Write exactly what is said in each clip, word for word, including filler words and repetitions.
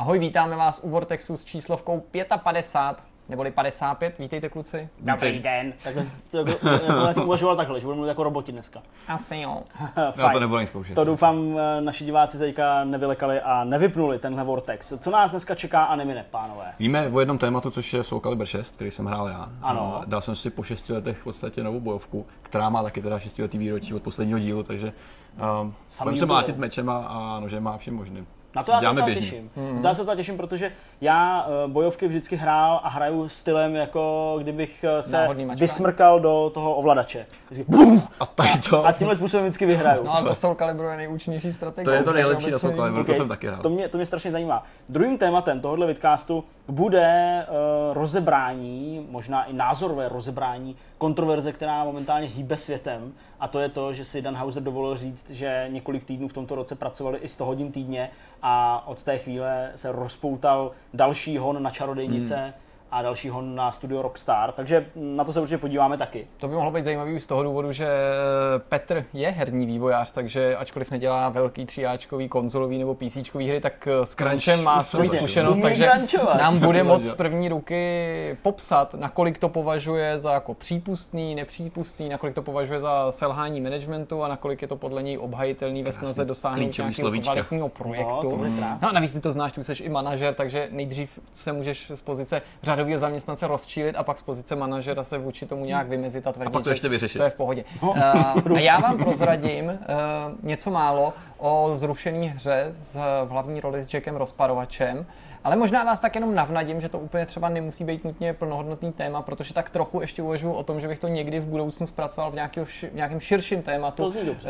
Ahoj, vítáme vás u Vortexu s číslovkou padesát pět, neboli padesát pět. Vítejte, kluci. Dobrý den. Takhle jsem uvažoval takhle, že budeme mluvit jako roboti dneska. Asi jo. Já to nebudu ani zkoušet. To doufám, naši diváci teďka nevylekali a nevypnuli tenhle Vortex. Co nás dneska čeká a nemine, pánové? Víme o jednom tématu, což je Soul Calibur šest, který jsem hrál já. Ano. Dal jsem si po šesti letech v podstatě novou bojovku, která má taky teda šestiletý výročí od posledního dílu, takže um, budeme se mlátit mečema a nožema a všem možným. Na to já se docela těším. Mm-hmm. Na to já se docela těším, protože já bojovky vždycky hrál a hraju stylem, jako kdybych se vysmrkal do toho ovladače. A, to... a tímhle způsobem vždycky vyhraju. No ale to Soul Calibur je nejúčinnější strategie. To je to nejlepší na Soul Calibur, okay. To jsem taky hrál. To mě, to mě strašně zajímá. Druhým tématem tohohle vidcastu bude uh, rozebrání, možná i názorové rozebrání kontroverze, která momentálně hýbe světem. A to je to, že si Dan Houser dovolil říct, že několik týdnů v tomto roce pracovali i sto hodin týdně a od té chvíle se rozpoutal další hon na čarodějnice hmm. a další hon na studio Rockstar, takže na to se určitě podíváme taky. To by mohlo být zajímavý z toho důvodu, že Petr je herní vývojář, takže ačkoliv nedělá velký tříáčkový, konzolový nebo PCčkový hry, tak s crunchem má svoji zkušenost, takže nám bude moc z první ruky popsat, nakolik to považuje za jako přípustný, nepřípustný, nakolik to považuje za selhání managementu a nakolik je to podle něj obhajitelný ve snaze dosáhnout nějakého kvalitního projektu. No, no a navíc ty to znáš, ty jsi i manažer, takže nejdřív se můžeš z pozice řadového zaměstnance rozčílit a pak z pozice manažera se vůči tomu nějak vymezit a tvrdit, a pak to ještě vyřešit. To je v pohodě. Uh, a já vám prozradím uh, něco málo o zrušené hře z, v hlavní roli s Jackem Rozparovačem, ale možná vás tak jenom navnadím, že to úplně třeba nemusí být nutně plnohodnotný téma, protože tak trochu ještě uvažuji o tom, že bych to někdy v budoucnu zpracoval v, nějakého, v nějakém širším tématu, uh, uh,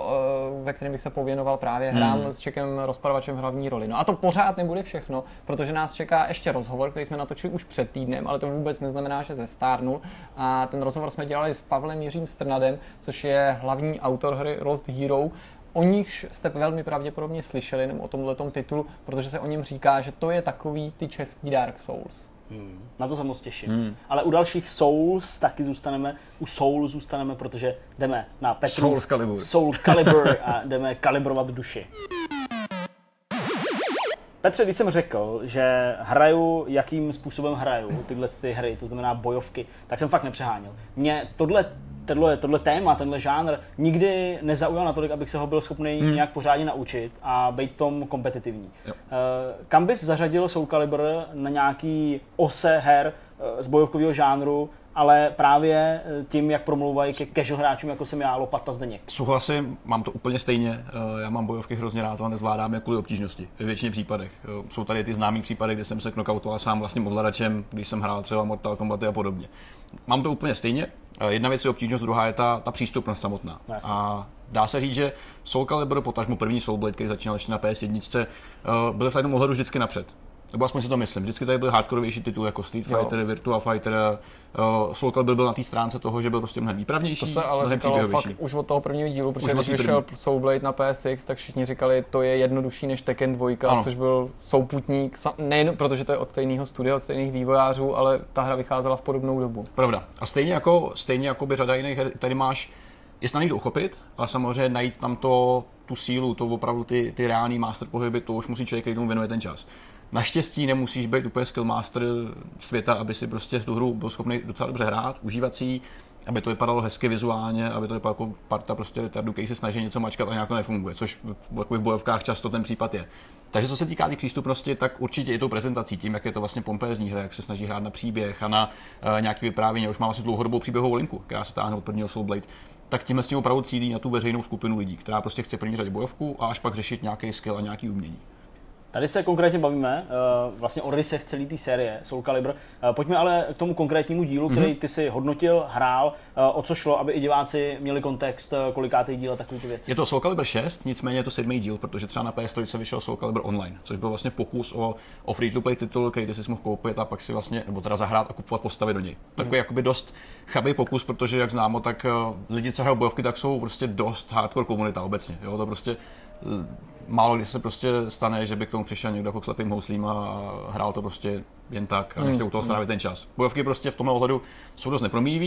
ve kterém bych se pověnoval právě hrám hmm. s Jackem Rozparovačem v hlavní roli. No a to pořád nebude všechno, protože nás čeká ještě rozhovor, který jsme natočili už před týdnem, ale to vůbec neznamená, že zestárnul. A ten rozhovor jsme dělali s Pavlem Jiřím Strnadem, což je hlavní autor hry Lost Hero. O nichž jste velmi pravděpodobně slyšeli, nebo o tomhletom titulu, protože se o něm říká, že to je takový ty český Dark Souls. Hmm. Na to se moc těším. Hmm. Ale u dalších Souls taky zůstaneme, u Soul zůstaneme, protože jdeme na Petrův Calibur. Soul Calibur a jdeme kalibrovat duši. Petře, když jsem řekl, že hraju, jakým způsobem hraju tyhle ty hry, to znamená bojovky, tak jsem fakt nepřeháněl. Mě tohle, tohle, tohle téma, tenhle žánr nikdy nezaujal natolik, abych se ho byl schopný hmm. nějak pořádně naučit a být tom kompetitivní. Jo. Kam bys zařadil Soul Calibur na nějaký ose her z bojovkového žánru, ale právě tím, jak promlouvají ke casual hráčům, jako jsem já, Lopata Zdeněk? Souhlasím, mám to úplně stejně. Já mám bojovky hrozně rád, ale nezvládám je kvůli obtížnosti. Ve většině případech. Jsou tady ty známý případy, kde jsem se knockoutoval sám vlastním ovladačem, když jsem hrál třeba Mortal Kombat a podobně. Mám to úplně stejně. Jedna věc je obtížnost, druhá je ta, ta přístupnost samotná. Jasně. A dá se říct, že Soul Calibur, potažmo první Soul Blade, který začínal ještě na P S jedna, byl v tom ohledu vždycky napřed. Nebo aspoň si to myslím. Vždycky tady byl hardcorevější titul jako Street Fighter, jo. Virtua Fighter. Uh, Soul Calibur byl na té stránce toho, že byl prostě mnohem výpravnější. To se ale říkalo fakt už od toho prvního dílu, protože když vyšel Soul Blade na P S X, tak všichni říkali, to je jednodušší než Tekken dva, ano. Což byl souputník, nejen protože to je od stejného studia, od stejných vývojářů, ale ta hra vycházela v podobnou dobu. Pravda. A stejně jako, stejně jako by řada jiných her, tady máš, je snadný to uchopit, ale samozřejmě najít tam to, tu sílu, to opravdu ty, ty reální master pohyby, to už musí člověk, který tomu věnuje ten čas. Naštěstí nemusíš být úplně skillmaster světa, aby si prostě tu hru byl schopný docela dobře hrát, užívat si ji, aby to vypadalo hezky vizuálně, aby to vypadalo jako parta prostě retardů, který se snaží něco mačkat a nějak to nefunguje, což v, v bojovkách často ten případ je. Takže co se týká té přístupnosti, tak určitě i tou prezentací, tím, jak je to vlastně pompézní hra, jak se snaží hrát na příběh a na uh, nějaký vyprávění, už má vlastně dlouhodobou příběhovou linku, která se táhne od prvního Soul Blade, tak tímhle s tím opravdu cílí na tu veřejnou skupinu lidí, která prostě chce první řadě bojovku a až pak řešit nějaký skill a nějaký umění. Tady se konkrétně bavíme uh, vlastně o rysech celé té série Soul Calibur. Uh, pojďme ale k tomu konkrétnímu dílu, mm-hmm. který ty si hodnotil, hrál, uh, o co šlo, aby i diváci měli kontext, uh, kolikátý díl a takové ty věci. Je to Soul Calibur šest, nicméně je to sedmý díl, protože třeba na P S tři vyšel Soul Calibur Online, což byl vlastně pokus o, o free-to-play titul, který ty si mohl koupit a pak si vlastně, nebo teda zahrát a kupovat postavy do něj. Takový mm. jakoby dost chabý pokus, protože jak známo, tak uh, lidi, co hrajou bojovky, tak jsou prostě dost hardcore komunita obecně. Jo? To prostě uh, málo kdy se prostě stane, že by k tomu přišel někdo jako k slepým houslím a hrál to prostě jen tak a nechce u toho strávit ten čas. Bojovky prostě v tomhle ohledu jsou dost nepromíjivý,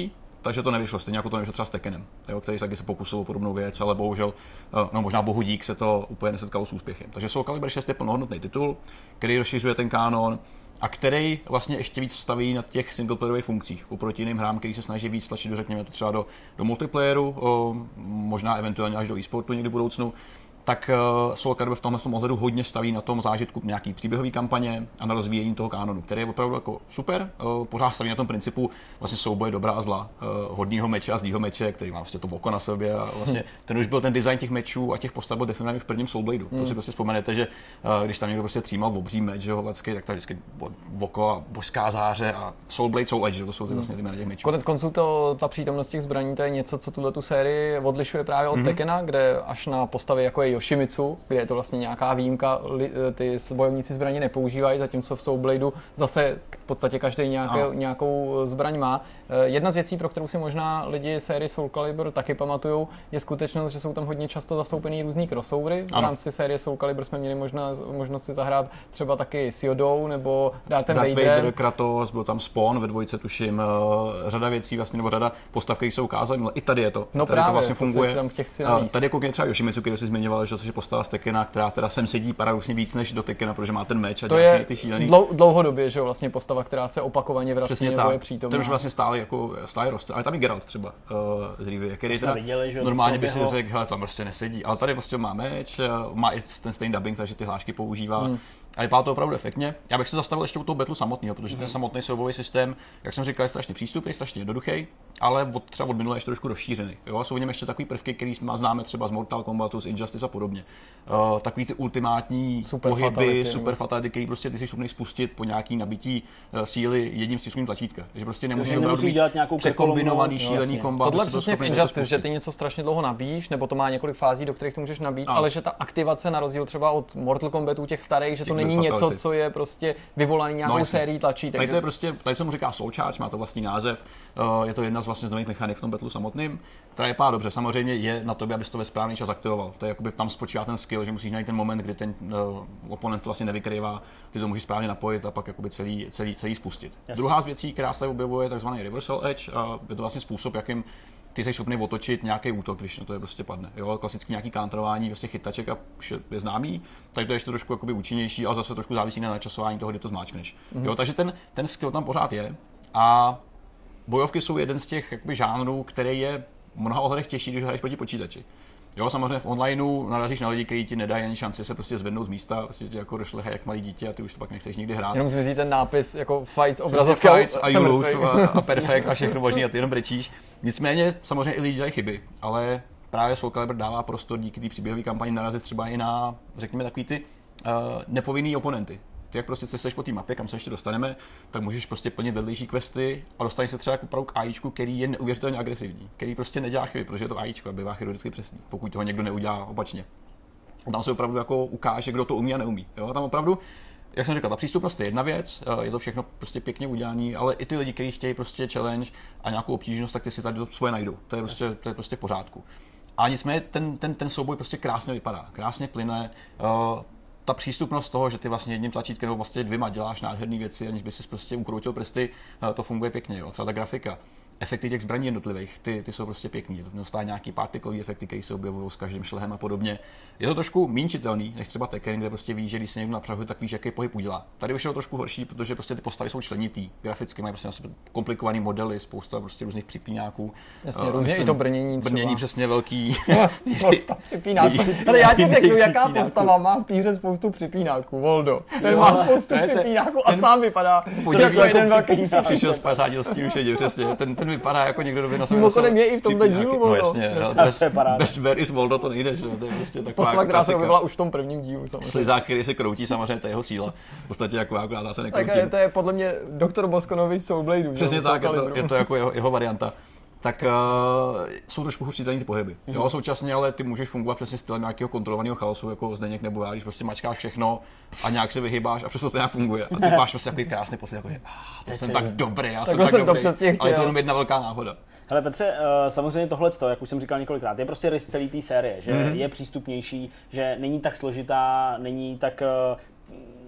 takže to nevyšlo, stejně jako to nevyšlo třeba s Tekkenem, jo, který taky se pokusil o podobnou věc, ale bohužel, no možná bohu dík se to úplně nesetkalo s úspěchem. Takže Soul Calibur šest je plnohodnotný titul, který rozšiřuje ten kánon a který vlastně ještě víc staví na těch singleplayerových funkcích oproti jiným hrám, který se snaží víc tlačit do, řekněme to třeba do, do multiplayeru, o, možná eventuálně až do e-sportu někdy v budoucnu. Tak uh, Soul Calibur v tomhle ohledu hodně staví na tom zážitku nějaký příběhový kampaně a na rozvíjení toho kánonu, který je opravdu jako super, uh, pořád staví na tom principu vlastně souboje dobrá a zla, uh, hodného meče a zlýho meče, který má vlastně to oko na sobě a vlastně hmm. ten už byl ten design těch mečů a těch postav byl definovaný v prvním Soul Bladeu. Hmm. To si prostě vzpomenete, že uh, když tam někdo prostě třímal obří meč, že hovacký, tak tam vždycky oko a božská záře a Soul Blade, Soul Edge, že to jsou ty vlastně ty jména těch mečů. Konec konců to, ta přítomnost těch zbraní, to je něco, co tuhle tu sérii odlišuje právě od hmm. Tekkena, kde až na postavy jako je Yoshimitsu, kde je to vlastně nějaká výjimka, ty bojovníci zbraně nepoužívají, zatímco v Soul Bladeu zase v podstatě každý nějaké, nějakou zbraň má. Jedna z věcí, pro kterou si možná lidi série Soul Calibur taky pamatujou, je skutečnost, že jsou tam hodně často zastoupený různý crossovery. V rámci série Soul Calibur jsme měli možná, možnost si zahrát třeba taky s Yodou nebo Darthem Darth Vaderem. Vader, Kratos, byl tam Spawn ve dvojce, tuším, řada věcí vlastně, nebo řada postav, které jsou ukázaly, no i tady je to. No tady právě, to vlastně funguje. Tam chci navíc. Tady jako třeba Yoshimitsu, který si zmiňoval, že to je postava z Tekkena, která teda sem sedí paradoxně víc než do Tekkena, protože má ten meč a to dělá je ty šílený. Dlou, dlouhodobě, že jo, vlastně postava, která se opakovaně vrací nebo je přítomná. Ten už vlastně stále jako stále roste, ale tam i Geralt třeba uh, z Rivy, který teda viděli, že normálně by si řekl, hele, tam prostě nesedí, ale tady prostě má meč, má i ten stejný dubbing, takže ty hlášky používá. Hmm. A vypadá to opravdu efektně. Já bych se zastavil ještě u toho battlu samotného, protože ten samotný soubojový systém, jak jsem říkal, je strašně přístupný, strašně jednoduchý, ale od, třeba od minule ještě trošku rozšířený. Jo? Jsou v něm ještě takový prvky, který známe třeba z Mortal Kombatu, z Injustice a podobně. Uh, takový ty ultimátní super pohyby, fatality, super fatality, který prostě ty jsi schopný spustit po nějaký nabití uh, síly jedním stisknutím tlačítka. Že prostě nemusí opravdu dělat nějakou překombinovaný šílený kombat. Tohle přesně v Injustice, že ty něco strašně dlouho nabíjíš, nebo to má několik fází, do kterých to můžeš nabít, ale že ta aktivace na rozdíl třeba od Mortal Kombatu těch starých, že to není něco, co je prostě vyvolaný nějakou no, sérií tlačí. Tady to je prostě, tady se mu říká Soul Charge, má to vlastní název, uh, je to jedna z vlastně z nových mechanik v tom battlu samotným, která je pá dobře, samozřejmě je na tobě, abys to ve správný čas aktivoval. To je jakoby tam spočívá ten skill, že musíš najít ten moment, kdy ten uh, oponent to vlastně nevykrývá, ty to můžeš správně napojit a pak jakoby celý, celý, celý spustit. Jasně. Druhá z věcí, která se tady objevuje, je takzvaný Reversal Edge, a je to vlastně způsob, jakým ty jsi schopný otočit nějaký útok, když na to je prostě padne. Jo, klasicky nějaký counterování prostě chytaček a je známý, tak to je ještě trošku jakoby účinnější, ale zase trošku závisí na načasování toho, kdy to zmáčkneš. Mm-hmm. Jo, takže ten, ten skill tam pořád je a bojovky jsou jeden z těch jakoby žánrů, který je v mnoha ohledech těžší, když hraješ proti počítači. Jo, samozřejmě v onlineu narazíš na lidi, kteří ti nedají ani šanci se prostě zvednout z místa, prostě tě jako došlehají jak malý dítě a ty už to pak nechceš nikdy hrát. Jenom zmizí ten nápis jako fights, obrazovka fights a you lose a, a perfect a všechno možný a ty jenom brečíš. Nicméně samozřejmě i lidi dělají chyby, ale právě Soul Calibur dává prostor díky té příběhové kampani narazit třeba i na, řekněme, takový ty uh, nepovinný oponenty. Ty jak prostě cestuješ po té mapě, kam se ještě dostaneme, tak můžeš prostě plnit vedlejší questy a dostaneš se třeba jako opravdu k AIčku, který je neuvěřitelně agresivní, který prostě nedělá chyby, protože je to AIčko a bývá chirurgicky přesný, pokud toho někdo neudělá opačně. Tam se opravdu jako ukáže, kdo to umí a neumí. Jo? Tam opravdu, jak jsem říkal, ta přístupnost je jedna věc, je to všechno prostě pěkně udělané, ale i ty lidi, kteří chtějí prostě challenge a nějakou obtížnost, tak ty si tady to svoje najdou. To je prostě, to je prostě v pořádku. A nicméně ten, ten, ten souboj prostě krásně vypadá, krásně plyne. Uh, ta přístupnost toho, že ty vlastně jedním tlačítkem nebo vlastně dvěma děláš nádherné věci, aniž by si prostě ukroutil prsty, to funguje pěkně, jo. Třeba ta grafika. Efekty těch zbraní jednotlivých, ty, ty jsou prostě pěkný. To neustále nějaký partiklový efekty, které se objevují s každým šlehem a podobně. Je to trošku méně čitelný, než třeba Tekken, kde prostě víš, že když se někdo napřahuje, tak víš, jaký pohyb udělá. Tady už je to trošku horší, protože prostě ty postavy jsou členitý, graficky mají prostě na sebe komplikovaný modely, spousta prostě různých připínáků. Jasně, uh, různě i to brnění třeba. Brnění přesně velký. Spousta připínáků. Ale já ti řeknu, jaká postava má v té hře spoustu připínáků. Voldo. Ten má spoustu připínáků a sám vypadá jako jeden velký. Přišel z padesát díl s tím už je přesně. Ten, ten vypadá jako někdo, kdo by na sebe mimochodem je i v tomhle dílu, no jasně, bez, bez Where is Voldo to nejde, že? To je prostě taková postava, která se objevila už v tom prvním dílu samozřejmě. Slizák, který se kroutí, samozřejmě to je jeho síla. V podstatě jako akorát se nekroutí. Tak to je podle mě doktor Boskonovič Soul Blade. Přesně tak, je to, je to jako jeho, jeho varianta. Tak uh, jsou trošku hůř ty pohyby. Mm-hmm. Jo, současně ale ty můžeš fungovat přesně stylem nějakého kontrolovaného chaosu, jako Zdeněk nebo já, když prostě mačkáš všechno a nějak se vyhybáš a přesto to nějak funguje. A ty máš prostě takový krásný pocit, jako že ah, to jsem tak dobrý, já jsem tak jsem dobrý, to ale je to jenom jedna velká náhoda. Hele Petře, uh, samozřejmě tohle, jak už jsem říkal několikrát, je prostě rys celý té série, že mm-hmm. je přístupnější, že není tak složitá, není tak uh,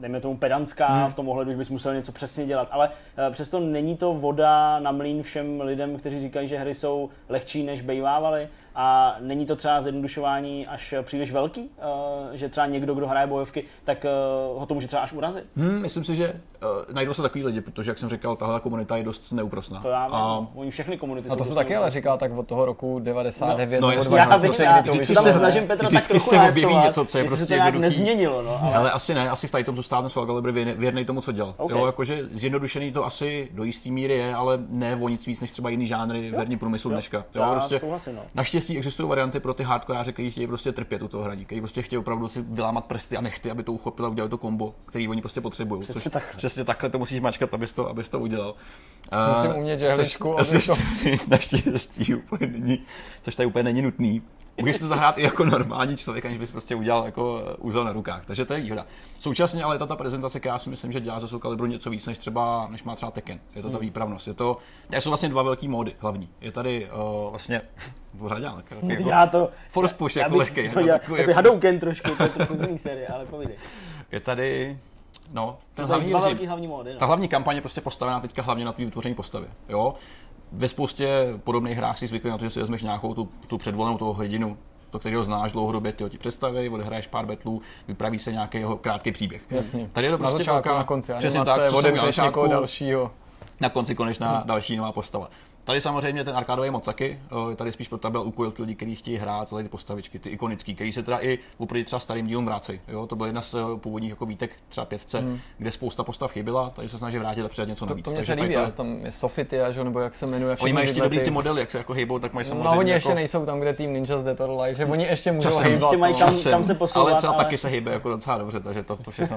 dejme tomu pedantská, Hmm. v tom ohledu, že bys musel něco přesně dělat, ale uh, přesto není to voda na mlýn všem lidem, kteří říkají, že hry jsou lehčí, než bejvávaly, a není to třeba zjednodušování až příliš velký, uh, že třeba někdo, kdo hraje bojovky, tak uh, ho to může třeba až urazit. Hmm, myslím si, že uh, najdou se takový lidi, protože jak jsem říkal, tahle komunita je dost neúprosná. To já vím, A oni všechny komunity A to jsou se prostě taky ale neúprosné. říká tak od toho roku devadesát devět No, no, nebo jasně. Já dvanáct, vím, kdy já to vždycky vyšlo. se snažím Petra tak vždycky trochu se objeví najeftovat, něco, co je jestli prostě se to nějak jednoduchý. nezměnilo, no, ale... Ale asi ne, asi v tady tom zůstává Soul Calibur věrný, věrný tomu, co dělal. Okay. Jo, jakože zjednodušený to asi do jistý míry je, ale ne o nic víc než třeba jiný žánry v herním průmyslu Jo. dneška. Já Jo, prostě souhlasím, no. naštěstí existují varianty pro ty hardkoráře, kteří chtějí prostě trpět u toho hraní, kteří prostě chtějí opravdu si vylámat prsty a nechty, aby to uchopil a udělal to kombo, který oni prostě potřebují. Přesně takhle. Přesně takhle to musíš mačkat, abys to, abys to udělal. Musím Eh, umět což- žehličku, aby což to... tady naštěstí úplně není, což tady úplně není nutný. Můžeš to zahrát i jako normální člověk, aniž bys prostě udělal jako úzel na rukách, takže to je výhoda. Současně ale je to ta prezentace, která si myslím, že dělá ze Soul Caliburu něco víc, než třeba, než má třeba Tekken. Je to ta výpravnost. Je to, tady jsou vlastně dva velký módy hlavní. Je tady uh, vlastně, pořád dělám, jako, jako Já to... force push já jako bych lehkej. To jako dělal, takový takový jako- Hadouken trošku, to je trochu z jiný série, ale povídej. Je tady, no, ten Jsou tady hlavní dva režim. velký hlavní módy, Ta no. hlavní kampaně je prostě postavená teďka hlavně na tvý vytvoření postavy. Jo? Ve spoustě podobných hrách si zvykli na to, že si vezmeš nějakou tu, tu předvolenou toho hrdinu, to, kterého znáš dlouhodobě, ty ho ti představí, odehraješ pár betlů, vypraví se nějaký jeho krátký příběh. Jasně. Tady je to Na prostě začátku, velká, na konci přesně animace, tak, co jsem odemkneš na někoho začátku, dalšího. na konci konečná Hmm. další nová postava. Tady samozřejmě ten arkádový mod taky, o, je tady spíš pro tebe úkol ty lidi, kteří chtějí hrát celé ty postavičky, ty ikonický, který se teda i oproti třeba starým dílům vrácejí. Jo, to byl jedna z eh, původních jako výtek třeba pětce, hmm. kde spousta postav chyběla, tady se snaží vrátit a přidat něco To, navíc. to mě Takže se tady líbí, to je- ale tam je Sofitia, že, nebo jak se jmenuje, Oni všechny mají ještě tyhle dobrý ty- ty modely, jak se jako hejbou, tak mají samozřejmě No oni jako... ještě nejsou tam, kde Team Ninja z Dead or Alive, že oni ještě můžou Časem. hejbat. Ještě mají no. kam- časem, kam se posouvat, ale třeba ale- taky se hýbe jako docela dobře, takže to, to všechno.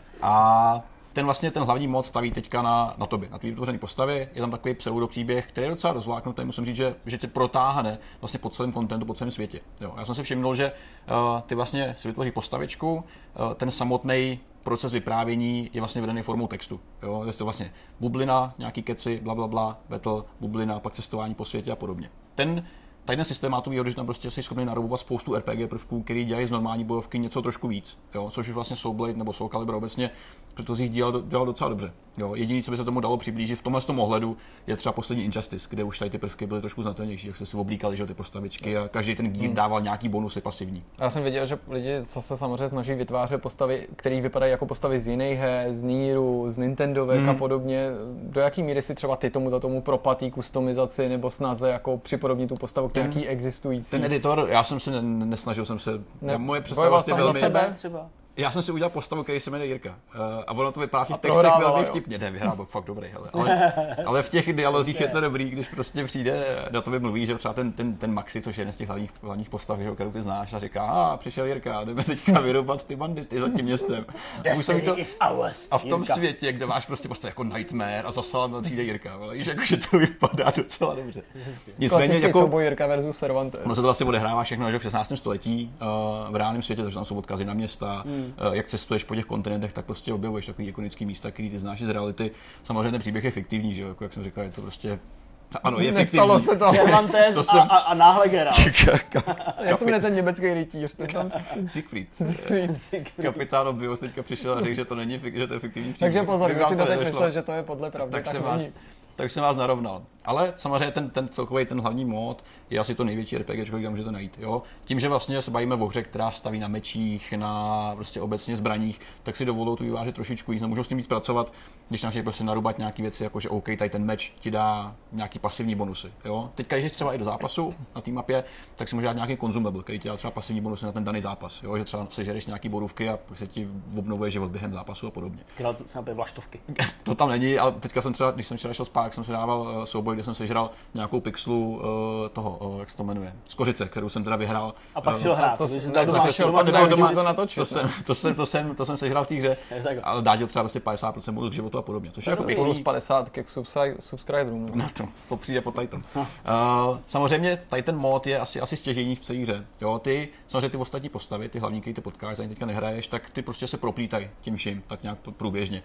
A ten vlastně ten hlavní mod staví teďka na, na tobě, na tvý vytvořený postavě. Je tam takový pseudopříběh, který je docela rozvláknutý, musím říct, že, že tě protáhne vlastně po celém kontentu, po celém světě. Jo. Já jsem si všiml, že uh, ty vlastně si vytvoří postavičku, uh, ten samotný proces vyprávění je vlastně vedený formou textu. Jo. Je to vlastně bublina, nějaký keci, bla, bla, bla, battle, bublina, pak cestování po světě a podobně. Ten Tady ten systém má tu výhodu, že tam prostě jsi schopný narobovat spoustu R P G prvků, který dělají z normální bojovky něco trošku víc, jo? Což už vlastně Soulblade nebo Soul Calibur obecně předchozích dělal, dělal docela dobře. Jo? Jediné, co by se tomu dalo přiblížit v tomhle tom ohledu, je třeba poslední Injustice, kde už tady ty prvky byly trošku znatelnější, jak se si oblíkali, že ty postavičky a každý ten gear dával nějaký bonusy pasivní. Já jsem viděl, že lidi co se samozřejmě snaží vytvářet postavy, které vypadají jako postavy z jiných her, z Nieru, z Nintendovek Hmm. a podobně. Do jaký míry si třeba ty tomu tomu propatý kustomizaci nebo snaze jako připodobnit tu postavu k Ten- nějaký existující? Ten editor, já jsem se ne, nesnažil jsem se, Ne, moje představa bojoval vlastně tam za velmi, sebe? třeba. já jsem si udělal postavu, který se jmenuje Jirka. Uh, a ono to vypadá v těch A textech prohrávala, velmi jo. vtipně. Ne, vyhrál byl fakt dobrý, hele. Ale, ale v těch dialozích je to dobrý, když prostě přijde, na to mluví, že třeba ten, ten, ten Maxi, což je jeden z těch hlavních, hlavních postav, že, kterou ty znáš, a říká, a přišel Jirka, jdeme teďka vyrubat ty bandity za tím městem. A, už se mi Destiny is ours, a v tom Jirka. světě, kde máš prostě postavu jako Nightmare a za salem přijde Jirka, ale víš, jako, že to vypadá docela dobře. Nicméně Klasický jako, souboj Jirka versus Cervantes. ono se to vlastně odehrává všechno že v šestnáctém století uh, v reálném světě, takže tam jsou odkazy na města, Hmm. uh, jak cestuješ po těch kontinentech, tak prostě objevuješ takový ikonický místa, který ty znáš z reality. Samozřejmě ten příběh je fiktivní, že jo, jako jak jsem říkal, je to prostě ano, je Nestalo fiktivní. se to. Cervantes To a, jsem- a, a náhle Geralt. Jak se jmenuje ten německý rytíř? Ten tam... Siegfried. Siegfried. Kapitán Obvious teďka přišel a řekl, že to není, fik- že to je fiktivní příběh. Takže pozor, Kdyby když vám si to to teď nedošlo, myslel, že to je podle pravdy, tak, tak, jsem vás, není. tak jsem vás narovnal. Ale samozřejmě ten, ten celkový ten hlavní mod je asi to největší RPGčko, kde můžete najít. Jo? Tím, že vlastně se bavíme o hře, která staví na mečích, na prostě obecně zbraních, tak si dovolou tu výváři trošičku víc, můžou s tím víc pracovat, když nám chtějí prostě narubat nějaké věci, jako že OK, tady ten meč ti dá nějaký pasivní bonusy. Jo? Teďka, když jdeš třeba i do zápasu na té mapě, tak si může dát nějaký consumable, který ti dá třeba pasivní bonusy na ten daný zápas. Jo? Že třeba sežereš nějaký borůvky a pak se ti obnovuje život během zápasu a podobně. Geralt se napije vlaštovky. To tam není, ale teďka jsem třeba, když jsem včera šel spát, tak jsem si dával uh, souboj, kde jsem sežral nějakou pixelu uh, toho, uh, jak se to jmenuje, z kořice, kterou jsem teda vyhrál. A pak Eh, si ho hrát. to když s- jsi ne, dal to doma- se šel doma pak si dál dal doma to- to natočit. To jsem, to, jsem, to, jsem, to jsem sežral v té hře, Je tak. ale dál třeba prostě padesát procent bonus k životu a podobně, což je jako Plus pěkný. padesát ke subscri- subscriberům. No to, to přijde po Titan. Uh, samozřejmě tady ten mod je asi, asi stěžejní v celé hře. Jo, ty, samozřejmě ty ostatní postavy, ty hlavní, který ty potkáš, za ně teďka nehraješ, tak ty prostě se proplítají tím vším, tak nějak průběžně.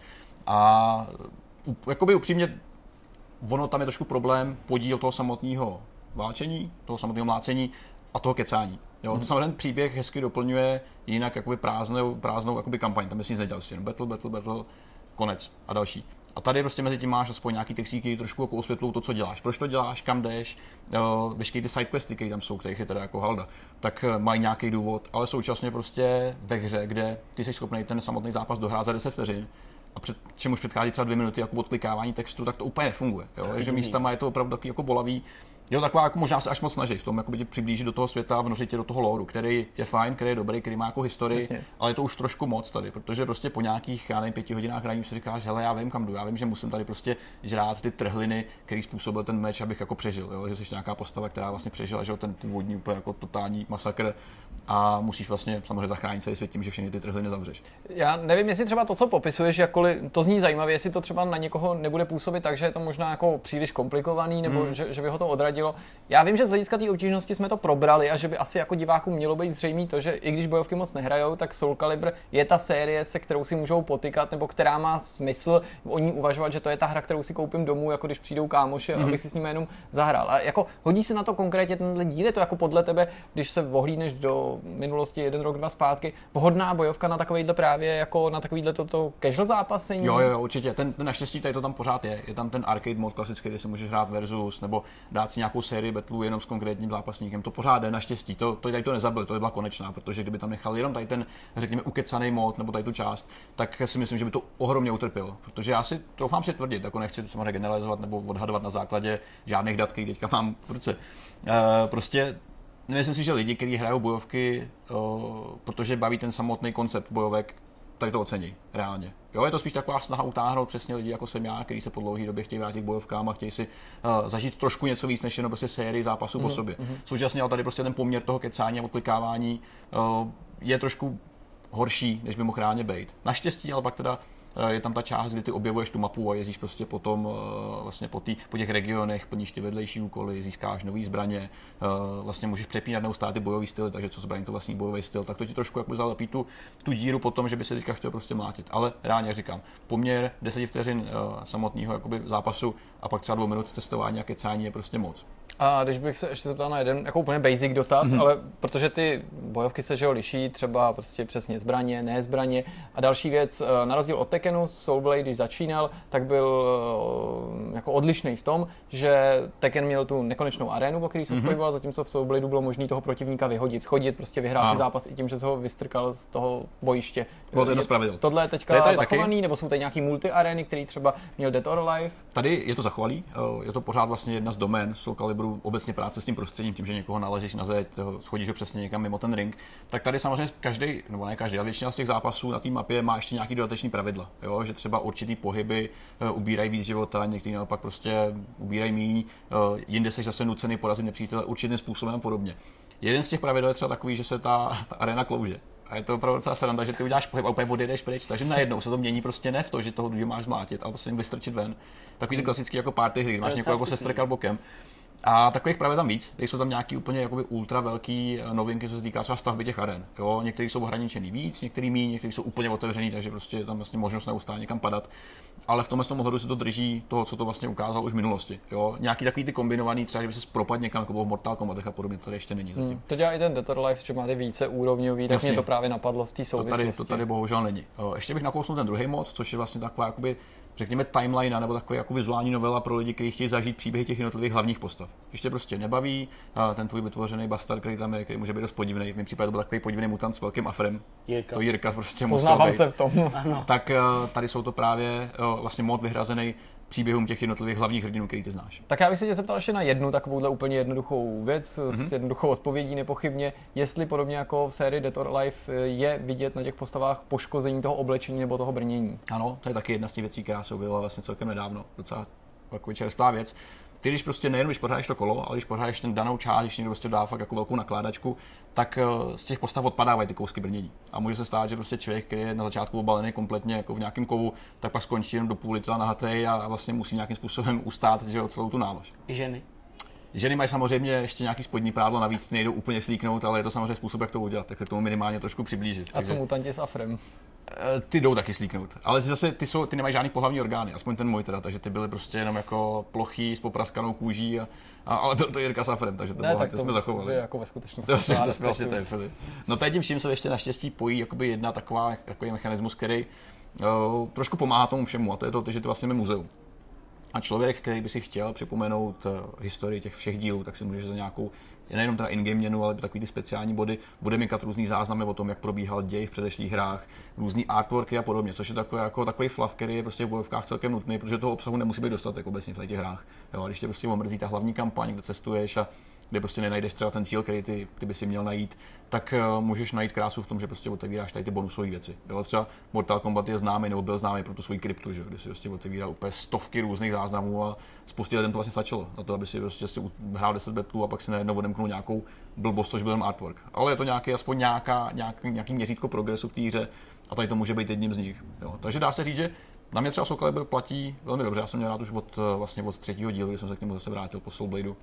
A uh, jakoby upřímně, ono tam je trošku problém podíl toho samotného válčení, toho samotného mlácení, a toho kecání. Jo, to samozřejmě příběh hezky doplňuje jinak jakoby prázdnou, prázdnou jakoby kampaň, tam si nic nedělal, jenom battle, battle, battle, konec a další. A tady prostě mezi tím máš aspoň nějaký textíky, který trošku jako osvětlují to, co děláš. Proč to děláš, kam jdeš, jo, veškeré ty sidequesty, které tam jsou, kterých je teda jako halda, tak mají nějaký důvod, ale současně prostě ve hře, kde ty jsi schopný ten samotný zápas dohrát za deset vteřin, a před čemuž předchází třeba dvě minuty jako odklikávání textu, tak to úplně nefunguje. Jo? Takže místama je to opravdu taky jako bolavý. Jo, taková jako možná se až moc snaží v tom, jako by tě přiblížit do toho světa a vnořit tě do toho lóru, který je fajn, který je dobrý, který má jako historii, Jasně. ale je to už trošku moc tady, protože prostě po nějakých, já nevím, pěti hodinách hraní si říkáš, hele, já vím kam jdu, já vím, že musím tady prostě žrát ty trhliny, který způsobil ten meč, abych jako přežil, jo? Že jsi nějaká postava, která vlastně přežila, že ten původní úplně jako totální masakr a musíš vlastně samozřejmě zachránit celý svět tím, že všechny ty trhliny zavřeš. Já nevím, jestli třeba to, co popisuješ, jakkoliv to zní zajímavě, jestli to třeba na někoho nebude působit tak, že je to možná jako příliš komplikovaný nebo hmm. že, že by ho to odradilo. Já vím, že z hlediska té obtížnosti jsme to probrali a že by asi jako divákům mělo být zřejmé to, že i když bojovky moc nehrajou, tak Soul Calibur je ta série, se kterou si můžou potykat nebo která má smysl o ní uvažovat, že to je ta hra, kterou si koupím domů, jako když přijdou kámoši, hmm. abych si s nimi jenom zahrál. A jako hodí se na to konkrétně tenhle díl, je to jako podle tebe, když se ohlídneš do minulosti jeden rok, dva zpátky, vhodná bojovka na takovýhle právě jako na takovýhle toto casual zápasení? Jo, jo, určitě. Ten, ten naštěstí tady to tam pořád je. Je tam ten arcade mod klasický, kde si můžeš hrát versus nebo dát si nějakou sérii battlů jenom s konkrétním zápasníkem. To pořád je naštěstí. To, to tady to nezabil, to by byla konečná, protože kdyby tam nechal jenom tady ten, řekněme, ukecaný mod nebo tady tu část, tak si myslím, že by to ohromně utrpělo. Protože já si troufám si tvrdit, jako nechci samozřejmě generalizovat nebo odhadovat na základě žádných dat, které teďka mám v ruce. Uh, prostě myslím si, že lidi, kteří hrajou bojovky, o, protože baví ten samotný koncept bojovek, tady to ocení, reálně. Jo, je to spíš taková snaha utáhnout přesně lidi, jako jsem já, kteří se po dlouhé době chtějí vrátit k bojovkám a chtějí si uh, zažít trošku něco víc, než jenom prostě sérii zápasů mm, po sobě. Mm. Současně ale tady prostě ten poměr toho kecání a odklikávání uh, je trošku horší, než by mohl reálně být. Naštěstí, ale pak teda je tam ta část, kdy ty objevuješ tu mapu a jezdíš prostě potom vlastně po, tý, po těch regionech, plníš ty vedlejší úkoly, získáš nový zbraně, vlastně můžeš přepínat neustále ty bojový styly, takže co zbraní to vlastní bojový styl, tak to ti trošku jako zalepí tu, tu díru po tom, že by se teďka chtěl prostě mlátit. Ale reálně jak říkám, poměr deset vteřin samotného jakoby zápasu a pak třeba dvou minut cestování a kecání je prostě moc. A když bych se ještě zeptal na jeden jako úplně basic dotaz, mm-hmm. ale protože ty bojovky se že jo, liší, třeba prostě přesně zbraně, ne zbraně. A další věc, na rozdíl od Tekkenu, Soulblade, když začínal, tak byl jako odlišný v tom, že Tekken měl tu nekonečnou arénu, po který se mm-hmm. spojoval, zatímco v Soulbladeu bylo možné toho protivníka vyhodit, schodit, prostě vyhrát si zápas i tím, že se ho vystrkal z toho bojiště. Bylo to jedno z pravidel. Tohle je teďka tady tady zachovaný, taky? Nebo jsou tady nějaký multi-arény, který třeba měl Dead or Alive? Tady je to zachovalý, je to pořád vlastně jedna z domén Soul Caliburu, obecně práce s tím prostředím, tím, že někoho naležíš na zeď, schodíš ho přesně někam mimo ten ring, tak tady samozřejmě každý, nebo ne každý, ale většina z těch zápasů na té mapě má ještě nějaký dodatečný pravidla, jo? Že třeba určitý pohyby uh, ubírají víc života, některý naopak prostě ubírají míň, uh, jinde jsi zase nucený porazit nepřítele určitým způsobem a podobně. Jeden z těch pravidel je třeba takový, že se ta, ta arena klouže. A je to opravdu docela sranda, že ty uděláš pohyb a úplně odjedeš pryč, takže najednou se to mění prostě ne v to, že toho druhu máš zmlátit, ale prostě jim vystrčit ven. Takový ty klasický jako party hry, máš někoho jako se strkal bokem. A takových pravidel tam víc, jsou tam nějaký úplně jakoby ultra velký novinky, co se týká třeba stavby těch aren. Jo, některý jsou ohraničený víc, některý míň, některý jsou úplně otevřený, takže prostě je tam vlastně možnost neustále někam padat. Ale v tomhle tom ohledu se to drží toho, co to vlastně ukázalo už v minulosti. Jo, nějaký takový ty kombinovaný, třeba že by se propadl někam, jako bylo v Mortal Kombatech a podobně, to tady ještě není zatím. Hmm, to dělá i ten Dead or Alive, že máte více úrovňový, tak mě to právě napadlo v té souvislosti. To tady, to tady bohužel není. Ještě bych nakousnul ten druhý mod, což je vlastně taková jakoby, řekněme timeline nebo takový jako vizuální novela pro lidi, kteří chtějí zažít příběhy těch jednotlivých hlavních postav. Ještě prostě nebaví ten tvůj vytvořený bastard, který tam je, který může být dost podivný. V mém případě to byl takový podivný mutant s velkým afrem. Jirka. To Jirka prostě Poznávám musel být. se v tom. Tak tady jsou to právě vlastně mod vyhrazený příběhům těch jednotlivých hlavních hrdinů, který ty znáš. Tak já bych se tě zeptal ještě na jednu takovouhle úplně jednoduchou věc mm-hmm. s jednoduchou odpovědí nepochybně, jestli podobně jako v sérii Dead or Alive je vidět na těch postavách poškození toho oblečení nebo toho brnění. Ano, to je taky jedna z těch věcí, která se objevila vlastně celkem nedávno, docela taková čerstvá věc. Ty když prostě nejen když pořádáš to kolo, ale když pořádáš ten danou část, když někdo prostě dá fakt jako velkou nakládačku, tak z těch postav odpadávají ty kousky brnění. A může se stát, že prostě člověk, který je na začátku obalený kompletně jako v nějakém kovu, tak pak skončí jenom do půl litla nahatej a vlastně musí nějakým způsobem ustát, že celou tu nálož. I ženy? Ženy mají samozřejmě ještě nějaký spodní prádlo, navíc nejdou úplně slíknout, ale je to samozřejmě způsob, jak to udělat, tak se k tomu minimálně trošku přiblížit. A co mutanti s afrem? Ty jdou taky slíknout, ale ty zase ty, jsou, ty nemají žádný pohlavní orgány, aspoň ten můj teda, takže ty byly prostě jenom jako plochý s popraskanou kůží, a, a, ale byl to Jirka s afrem, takže to, ne, bylo, tak to, to jsme zachovali. jako ve skutečnosti. To, to, to jsme vlastně trefili. No tady tím vším se ještě naštěstí pojí jakoby jedna taková, takový mechanismus, který uh, trošku pomáhá tomu všemu, a to je to, že to vlastně je muzeum. A člověk, který by si chtěl připomenout uh, historii těch všech dílů, tak si může za nějakou, nejenom teda in-game měnu, ale takový ty speciální body, bude mykat různý záznamy o tom, jak probíhal děj v předešlých hrách, různý artworky a podobně, což je takový, jako, takový fluff, který je prostě v bojovkách celkem nutný, protože toho obsahu nemusí být dostatek obecně v těch hrách. Jo, a když tě prostě omrzí ta hlavní kampaň, kde cestuješ a kde prostě nenajdeš třeba ten cíl, který ty, ty by si měl najít, tak uh, můžeš najít krásu v tom, že prostě otevíráš tady ty bonusové věci. Jo, třeba Mortal Kombat je známý nebo byl známý pro tu svoji kryptu, že? Kde si prostě otevíral úplně stovky různých záznamů a spoustě lidem to vlastně stačilo na to, aby si prostě si hrál deset betlů a pak si najednou odemknul nějakou blbost, což byl jen artwork. Ale je to nějaký, aspoň nějaká, nějaký, nějaký měřítko progresu v té hře a tady to může být jedním z nich. Jo. Takže dá se říct, že na mě třeba Soul Calibur platí velmi dobře. Já jsem měl rád už od, vlastně od třetího dílu, kdy jsem se k němu zase vrátil po Soul Bladeu.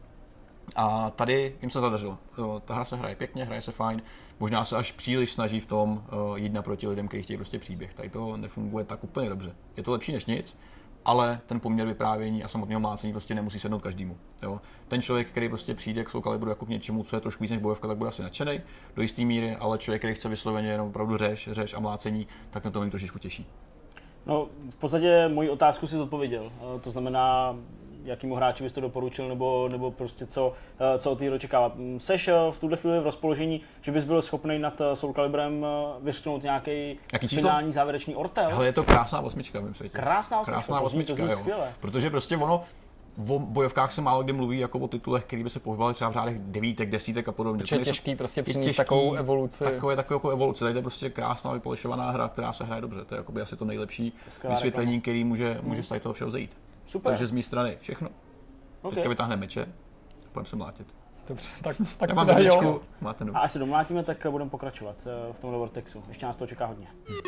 A tady jim se zadařilo. Ta hra se hraje pěkně, hraje se fajn. Možná se až příliš snaží v tom jít naproti lidem, kteří chtějí prostě příběh. Tady to nefunguje tak úplně dobře. Je to lepší než nic, ale ten poměr vyprávění a samotného mlácení prostě nemusí sednout každému. Jo. Ten člověk, který prostě přijde k Soul Caliburu jako k něčemu, co je trošku víc než bojovka, tak bude asi nadšenej do jisté míry, ale člověk, který chce vysloveně jenom opravdu řeš, řeš a mlácení, tak na to mě trošičku těší. No, v podstatě moji otázku si zodpověděl. To znamená, jakýmu hráči bys to doporučil, nebo, nebo prostě co, co od té hry očekávat. Seš v tuhle chvíli v rozpoložení, že bys byl schopný nad Soul Caliburem vyřknout nějaký finální závěrečný ortel? Hele, je to krásná osmička, vím světě. Krásná osmička, krásná osmička, to zní skvěle. Protože prostě ono, o bojovkách se málo kdy mluví jako o titulech, který by se pohybovaly třeba v řádech devítek, desítek a podobně. Je těžký prostě přinést takovou evoluci. Takové, takové jako evoluci. Tady je prostě krásná, vypolišovaná hra, která se hraje dobře. To je jakoby asi to nejlepší vysvětlení, který může, může z toho všeho zejít. Super. Takže z mé strany všechno. Okay. Teďka vytáhneme meče a budeme se mlátit. Dobře, tak, tak já mám jedničku, máte nůž. A až se domlátíme, tak budeme pokračovat v tomhle Vortexu. Ještě nás to čeká hodně.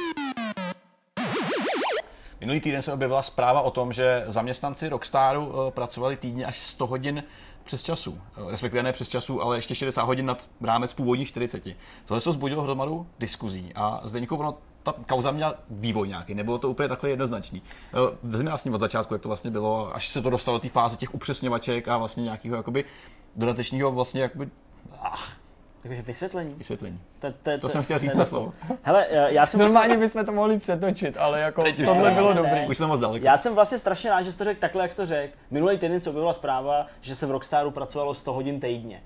Minulý týden se objevila zpráva o tom, že zaměstnanci Rockstaru pracovali týdně až sto hodin přes času. Respektive ne přes času, ale ještě šedesát hodin nad rámec původních čtyřiceti. Tohle se vzbudilo hromadu diskuzí a Zdeňku, ono, ta kauza měla vývoj nějaký, nebylo to úplně takhle jednoznačný. Vezmi nás s ním od začátku, jak to vlastně bylo, až se to dostalo do té fáze těch upřesňovaček a vlastně nějakého jakoby dodatečného vlastně jakoby... Ach. Takže vysvětlení. Vysvětlení. Te, te, to jsem chtěl říct na slovo. Hele, já jsem Normálně vlastně... bychom to mohli přetočit, ale jako teď tohle už bylo ne, dobrý. Ne. Už jsme moc daleko. Já jsem vlastně strašně rád, že jsi to řekl takhle, jak jsi to řekl. Minulý týden se objevila zpráva, že se v Rockstaru pracovalo sto hodin týdně.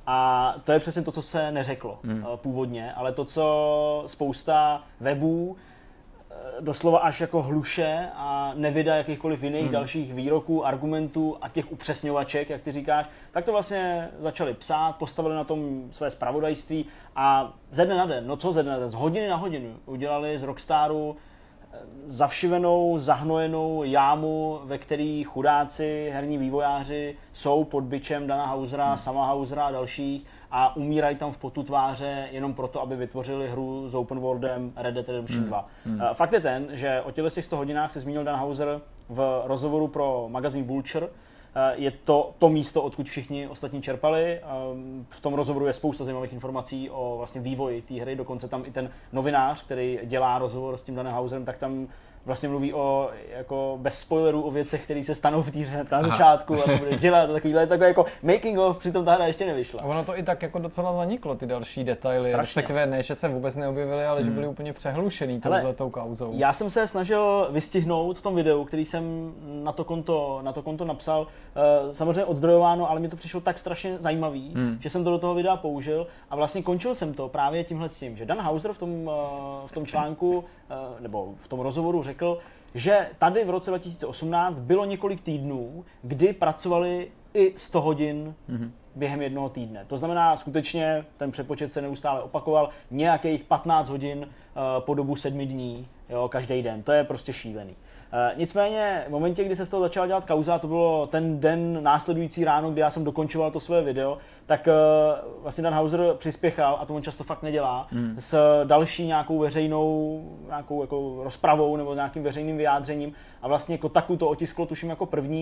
A to je přesně to, co se neřeklo hmm. původně, ale to, co spousta webů doslova až jako hluše a nevydá jakýchkoliv jiných hmm. dalších výroků, argumentů a těch upřesňovaček, jak ty říkáš, tak to vlastně začali psát, postavili na tom své zpravodajství a ze dne na den, no co ze dne na den, z hodiny na hodinu udělali z Rockstaru zavšivenou, zahnojenou jámu, ve který chudáci, herní vývojáři jsou pod bičem Dana Hausera, hmm. Sama Hausera a dalších a umírají tam v potu tváře jenom proto, aby vytvořili hru s open worldem Red Dead Redemption hmm. dva. Hmm. Fakt je ten, že o těchto sto hodinách se zmínil Dan Hauser v rozhovoru pro magazín Vulture. Je to to místo, odkud všichni ostatní čerpali. V tom rozhovoru je spousta zajímavých informací o vlastně vývoji té hry, dokonce tam i ten novinář, který dělá rozhovor s tím Danem Hauserem, tak tam vlastně mluví o, jako bez spoilerů o věcech, které se stanou v té hře na začátku a co budeš dělat, takovýhle takové jako making of, přitom ta hra ještě nevyšla. A ono to i tak jako docela zaniklo, ty další detaily, strašně. Respektive ne, že se vůbec neobjevily, ale hmm. že byly úplně přehlušený touhletou kauzou. Já jsem se snažil vystihnout v tom videu, který jsem na to konto, na to konto napsal, samozřejmě odzdrojováno, ale mi to přišlo tak strašně zajímavý, hmm. že jsem to do toho videa použil a vlastně končil jsem to právě tímhle s tím, že Dan Hauser v tom, v tom článku nebo v tom rozhovoru řekl, že tady v roce dva tisíce osmnáct bylo několik týdnů, kdy pracovali i sto hodin mm-hmm. během jednoho týdne. To znamená, skutečně ten přepočet se neustále opakoval, nějakých patnáct hodin uh, po dobu sedmi dní, jo, každý den. To je prostě šílený. Uh, nicméně, v momentě, kdy se z toho začala dělat kauza, to bylo ten den následující ráno, kdy já jsem dokončoval to své video, tak uh, vlastně Dan Hauser přispěchal, a to on často fakt nedělá, mm. s další nějakou veřejnou nějakou jako rozpravou nebo nějakým veřejným vyjádřením a vlastně Kotaku to otisklo tuším jako první,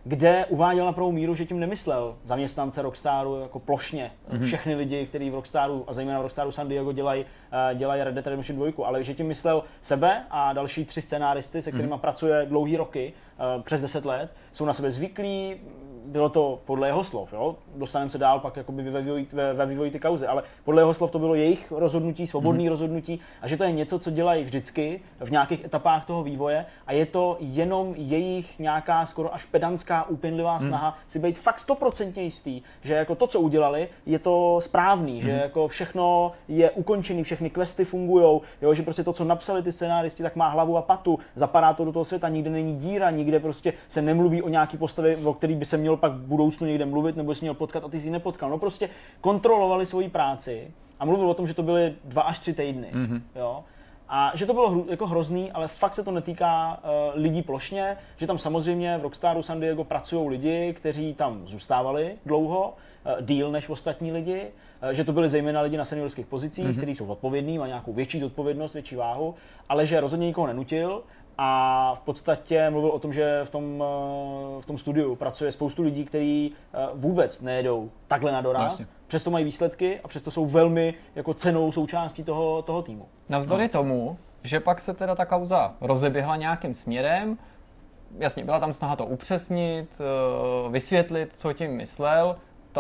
kde uváděl na pravou míru, že tím nemyslel zaměstnance Rockstaru jako plošně, mm-hmm. všechny lidi, kteří v Rockstaru a zejména v Rockstaru San Diego dělají, dělají Red Dead Redemption dva, ale že tím myslel sebe a další tři scénáristy, se kterými mm-hmm. pracuje dlouhý roky, přes deset let, jsou na sebe zvyklí. Bylo to podle jeho slov, jo? Dostaneme se dál pak jakoby ve vývoji, ve, ve vývoji ty kauzy, ale podle jeho slov to bylo jejich rozhodnutí, svobodné mm. rozhodnutí a že to je něco, co dělají vždycky v nějakých etapách toho vývoje a je to jenom jejich nějaká skoro až pedantská, úpěnlivá snaha mm. si být fakt stoprocentně jistý, že jako to, co udělali, je to správný, mm. že jako všechno je ukončený, všechny questy fungujou, jo? Že prostě to, co napsali ty scénáristi, tak má hlavu a patu, zapadá to do toho světa, nikde není díra, nikde prostě se nemluví o nějaký postavě, o který by se měl pak v budoucnu někde mluvit, nebo jsi měl potkat a ty jsi ji nepotkal. No prostě kontrolovali svoji práci a mluvil o tom, že to byly dva až tři týdny. Mm-hmm. Jo? A že to bylo hru, jako hrozný, ale fakt se to netýká uh, lidí plošně, že tam samozřejmě v Rockstaru San Diego pracují lidi, kteří tam zůstávali dlouho, uh, díl než ostatní lidi, uh, že to byli zejména lidi na seniorských pozicích, mm-hmm. kteří jsou odpovědní, mají nějakou větší zodpovědnost, větší váhu, ale že rozhodně nikoho nenutil. A v podstatě mluvil o tom, že v tom, v tom studiu pracuje spoustu lidí, kteří vůbec nejedou takhle na doraz, vlastně. Přesto mají výsledky a přesto jsou velmi jako cennou součástí toho, toho týmu. Navzdory no. tomu, že pak se teda ta kauza rozeběhla nějakým směrem, jasně, byla tam snaha to upřesnit, vysvětlit, co tím myslel,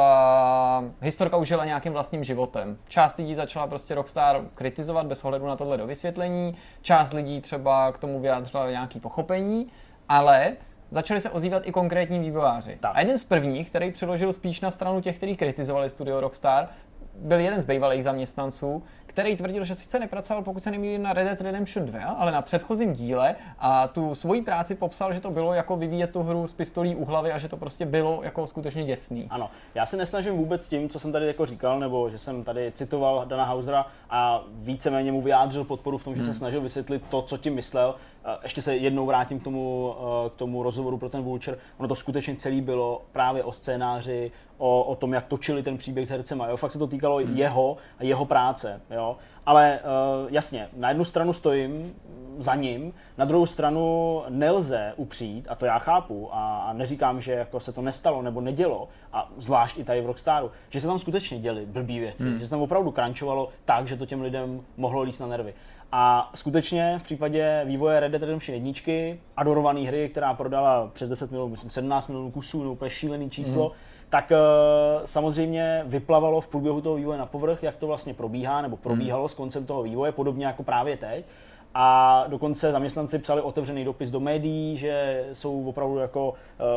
ta historka užila nějakým vlastním životem. Část lidí začala prostě Rockstar kritizovat bez ohledu na tohle dovysvětlení, část lidí třeba k tomu vyjádřila nějaké pochopení, ale začali se ozývat i konkrétní vývojáři. Tak. A jeden z prvních, který přiložil spíš na stranu těch, kteří kritizovali studio Rockstar, byl jeden z bývalých zaměstnanců, který tvrdil, že sice nepracoval, pokud se nemýlím, na Red Dead Redemption dva, ale na předchozím díle a tu svoji práci popsal, že to bylo jako vyvíjet tu hru s pistolí u hlavy a že to prostě bylo jako skutečně děsný. Ano, já se nesnažím vůbec tím, co jsem tady jako říkal, nebo že jsem tady citoval Dana Hausera a víceméně mu vyjádřil podporu v tom, že hmm. se snažil vysvětlit to, co tím myslel. Ještě se jednou vrátím k tomu, k tomu rozhovoru pro ten Vulture. Ono to skutečně celý bylo právě o scénáři, o, o tom, jak točili ten příběh s hercema. Jo? Fakt se to týkalo hmm. jeho a jeho práce. Jo? Ale uh, jasně, na jednu stranu stojím za ním, na druhou stranu nelze upřít, a to já chápu, a, a neříkám, že jako se to nestalo nebo nedělo, a zvlášť i tady v Rockstaru, že se tam skutečně děly blbý věci, hmm. že se tam opravdu crunchovalo tak, že to těm lidem mohlo líst na nervy. A skutečně v případě vývoje Red Dead Redemption jedna, adorované hry, která prodala přes deset milionů, myslím sedmnáct milionů kusů, no úplně šílený číslo, mm. tak uh, samozřejmě vyplavalo v průběhu toho vývoje na povrch, jak to vlastně probíhá, nebo probíhalo mm. s koncem toho vývoje, podobně jako právě teď. A dokonce zaměstnanci psali otevřený dopis do médií, že jsou opravdu jako uh,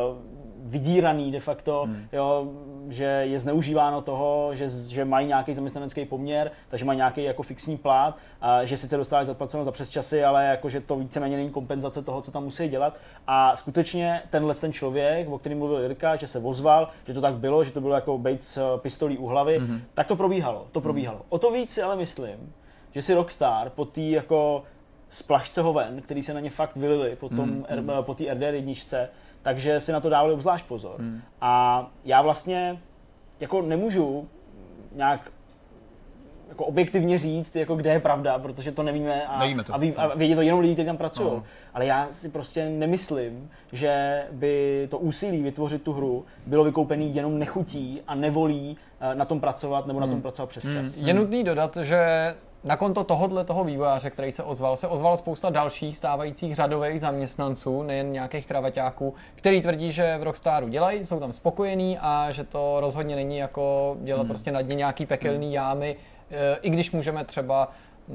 vydíraný de facto, hmm. jo, že je zneužíváno toho, že, že mají nějaký zaměstnanecký poměr, takže mají nějaký jako fixní plát, a že sice dostávají zaplaceno za přesčasy, ale jako, že to víceméně není kompenzace toho, co tam musí dělat. A skutečně tenhle ten člověk, o kterém mluvil Jirka, že se ozval, že to tak bylo, že to bylo jako bejt s pistolí u hlavy, hmm. tak to probíhalo, to probíhalo. Hmm. O to víc si ale myslím, že si Rockstar po té jako z plašce hoven, který se na ně fakt vylili po tom mm, mm. po té R D R jedna, takže si na to dávali obzvlášť pozor. Mm. A já vlastně jako nemůžu nějak jako objektivně říct, jako kde je pravda, protože to nevíme a, to. a, ví, a vědí to jenom lidi, kteří tam pracují. Mm. Ale já si prostě nemyslím, že by to úsilí vytvořit tu hru bylo vykoupený jenom nechutí a nevolí na tom pracovat nebo mm. na tom pracovat přes čas. Mm. Je nutný dodat, že na konto tohohle toho vývojáře, který se ozval, se ozvala spousta dalších stávajících řadových zaměstnanců, nejen nějakých kravaťáků, který tvrdí, že v Rockstaru dělají, jsou tam spokojení a že to rozhodně není jako dělat hmm. prostě nad ně nějaký pekelný hmm. jámy, i když můžeme třeba,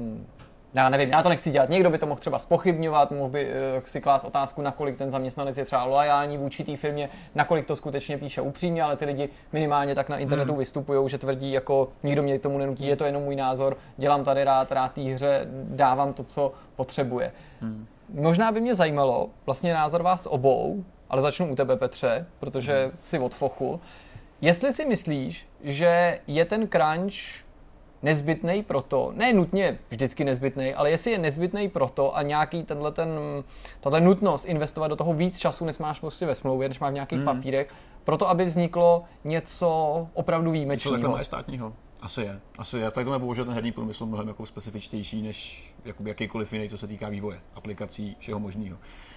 já nevím, já to nechci dělat, někdo by to mohl třeba zpochybňovat, mohl by si klást otázku, nakolik ten zaměstnanec je třeba loajální vůči té firmě, nakolik to skutečně píše upřímně, ale ty lidi minimálně tak na internetu hmm. vystupují, že tvrdí, jako nikdo mě k tomu nenutí, je to jenom můj názor, dělám tady rád, rád té hře, dávám to, co potřebuje. Hmm. Možná by mě zajímalo vlastně názor vás obou, ale začnu u tebe, Petře, protože hmm. si od fochu. Jestli si myslíš, že je ten crunch nezbytnej proto, ne nutně vždycky nezbytnej, ale jestli je nezbytnej proto a nějaký tenhle ten, tato nutnost investovat do toho víc času, než máš prostě ve smlouvě, než máš v nějakých mm. papírech, proto aby vzniklo něco opravdu výjimečného. Co to je státního? Asi je. Asi je. Tak to bohužel ten herní průmysl mnohem jako specifičtější než jakoby jakýkoliv jiný, co se týká vývoje, aplikací, všeho možného.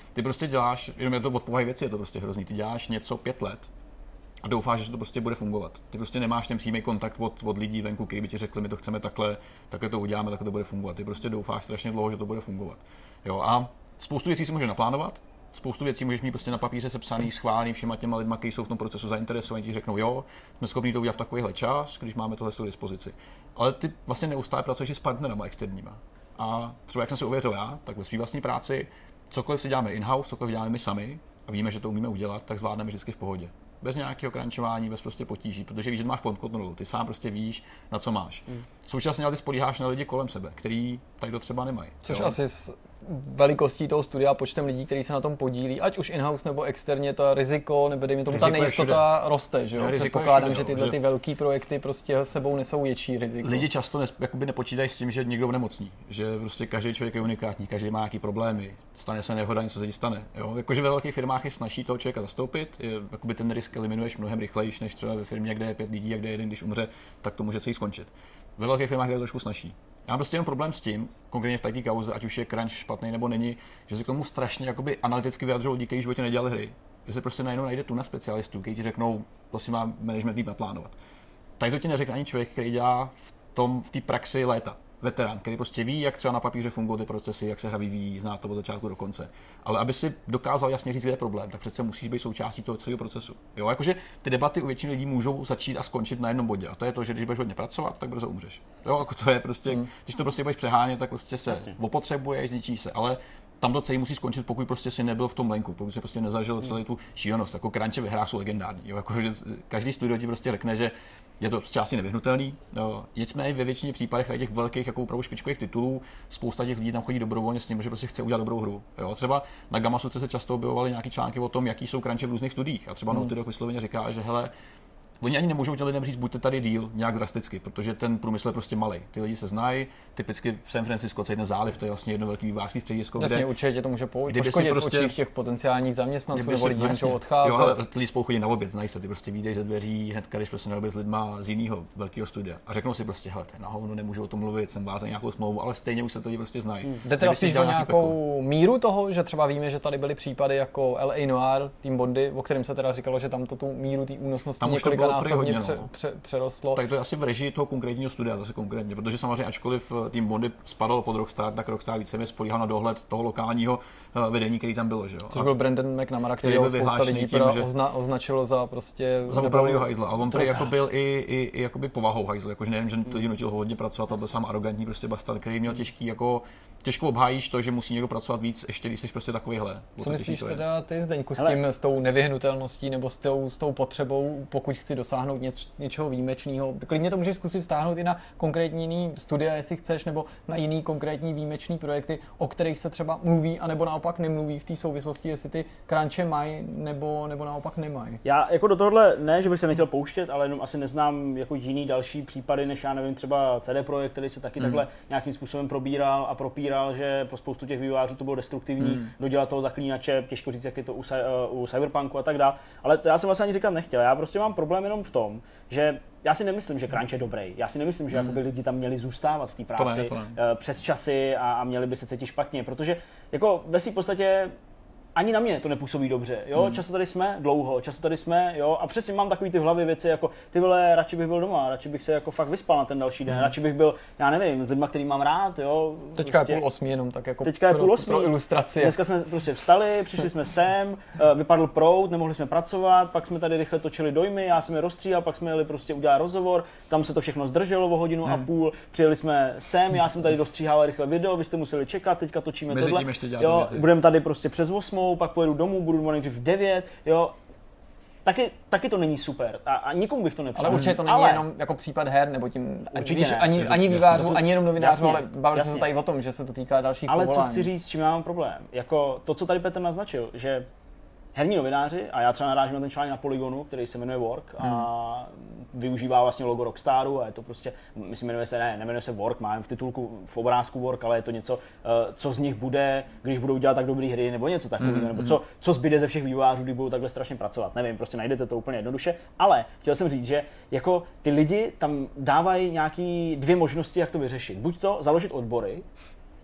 Ty prostě děláš, jenom je to od povahy věci, je to prostě hrozný, ty děláš něco pět let a doufáš, že to prostě bude fungovat. Ty prostě nemáš ten přímý kontakt od, od lidí venku, kteří by ti řekli, my to chceme takhle, takhle to uděláme, takhle to bude fungovat. Ty prostě doufáš strašně dlouho, že to bude fungovat. Jo, a spoustu věcí si může naplánovat, spoustu věcí můžeš mít prostě na papíře sepsaný, schválený všema těma lidma, kteří jsou v tom procesu zainteresovaní, ti řeknou, jo, jsme schopni to udělat v takovýhle čas, když máme tohle k dispozici. Ale ty vlastně neustále pracuješ s partnerama externíma. A třeba jak jsem si uvěřil já, tak ve své vlastní práci, cokoliv si děláme in-house, cokoliv děláme my sami a víme, že to umíme udělat, tak zvládneme vždycky v pohodě. Bez nějakého krančování, bez prostě potíží, protože víš, že máš pod kontrolou, ty sám prostě víš, na co máš. Hmm. Současně ale ty spolíháš na lidi kolem sebe, který tady to třeba nemají. Což jo? asi s velikostí toho studia, počtem lidí, kteří se na tom podílí, ať už in-house nebo externě, to riziko, nebo dejme tomu ta nejistota roste, že jo? Předpokládám, že tyhle ty velký projekty prostě sebou nesou větší riziko. Lidi často nes, jakoby nepočítají s tím, že někdo nemocní, že prostě každý člověk je unikátní, každý má nějaký problémy, stane se nehoda, něco se ti stane. Jo? Jakože ve velkých firmách je snaží toho člověka zastoupit, je, jakoby ten risk eliminuješ mnohem rychleji, než třeba ve firmě, kde je pět lidí a kde jeden, když umře, tak to může celý skončit. Ve velkých firmách je to trošku snaží. Já mám prostě jenom problém s tím, konkrétně v té kauze, ať už je crunch špatný nebo není, že se k tomu strašně jakoby analyticky vyjadřují lidi, kteří v životě nedělali hry. Že se prostě najednou najde tu na specialistů, kteří ti řeknou, to si má management líp naplánovat. Tady to ti neřekne ani člověk, který dělá v tom v té praxi léta. Veterán, který prostě ví, jak třeba na papíře fungují ty procesy, jak se hra vyvíjí, zná to od začátku do konce. Ale aby si dokázal jasně říct, kde je problém, tak přece musíš být součástí toho celého procesu. Jo, jakože ty debaty u většiny lidí můžou začít a skončit na jednom bodě. A to je to, že když budeš hodně pracovat, tak brzo umřeš. Jo, jako to je prostě, hmm. když to prostě budeš přehánět, tak prostě se Jasně. opotřebuješ, zničíš se, ale tam to celý musí skončit, pokud prostě si nebyl v tom lenku, pokud si prostě nezažil celou tu šílenost. Jako crunche ve hrách jsou legendární. Jo, jako, že každý studio ti prostě řekne, že je to zčásti nevyhnutelný. Nicméně ve většině případech těch velkých jako opravdu špičkových titulů spousta těch lidí tam chodí dobrovolně s tím, že prostě chce udělat dobrou hru. Jo, třeba na Gamasu se často objevovaly nějaké články o tom, jaký jsou crunche v různých studiích. A třeba hmm. Naughty Dog vysloveně říká, že hele, oni ani nemůžou těm lidem říct, buďte tady díl nějak drasticky, protože ten průmysl je prostě malý. Ty lidi se znají, typicky v San Francisco, celý ten záliv, to je vlastně jedno velký vývojářský středisko. Jasně, kde, určitě to může poškodit prostě, v očích těch potenciálních zaměstnanců, nebo lidi můžou odcházet. Jo, ale lidi spolu chodí na oběd, znají se, ty prostě vyjdeš ze dveří hnedka, když prostě na oběd s lidma z jiného velkého studia a řeknou si prostě, hele, na hovno nemůžu o tom mluvit, jsem vázaný nějakou smlouvu, ale stejně už se to lidi prostě znají. Hmm. Jde teda spíš o nějakou peklo. míru toho, že třeba víme, že tady byly případy jako L A Noir, Team Bondy, o kterém se teda říkalo, že tam to tu míru té únosnosti několikanásobně Pře, přerostlo. Tak to je asi v režii toho konkrétního studia zase konkrétně, protože samozřejmě ačkoliv Team Bondy spadal pod Rockstar, tak Rockstar víceméně spolíhal na dohled toho lokálního uh, vedení, který tam bylo, že jo. Což byl Brandon McNamara, který ho spousta lidí tím, pro, ozna, označilo za prostě za opravdovýho hajzla, ale on tady jako byl i, i, i jakoby povahou hajzla, jakože nejen, že to lidi nutil hodně pracovat, ale byl sám arrogantní prostě bastard, který měl těžký jako těžko obhájíš to, že musí někdo pracovat víc, ještě když jsi prostě takovýhle. Co myslíš teda ty, Zdeňku, s tím, s tou nevyhnutelností nebo s tou, s tou potřebou, pokud chci dosáhnout něč, něčeho výjimečného? Klidně to můžeš zkusit stáhnout i na konkrétní jiný studia, jestli chceš, nebo na jiný konkrétní výjimečný projekty, o kterých se třeba mluví, anebo naopak nemluví v té souvislosti, jestli ty crunche mají, nebo, nebo naopak nemají. Já jako do tohohle ne, že bych se nechtěl pouštět, ale jenom asi neznám jako jiný další případy, než já nevím, třeba C D Projekt, který se taky hmm. takhle nějakým způsobem probíral a propíral, že pro spoustu těch vývojářů to bylo destruktivní, hmm. dodělat toho zaklínače, těžko říct, jak je to u, u Cyberpunku a tak dále. Ale to já jsem vlastně ani říkat nechtěl. Já prostě mám problém jenom v tom, že já si nemyslím, že crunch je dobrý. Já si nemyslím, že hmm. jakoby lidi tam měli zůstávat v té práci to ne, to ne. přes časy a, a měli by se cítit špatně, protože jako ve své podstatě ani na mě to nepůsobí dobře, jo, hmm. často tady jsme dlouho, často tady jsme, jo, a přesně mám takový ty v hlavě věci jako ty vole, radši bych byl doma, radši bych se jako fakt vyspal na ten další den, hmm. radši bych byl, já nevím, s lidma, který mám rád, jo. Teďka prostě, je půl osmí jenom tak jako teďka je pro, půl osmí. pro ilustraci. Dneska jsme prostě vstali, přišli jsme sem, vypadl proud, nemohli jsme pracovat, pak jsme tady rychle točili dojmy, já jsem je rozstříhal, pak jsme jeli prostě udělat rozhovor, tam se to všechno zdrželo o hodinu hmm. a půl, přijeli jsme sem, já jsem tady dostříhal rychle video, vy jste museli čekat, teďka točíme Mezi tohle, jo, budeme tady prostě přes osmou, pak pojedu domů, budu doma nejdřív v devět, jo. Taky, taky to není super a, a nikomu bych to nepřál. Ale určitě to není ale... jenom jako případ her, nebo tím víš, ne. ani, ani vývářů, ani jenom novinářů, ale bavili jsme se tady o tom, že se to týká dalších ale povolání. Ale co chci říct, s čím já mám problém, jako to, co tady Petr naznačil, že herní novináři, a já třeba narážím na ten článek na Polygonu, který se jmenuje Work a hmm. využívá vlastně logo Rockstaru a je to prostě, myslím, jmenuje se, ne, nemenuje se Work, mám v titulku, v obrázku Work, ale je to něco, co z nich bude, když budou dělat tak dobré hry, nebo něco takového, hmm. nebo co, co zbyde ze všech vývojářů, když budou takhle strašně pracovat. Nevím, prostě najdete to úplně jednoduše, ale chtěl jsem říct, že jako ty lidi tam dávají nějaký dvě možnosti, jak to vyřešit. Buď to založit odbory,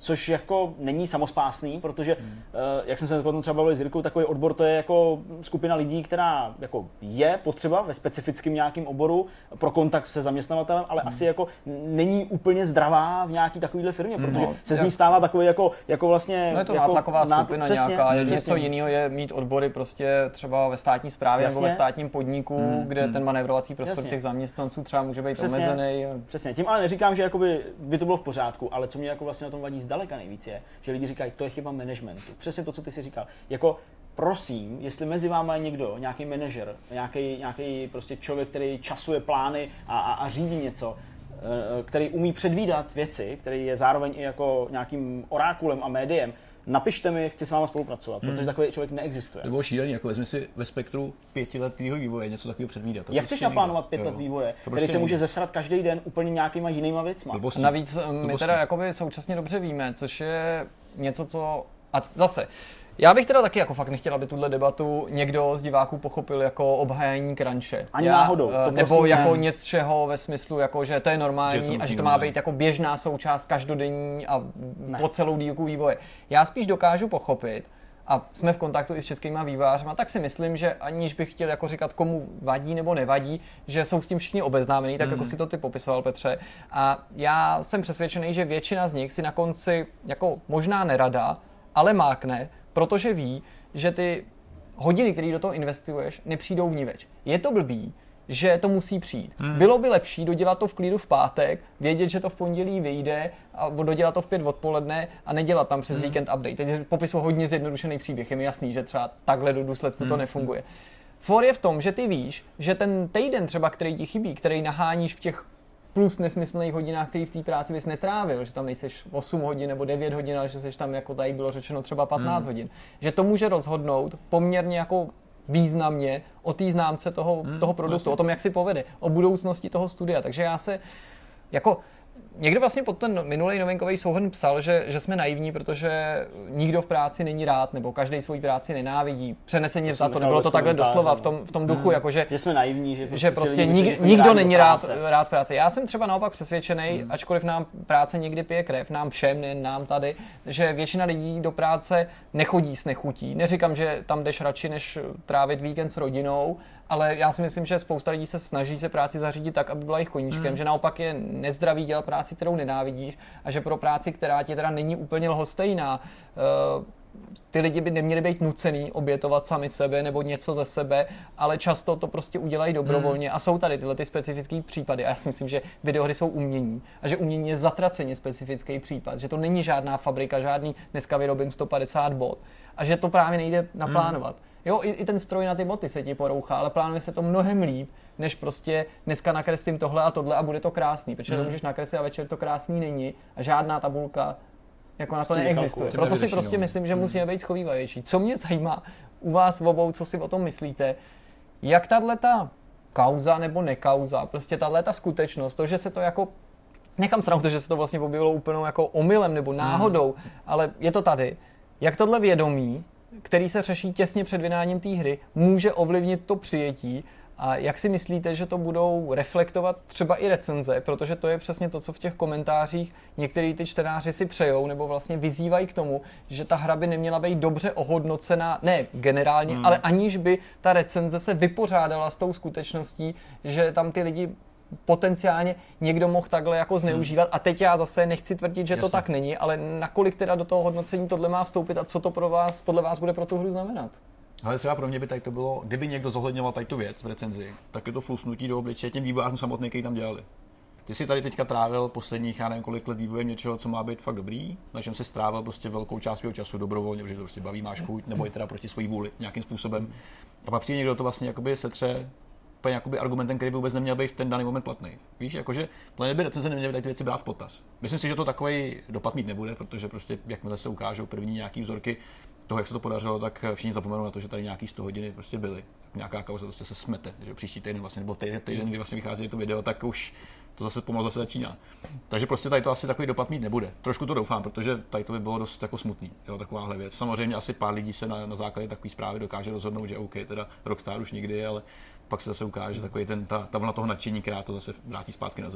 což jako není samospásný, protože, hmm. uh, jak jsme se potom třeba bavili s Jirkou, takový odbor to je jako skupina lidí, která jako je potřeba ve specifickém nějakém oboru pro kontakt se zaměstnavatelem, ale hmm. asi jako není úplně zdravá v nějaký takovýhle firmě, protože no, se z ní stává takový jako, jako vlastně... No je to jako nátlaková skupina přesně, nějaká, je přesně. něco jiného je mít odbory prostě třeba ve státní správě Jasně. nebo ve státním podniku, hmm. kde hmm. ten manévrovací prostor Jasně. těch zaměstnanců třeba může být Přesně. omezený. Přesně, tím ale neříkám, že jakoby by to bylo v pořádku, ale co mě jako vlastně na tom vadí zdaleka nejvíc je, že lidi říkají, to je chyba managementu. Přesně to, co ty si říkal. Jako prosím, jestli mezi váma je někdo, nějaký manažer, nějaký, nějaký prostě člověk, který časuje plány a, a, a řídí něco, který umí předvídat věci, který je zároveň i jako nějakým orákulem a médiem, napište mi, chci s váma spolupracovat, hmm. protože takový člověk neexistuje. To bylo šílený, jako vezmi si ve spektru pětiletého vývoje něco takového předvídat. Jak chceš naplánovat pět let vývoje, to který prostě se může zesrat každý den úplně nějakýma jinýma věcma? A navíc my teda jakoby současně dobře víme, což je něco, co... A zase, já bych teda taky jako fakt nechtěl, aby tuhle debatu někdo z diváků pochopil jako obhájení crunche. Ani Já, náhodou. To nebo jako ne. něčeho ve smyslu, jako, že to je normální že to a že to má být jako běžná součást každodenní a ne. po celou dílku vývoje. Já spíš dokážu pochopit, a jsme v kontaktu i s českýma vývojářema, tak si myslím, že aniž bych chtěl jako říkat, komu vadí nebo nevadí, že jsou s tím všichni obeznámení, tak mm. jako si to ty popisoval, Petře. A já jsem přesvědčený, že většina z nich si na konci jako možná nerada, ale mákne, protože ví, že ty hodiny, které do toho investuješ, nepřijdou vniveč. Je to blbý, že to musí přijít. Hmm. Bylo by lepší dodělat to v klidu v pátek, vědět, že to v pondělí vyjde a dodělat to v pět odpoledne a nedělat tam přes hmm. víkend update. Teď popisu hodně zjednodušený příběh, je mi jasný, že třeba takhle do důsledku hmm. to nefunguje. For je v tom, že ty víš, že ten týden třeba, který ti chybí, který naháníš v těch plus nesmyslných hodinách, který v té práci bys netrávil, že tam nejseš osm hodin nebo devět hodin, ale že jsi tam, jako tady bylo řečeno, třeba patnáct hmm. hodin. Že to může rozhodnout poměrně jako významně o té známce toho, hmm, toho produktu, vlastně. O tom, jak si povede, o budoucnosti toho studia. Takže já se jako někdo vlastně pod ten minulý novinkový souhrn psal, že, že jsme naivní, protože nikdo v práci není rád, nebo každý svoji práci nenávidí. Přeneseně za to, nebylo to takhle doslova v tom, v tom duchu, hmm. jako že, že jsme naivní, že prostě, že prostě nik, nikdo není rád, rád v práci. Já jsem třeba naopak přesvědčený, hmm. ačkoliv nám práce někdy pije krev, nám všem, nejen nám tady, že většina lidí do práce nechodí s nechutí. Neříkám, že tam jdeš radši, než trávit víkend s rodinou, ale já si myslím, že spousta lidí se snaží se práci zařídit tak, aby byla jejich koníčkem, hmm. že naopak je nezdravý dělat práci, kterou nenávidíš, a že pro práci, která ti teda není úplně lhostejná, uh, ty lidi by neměli být nucený obětovat sami sebe nebo něco ze sebe, ale často to prostě udělají dobrovolně hmm. a jsou tady tyhle ty specifické případy a já si myslím, že videohry jsou umění a že umění je zatraceně specifický případ, že to není žádná fabrika, žádný dneska vyrobím sto padesát bot a že to právě nejde naplánovat. Hmm. Jo, i, i ten stroj na ty boty se ti porouchá, ale plánuje se to mnohem líp, než prostě dneska nakreslím tohle a tohle a bude to krásný, protože mm. to můžeš nakreslit a večer to krásný není a žádná tabulka jako na to neexistuje. Proto si prostě myslím, že musíme být schovývavější. Co mě zajímá u vás obou, co si o tom myslíte, jak tato kauza nebo nekauza, prostě tato skutečnost, to, že se to jako, nechám stranou to, že se to vlastně objevilo úplnou jako omylem nebo náhodou, mm. ale je to tady, jak tohle vědomí, který se řeší těsně před vydáním té hry, může ovlivnit to přijetí a jak si myslíte, že to budou reflektovat třeba i recenze, protože to je přesně to, co v těch komentářích některý ty čtenáři si přejou nebo vlastně vyzývají k tomu, že ta hra by neměla být dobře ohodnocená, ne generálně, hmm. ale aniž by ta recenze se vypořádala s tou skutečností, že tam ty lidi potenciálně někdo mohl takhle jako zneužívat hmm. a teď já zase nechci tvrdit, že Jasně. to tak není, ale nakolik teda do toho hodnocení tohle má vstoupit a co to pro vás, podle vás bude pro tu hru znamenat? Ale třeba pro mě by tady to bylo, kdyby někdo zohledňoval tady tu věc v recenzi, tak je to flusnutí do obličeje těm vývojářům samotným, kteří tam dělali. Ty jsi tady teďka trávil posledních, já nevím kolik let vývojem něčeho, co má být fakt dobrý, na čem si strávil prostě velkou část svého času dobrovolně, protože to prostě baví, máš chuť, nebo i teda proti své vůli nějakým způsobem. A pak přijde někdo to vlastně jakoby setře jakoby argumentem, který by vůbec neměl být v ten daný moment platný. Víš, jakože plně by recenze neměly ty věci brát v potaz. Myslím si, že to takový dopad mít nebude, protože prostě jakmile se ukážou první nějaký vzorky toho, jak se to podařilo, tak všichni zapomenou na to, že tady nějaký sto hodiny prostě byly. Nějaká kauza prostě se smete, že příští týden vlastně, nebo týden, týden, kdy vlastně vychází to video, tak už to zase pomalu zase začíná. Takže prostě tady to asi takový dopad mít nebude. Trošku to doufám, protože tady to by bylo dost jako smutný, jo, takováhle věc. Samozřejmě asi pár lidí se na, na základě takové zprávy dokáže rozhodnout, že OK, teda Rockstar už nikdy, ale pak se zase ukáže takový ten, ta, ta vlna toho nadšení, která to zase vrátí zpátky na zem.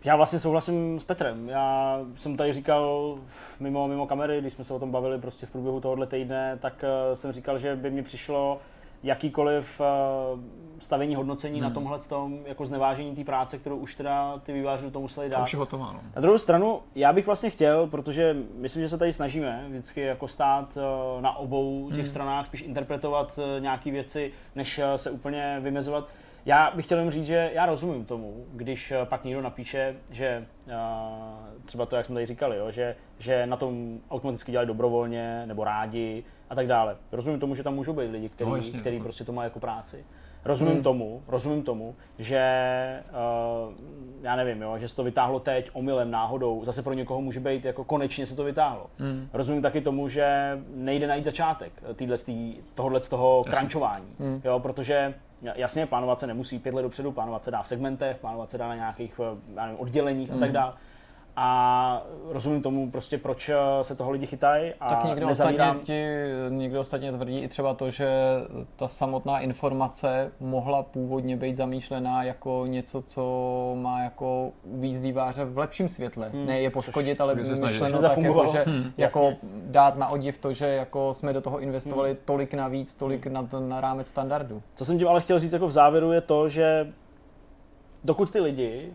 Já vlastně souhlasím s Petrem. Já jsem tady říkal mimo, mimo kamery, když jsme se o tom bavili prostě v průběhu tohohle týdne, tak uh, jsem říkal, že by mi přišlo jakýkoliv uh, stavění hodnocení hmm. na tomhle tom, jako znevážení té práce, kterou už teda ty vývojáři do toho museli dát. To už je hotová, no. Na druhou stranu, já bych vlastně chtěl, protože myslím, že se tady snažíme vždycky jako stát uh, na obou těch hmm. stranách, spíš interpretovat uh, nějaké věci, než uh, se úplně vymezovat. Já bych chtěl jen říct, že já rozumím tomu, když pak někdo napíše, že uh, třeba to, jak jsme tady říkali, jo, že, že na tom automaticky dělají dobrovolně nebo rádi a tak dále. Rozumím tomu, že tam můžou být lidi, kteří, no, jasně, který no. prostě to mají jako práci. Rozumím hmm. tomu, rozumím tomu, že uh, já nevím, jo, že se to vytáhlo teď omylem, náhodou, zase pro někoho může být jako konečně se to vytáhlo. Hmm. Rozumím taky tomu, že nejde najít začátek tohohle z toho crunčování, hmm. jo, protože jasně plánovat se nemusí pět let dopředu, plánovat se dá v segmentech, plánovat se dá na nějakých já nevím, odděleních hmm. a tak dále. A rozumím tomu prostě, proč se toho lidi chytají a tak někdo nezavírám... ostatně, ti, někdo ostatně tvrdí i třeba to, že ta samotná informace mohla původně být zamýšlená jako něco, co má jako uvízt výváře v lepším světle. Hmm. Ne je poškodit, ale myšleno tak, jako, že hmm. jako dát na odiv to, že jako jsme do toho investovali hmm. tolik navíc, tolik hmm. na, na rámec standardu. Co jsem tím ale chtěl říct jako v závěru je to, že dokud ty lidi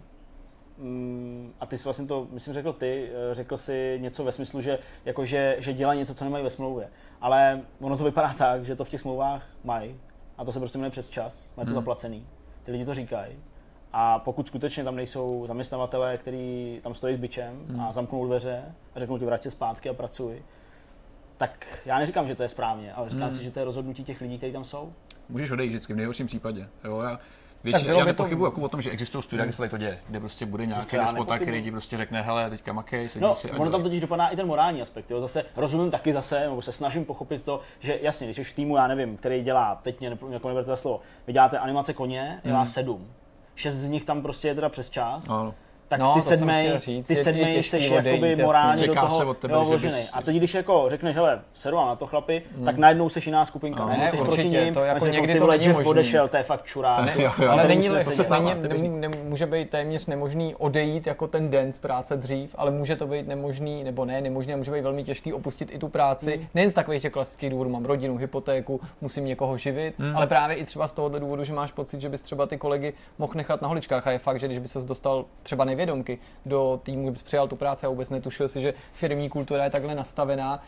a ty jsi vlastně to, myslím, řekl ty, řekl si něco ve smyslu, že, jako že, že dělají něco, co nemají ve smlouvě. Ale ono to vypadá tak, že to v těch smlouvách mají a to se prostě jmenuje přes čas, mají to hmm. zaplacený. Ty lidi to říkají. A pokud skutečně tam nejsou zaměstnavatelé, kteří tam stojí s bičem hmm. a zamknou dveře a řeknou ti vrať se zpátky a pracuj, tak já neříkám, že to je správně, ale říkám hmm. si, že to je rozhodnutí těch lidí, kteří tam jsou. Můžeš odejít vždycky, v nejhorším případě. Jo, já... Víš, já nepochybuji to... jako o tom, že existují studia, kde se tady to děje, kde prostě bude nějaký despota, který ti prostě řekne, hele, teďka makej, sedí no, si a ono tam totiž dopadá i ten morální aspekt, jo. Zase rozumím taky zase, nebo se snažím pochopit to, že jasně, když jsi v týmu, já nevím, který dělá, teď mě jako neberte za slovo, vy děláte animace koně, dělá hmm. sedm, šest z nich tam prostě je teda přes čas. Ano. Tak no, ty sedmej, ty sedmej seš jakoby morálně do toho od tebe, jo, že bys... A teď když jako řekneš, hele, seru na to chlapi, hmm. tak najednou seš jiná skupinka, no, najednou ne, seš určitě, proti ním, to jako a někdy jako, to není možný. Odešel, to je fakt čurák. Ne, jo, jo, ale není, to se není, ne, ne, může být téměř nemožný odejít jako ten den z práce dřív, ale může to být nemožný, nebo ne, nemožné, může být velmi těžký opustit i tu práci. Hmm. Nejen z takových těch klasických důvodů, mám rodinu, hypotéku, musím někoho živit, hmm. ale právě i třeba z tohohle důvodu, že máš pocit, že bys třeba ty kolegy mohl nechat na holičkách a je fakt, že když by ses dostal třeba nevědomky do týmu, kdybys přijal tu práci a vůbec netušil si, že firmní kultura je takhle nastavená,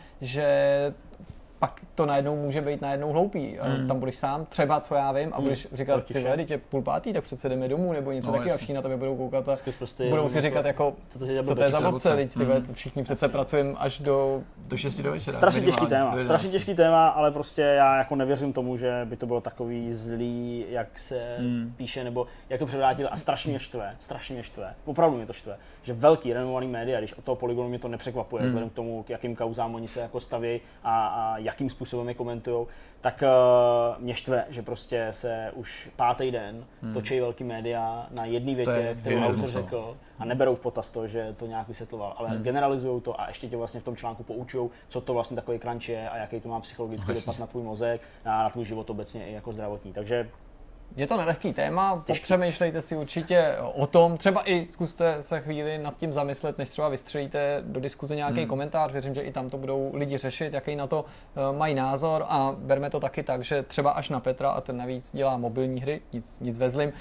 že pak to najednou může být najednou hloupý. Hmm. Tam budeš sám, třeba co já vím, a budeš hmm. říkat, ty vede, teď je půl pátý, tak přece jdeme domů, nebo něco no, taky, a všichni na tebe budou koukat a budou si říkat, jako, co to, co to je za blbce, teď ty hmm. všichni přece pracujeme až do... do šesti do večera. Strašně těžký téma, strašně těžký téma, ale prostě já jako nevěřím tomu, že by to bylo takový zlý, jak se hmm. píše, nebo jak to převrátili, a strašně mě štve, strašně mě štve, opravdu mě to štve, že velký renomovaný média, když od toho Polygonu mě to nepřekvapuje, hmm. vzhledem k tomu, k jakým kauzám oni se jako stavějí a, a jakým způsobem je komentujou, tak uh, mě štve, že prostě se už pátý den hmm. točí velký média na jedné větě, kterou autor řekl, a neberou v potaz to, že to nějak vysvětloval, ale hmm. generalizují to a ještě tě vlastně v tom článku poučují, co to vlastně takový crunch je a jaký to má psychologický dopad na tvůj mozek a na tvůj život obecně i jako zdravotní. Takže je to nelehký téma, popřemýšlejte si určitě o tom, třeba i zkuste se chvíli nad tím zamyslet, než třeba vystřelíte do diskuze nějaký hmm. komentář, věřím, že i tam to budou lidi řešit, jaký na to uh, mají názor, a berme to taky tak, že třeba až na Petra, a ten navíc dělá mobilní hry, nic, nic ve zlým.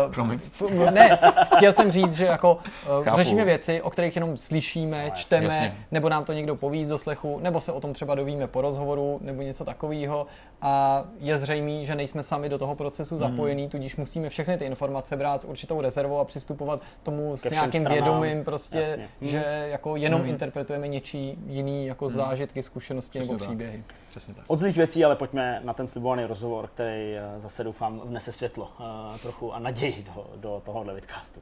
Uh, ne, chtěl jsem říct, že jako uh, řešíme věci, o kterých jenom slyšíme, no, čteme, jasně. nebo nám to někdo poví z doslechu, nebo se o tom třeba dovíme po rozhovoru, nebo něco takového, a je zřejmé, že nejsme sami do toho procesu zapojení. Hmm. Tudíž musíme všechny ty informace brát s určitou rezervou a přistupovat tomu s nějakým stranám. Vědomím, prostě, jasně. že hmm. jako jenom hmm. interpretujeme něčí jiný jako hmm. zážitky, zkušenosti Přesně nebo tak. příběhy. Přesně tak. Od zlých věcí, ale pojďme na ten slibovaný rozhovor, který zase doufám vnese světlo uh, trochu a naději do, do tohohle vidcastu.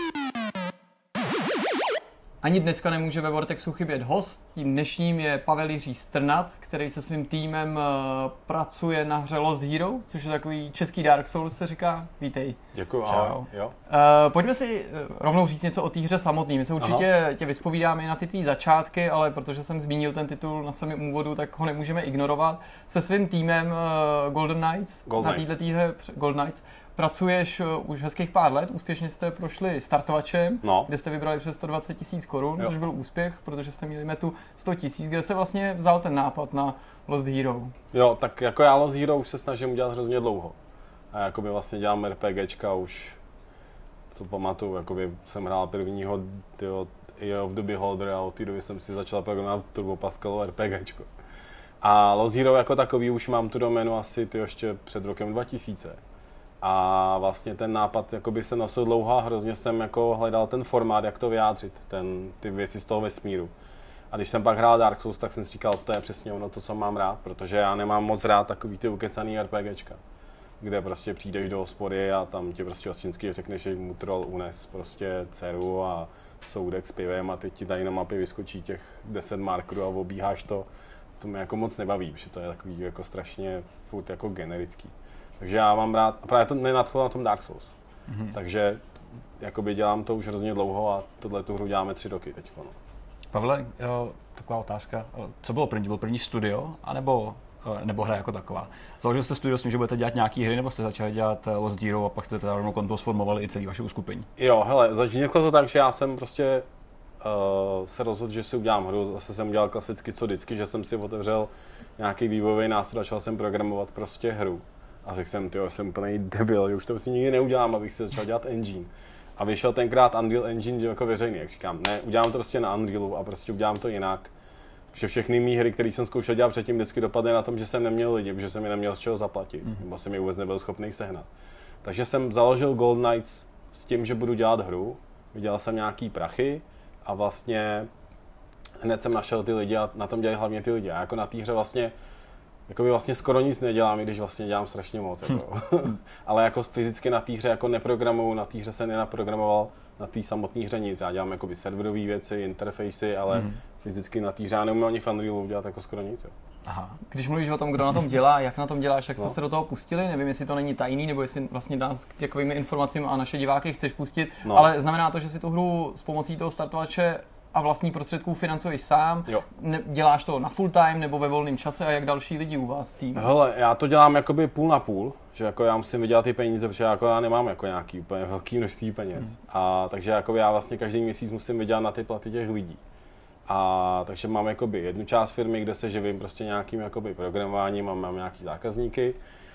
Ani dneska nemůže ve Vortexu chybět host, tím dnešním je Pavel Jiří Strnad, který se svým týmem uh, pracuje na hře Lost Hero, což je takový český Dark Souls, se říká. Vítej. Děkuji. Čau. Jo. Uh, pojďme si rovnou říct něco o té hře samotný. My se určitě Aha. tě vyspovídáme i na ty tvý začátky, ale protože jsem zmínil ten titul na samém úvodu, tak ho nemůžeme ignorovat. Se svým týmem uh, Golden Knights, Gold na Knights. této hře Gold Knights, pracuješ uh, už hezkých pár let, úspěšně jste prošli startovačem, No. kde jste vybrali přes sto dvacet tisíc korun, Jo. což byl úspěch, protože jste měli metu sto tisíc, kde se vlastně vzal ten nápad na Lost Hero. Jo, tak jako já Lost Hero už se snažím udělat hrozně dlouho. A jakoby vlastně dělám RPGčka už, co pamatuju, jakoby jsem hrál prvního tyjo, Year of the Beholder a od té doby jsem si začal programovat Turbo Pascalu RPGčko. A Lost Hero jako takový už mám tu doménu asi ty ještě před rokem dva tisíce. A vlastně ten nápad jakoby se nosil dlouho a hrozně jsem jako hledal ten formát, jak to vyjádřit, ten, ty věci z toho vesmíru. A když jsem pak hrál Dark Souls, tak jsem si říkal, to je přesně ono to, co mám rád, protože já nemám moc rád takový ty ukecaný RPGčka, kde prostě přijdeš do hospody a tam ti prostě hostinský řekneš, že mu troll unes prostě dceru a soudek s pivem a teď ti tady na mapě vyskočí těch deset markerů a obíháš to. To mě jako moc nebaví, protože to je takový jako strašně furt jako generický. Takže já mám rád, a právě to nenadchlo na tom Dark Souls. Mm-hmm. Takže jakoby dělám to už hrozně dlouho a tohle tu hru děláme tři roky teď. No. Pavle, jo, taková otázka. Co bylo první? Byl první studio, anebo, nebo hra jako taková? Založil jste studio s tím, že budete dělat nějaký hry, nebo jste začali dělat Lost Hero a pak jste teda rovnou konto sformovali i celý vaše uskupení? Jo, hele, začalo to tak, že já jsem prostě uh, se rozhodl, že si udělám hru. Zase jsem udělal klasicky co vždycky, že jsem si otevřel nějaký vývojový nástroj, začal jsem programovat prostě hru. A řekl jsem, tyjo, jsem úplný debil, že už to vlastně nikdy neudělám, abych si začal dělat engine. A vyšel tenkrát Unreal Engine jako veřejný, jak říkám, ne, udělám to prostě na Unrealu a prostě udělám to jinak. Že všechny mý hry, které jsem zkoušel dělat předtím, vždycky dopadly na tom, že jsem neměl lidi, že jsem je neměl z čeho zaplatit, mm-hmm. nebo jsem je vůbec nebyl schopný sehnat. Takže jsem založil Gold Knights s tím, že budu dělat hru, vydělal jsem nějaký prachy a vlastně hned jsem našel ty lidi a na tom dělají hlavně ty lidi. A jako na té hře vlastně Jakoby vlastně skoro nic nedělám, i když vlastně dělám strašně moc. Jako. Ale jako fyzicky na té hře jako neprogramuju, na té hře jsem nenaprogramoval na té samotné hře nic. Já dělám jakoby serverové věci, interfejsy, ale mm. fyzicky na té hře já neumím ani v Unrealu dělat jako skoro nic. Jo. Aha. Když mluvíš o tom, kdo na tom dělá, jak na tom děláš, jak jste no. se do toho pustili, nevím, jestli to není tajný, nebo jestli vlastně nás k takovými informacemi a naše diváky chceš pustit, no. ale znamená to, že si tu hru s pomocí toho startovače a vlastní prostředků financuješ sám, ne, děláš to na full time nebo ve volném čase a jak další lidi u vás v týmu? Hele, já to dělám jakoby půl na půl, že jako já musím vydělat ty peníze, protože jako já nemám jako nějaký úplně velký množství peněz. Hmm. A takže jako já vlastně každý měsíc musím vydělat na ty platy těch lidí. A takže mám jakoby jednu část firmy, kde se živím prostě nějakým jakoby programováním a mám nějaký zákazníky.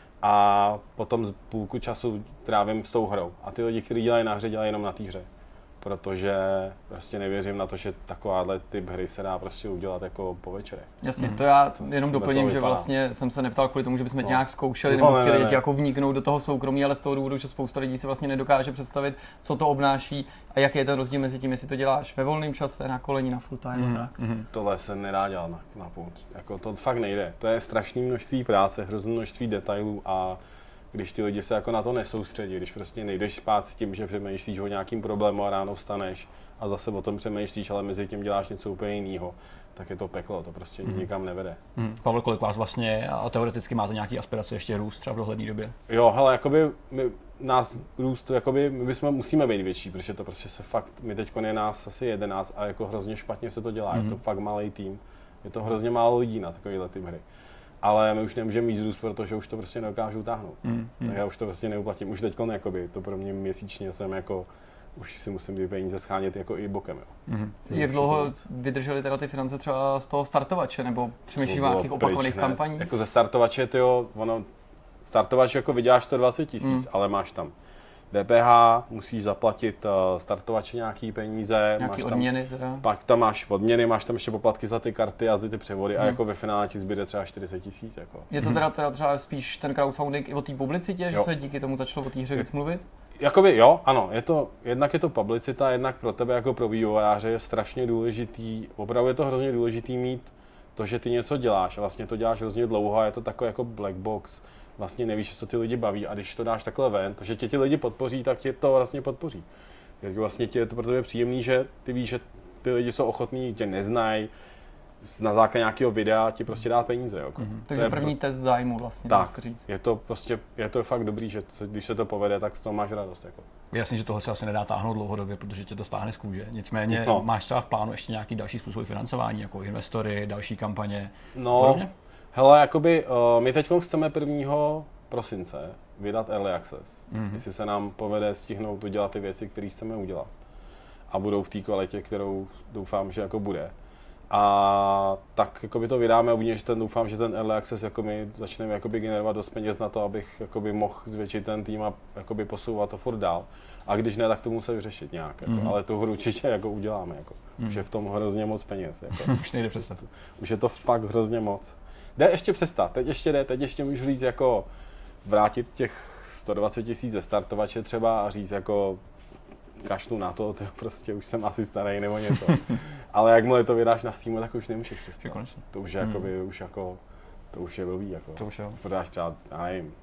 A potom z půlku času trávím s tou hrou. A ty lidi, kteří dělají na hře, dělají jenom na té hře. Protože prostě nevěřím na to, že takováhle typ hry se dá prostě udělat jako po večerech. Jasně, to já jenom doplním, že vlastně jsem se neptal kvůli tomu, že bychom no. nějak zkoušeli nebo no, chtěli ne, ne. jako vniknout do toho soukromí, ale z toho důvodu, že spousta lidí si vlastně nedokáže představit, co to obnáší a jaký je ten rozdíl mezi tím, jestli to děláš ve volném čase, na koleni, na full time mm, a tak. Mm. Tohle se nedá dělat na, na půl. Jako to fakt nejde. To je strašné množství práce, hrozné množství detailů a když ty lidi se jako na to nesoustředí, když prostě nejdeš spát s tím, že přemýšlíš o nějakým problému a ráno vstaneš a zase o tom přemýšlíš, ale mezi tím děláš něco úplně jiného, tak je to peklo, to prostě mm. nikam nevede. Mm. Pavel, kolik vás vlastně je a teoreticky máte nějaký aspirace ještě růst třeba v dohledné době? Jo, hele, jakoby my, nás růst, jakoby my bychom musíme být větší, protože to prostě se fakt, my teďko je nás asi jedenáct a jako hrozně špatně se to dělá, mm. je to fakt malý tým, je to hrozně málo lidí na takovýhle typ hry. Ale my už nemůžeme mít růst, protože už to prostě nedokážu táhnout. Mm, mm. Tak já už to prostě neuplatím. Už teď jakoby, to pro mě měsíčně jsem jako, už si musím ty peníze schánět jako i bokem. Jo. Mm. Jak dlouho vydržely teda ty finance třeba z toho startovače, nebo přemýšlíš o nějakých opakovaných kampaních? Jako ze startovače, tyjo, ono, startovač jako vyděláš sto dvacet tisíc, mm. ale máš tam D P H, musíš zaplatit uh, startovače nějaký peníze, nějaký máš odměny tam, teda. Pak tam máš odměny, máš tam ještě poplatky za ty karty a za ty převody hmm. a jako ve finále ti zbyde třeba čtyřicet tisíc. Jako. Je to teda, teda třeba spíš ten crowdfunding i o té publicitě, jo. že se díky tomu začalo o té hře víc mluvit? Jakoby jo, ano, je to, jednak je to publicita, jednak pro tebe jako pro vývojáře je strašně důležitý, opravdu je to hrozně důležitý mít to, že ty něco děláš a vlastně to děláš hrozně dlouho a je to takový jako black box. Vlastně nevíš, co ty lidi baví a když to dáš takhle ven, to, že tě ti lidi podpoří, tak tě to vlastně podpoří. Takže vlastně tě je to pro tebe příjemný, že ty víš, že ty lidi jsou ochotní, tě neznají, na základě nějakého videa ti prostě dát peníze. Jo. Mm-hmm. Takže první pro... test zájmu vlastně, tak, říct. je to prostě, je to fakt dobrý, že když se to povede, tak z toho máš radost. Jako. Jasně, že tohle se asi nedá táhnout dlouhodobě, protože tě to stáhne z kůže. Nicméně no. máš třeba v plánu ještě nějaký další způsob financování, jako investory, další kampaně? No, hele, jakoby, uh, my teď chceme prvního prosince vydat early access. Mm-hmm. Jestli se nám povede stihnout udělat ty věci, které chceme udělat. A budou v té kvalitě, kterou doufám, že jako bude. A tak jakoby to vydáme a uvidíme, že ten, doufám, že ten early access jako my začneme jakoby generovat dost peněz na to, abych jakoby mohl zvětšit ten tým a jakoby posouvat to furt dál. A když ne, tak to musí vyřešit nějak. Jako. Mm-hmm. Ale tu hru určitě jako uděláme. Jako. Mm-hmm. Už je v tom hrozně moc peněz. Jako. Už nejde přestat. Už je to fakt hrozně moc. Jde ještě přestat, teď ještě jde, teď ještě můžu říct jako vrátit těch sto dvacet tisíc ze startovače třeba a říct jako kašlu na to, to prostě už jsem asi starý nebo něco. Ale jakmile to vydáš na Steamu, tak už nemůžeš přestat. To už je hmm. jakoby, už jako, to už je blbý jako. To už jo. Prodáš třeba, já nevím,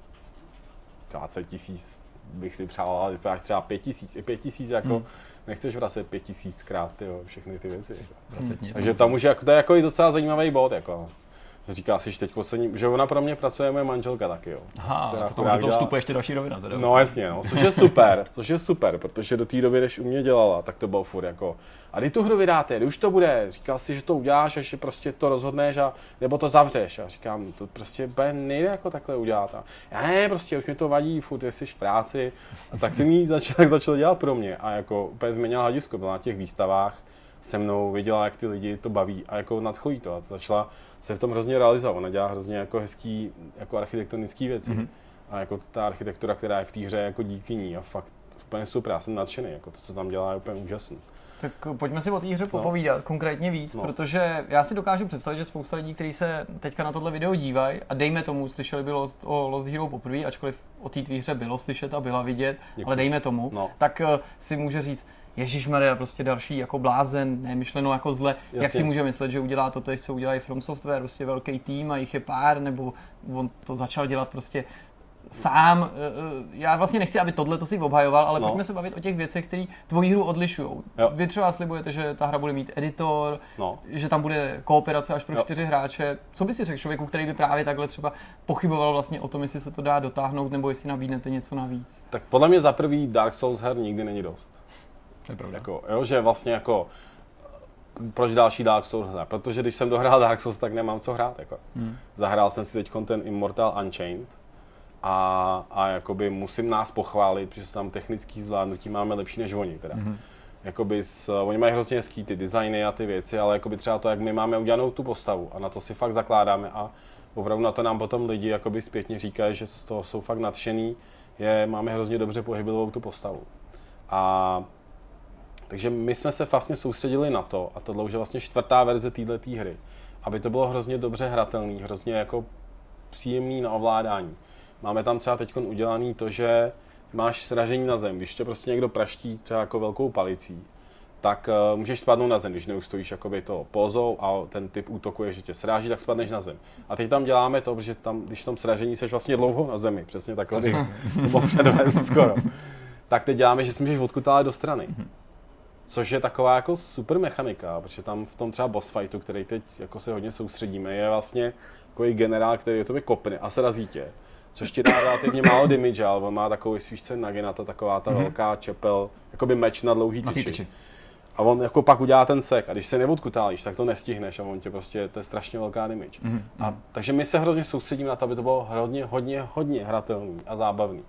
dvacet tisíc bych si přál, ale prodáš třeba pět tisíc, i pět tisíc jako, hmm. nechceš vracet pět tisíckrát, tyjo, všechny ty věci. Jako. Hmm. Takže tam už jako, to je jako i docela zajímavý bod, jako. Říká si, že teď poslední, že ona pro mě pracuje moje manželka taky, jo. Aha, to, to už do toho vstupuje ještě další rovina teda. No jasně, no, což je super, což je super, protože do té doby, když u mě dělala, tak to bylo furt jako, a kdy tu hru vydáte, kdy už to bude, říkal si, že to uděláš, až prostě to rozhodneš, a, nebo to zavřeš, a říkám, to prostě nejde jako takhle udělat. A já ne, prostě už mi to vadí, furt jsi v práci, a tak jsem jí začal, tak začal dělat pro mě a jako úplně změnila hledisko, byla na těch výstavách, se mnou, viděla, jak ty lidi to baví a jako nadcholí to a začala se v tom hrozně realizovat. Ona dělá hrozně jako hezký jako architektonický věci mm-hmm. a jako ta architektura, která je v té hře jako díky ní a fakt úplně super, já jsem nadšený, jako to, co tam dělá, je úplně úžasný. Tak pojďme si o té hře popovídat no. konkrétně víc, no. protože já si dokážu představit, že spousta lidí, kteří se teďka na tohle video dívají a dejme tomu, slyšeli by Lost, o Lost Hero poprvé, ačkoliv o té tvý hře bylo slyšet a byla vidět, Děkuji. ale dejme tomu, no. tak uh, si může říct, Ježišmarja, prostě další jako blázen, nemyšleno jako zle. Jasně. Jak si může myslet, že udělá to, co udělají From Software, prostě velký tým a jich je pár, nebo on to začal dělat prostě sám. Já vlastně nechci, aby tohle to si obhajoval, ale no. pojďme se bavit o těch věcech, které tvoji hru odlišují. Vy třeba slibujete, že ta hra bude mít editor, no. že tam bude kooperace až pro jo. čtyři hráče. Co by si řekl člověku, který by právě takhle třeba pochyboval vlastně o tom, jestli se to dá dotáhnout, nebo jestli nabídnete něco navíc? Tak podle mě za prvý Dark Souls her nikdy není dost. To je pravda. Jako, jo, že vlastně jako, proč další Dark Souls hra? Protože když jsem dohrál Dark Souls, tak nemám co hrát. Jako. Hmm. Zahrál jsem si teď ten Immortal Unchained a, a jakoby musím nás pochválit, protože tam technický zvládnutí máme lepší než oni. Teda. Hmm. Jakoby s, oni mají hrozně hezký ty designy a ty věci, ale jakoby třeba to, jak my máme udělanou tu postavu a na to si fakt zakládáme a opravdu na to nám potom lidi jakoby zpětně říkají, že z toho jsou fakt nadšený, je, máme hrozně dobře pohyblivou tu postavu. A takže my jsme se vlastně soustředili na to, a tohle už je vlastně čtvrtá verze této hry, aby to bylo hrozně dobře hratelný, hrozně jako příjemný na ovládání. Máme tam třeba teď udělaný to, že máš sražení na zem, když tě prostě někdo praští třeba jako velkou palicí, tak uh, můžeš spadnout na zem, když neustojíš jakoby to pózou a ten typ útoku je, že tě sráží, tak spadneš na zem. A teď tam děláme to, že tam, když v tom sražení jsi vlastně dlouho na zemi, přesně takhle bych to mohl předvést skoro. Tak teď děláme, že si můžeš odkutávat do strany. Což je taková jako super mechanika, protože tam v tom třeba boss fightu, který teď jako se hodně soustředíme, je vlastně takový generál, který to kopne a srazí tě. Což ti dá relativně málo damage, ale on má takový svíčce Naginata, taková ta mm-hmm. velká čepel, jakoby meč na dlouhý tyči. tyči. A on jako pak udělá ten sek a když se neodkutálíš, tak to nestihneš a on tě prostě, to je strašně velká damage. Mm-hmm. A, takže my se hrozně soustředíme na to, aby to bylo hodně, hodně, hodně hratelný a zábavný.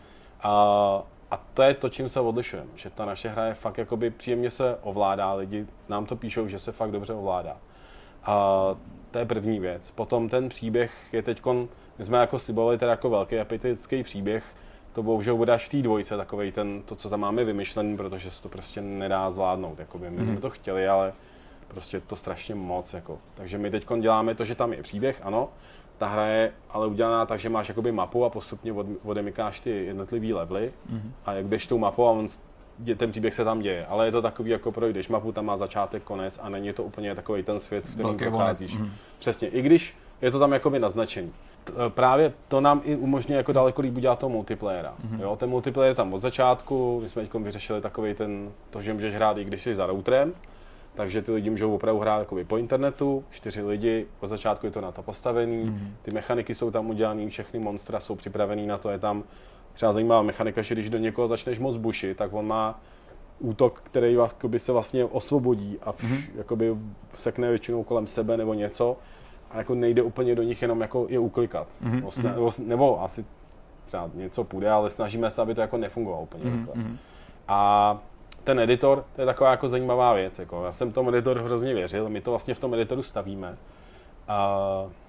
A, A to je to, čím se odlišujeme, že ta naše hra je fakt jakoby příjemně se ovládá, lidi nám to píšou, že se fakt dobře ovládá. A to je první věc. Potom ten příběh je teďkon, my jsme jako slibovali teda jako velký epický příběh, to bohužel bude až v té dvojce, takovej ten, to, co tam máme vymyšlený, protože se to prostě nedá zvládnout. Jakoby. My mm. jsme to chtěli, ale prostě to strašně moc. Jako. Takže my teďkon děláme to, že tam je příběh, ano, ta hra je ale udělaná tak, že máš jakoby mapu a postupně od, odemykáš ty jednotlivý levely mm-hmm. a jak jdeš tou mapou a on, ten příběh se tam děje, ale je to takový, jako projdeš mapu, tam má začátek, konec a není to úplně takový ten svět, v kterém procházíš. Mm-hmm. Přesně, i když je to tam jakoby naznačený. Právě to nám i umožňuje jako daleko líp udělat toho multiplayera. Mm-hmm. Jo, ten multiplayer je tam od začátku, my jsme teď vyřešili takový ten, to, že můžeš hrát i když jsi za routerem, takže ty lidi můžou opravdu hrát jakoby po internetu, čtyři lidi, od začátku je to na to postavený, mm-hmm. ty mechaniky jsou tam udělané, všechny monstra jsou připravený na to, je tam třeba zajímavá mechanika, že když do někoho začneš moc bušit, tak on má útok, který jakoby se vlastně osvobodí a vš, mm-hmm. jakoby sekne většinou kolem sebe nebo něco a jako nejde úplně do nich jenom jako je uklikat. Mm-hmm. Nebo, nebo asi třeba něco půjde, ale snažíme se, aby to jako nefungovalo úplně Mm-hmm. takhle. A ten editor, to je taková jako zajímavá věc. Jako. Já jsem tomu editoru hrozně věřil, my to vlastně v tom editoru stavíme. A,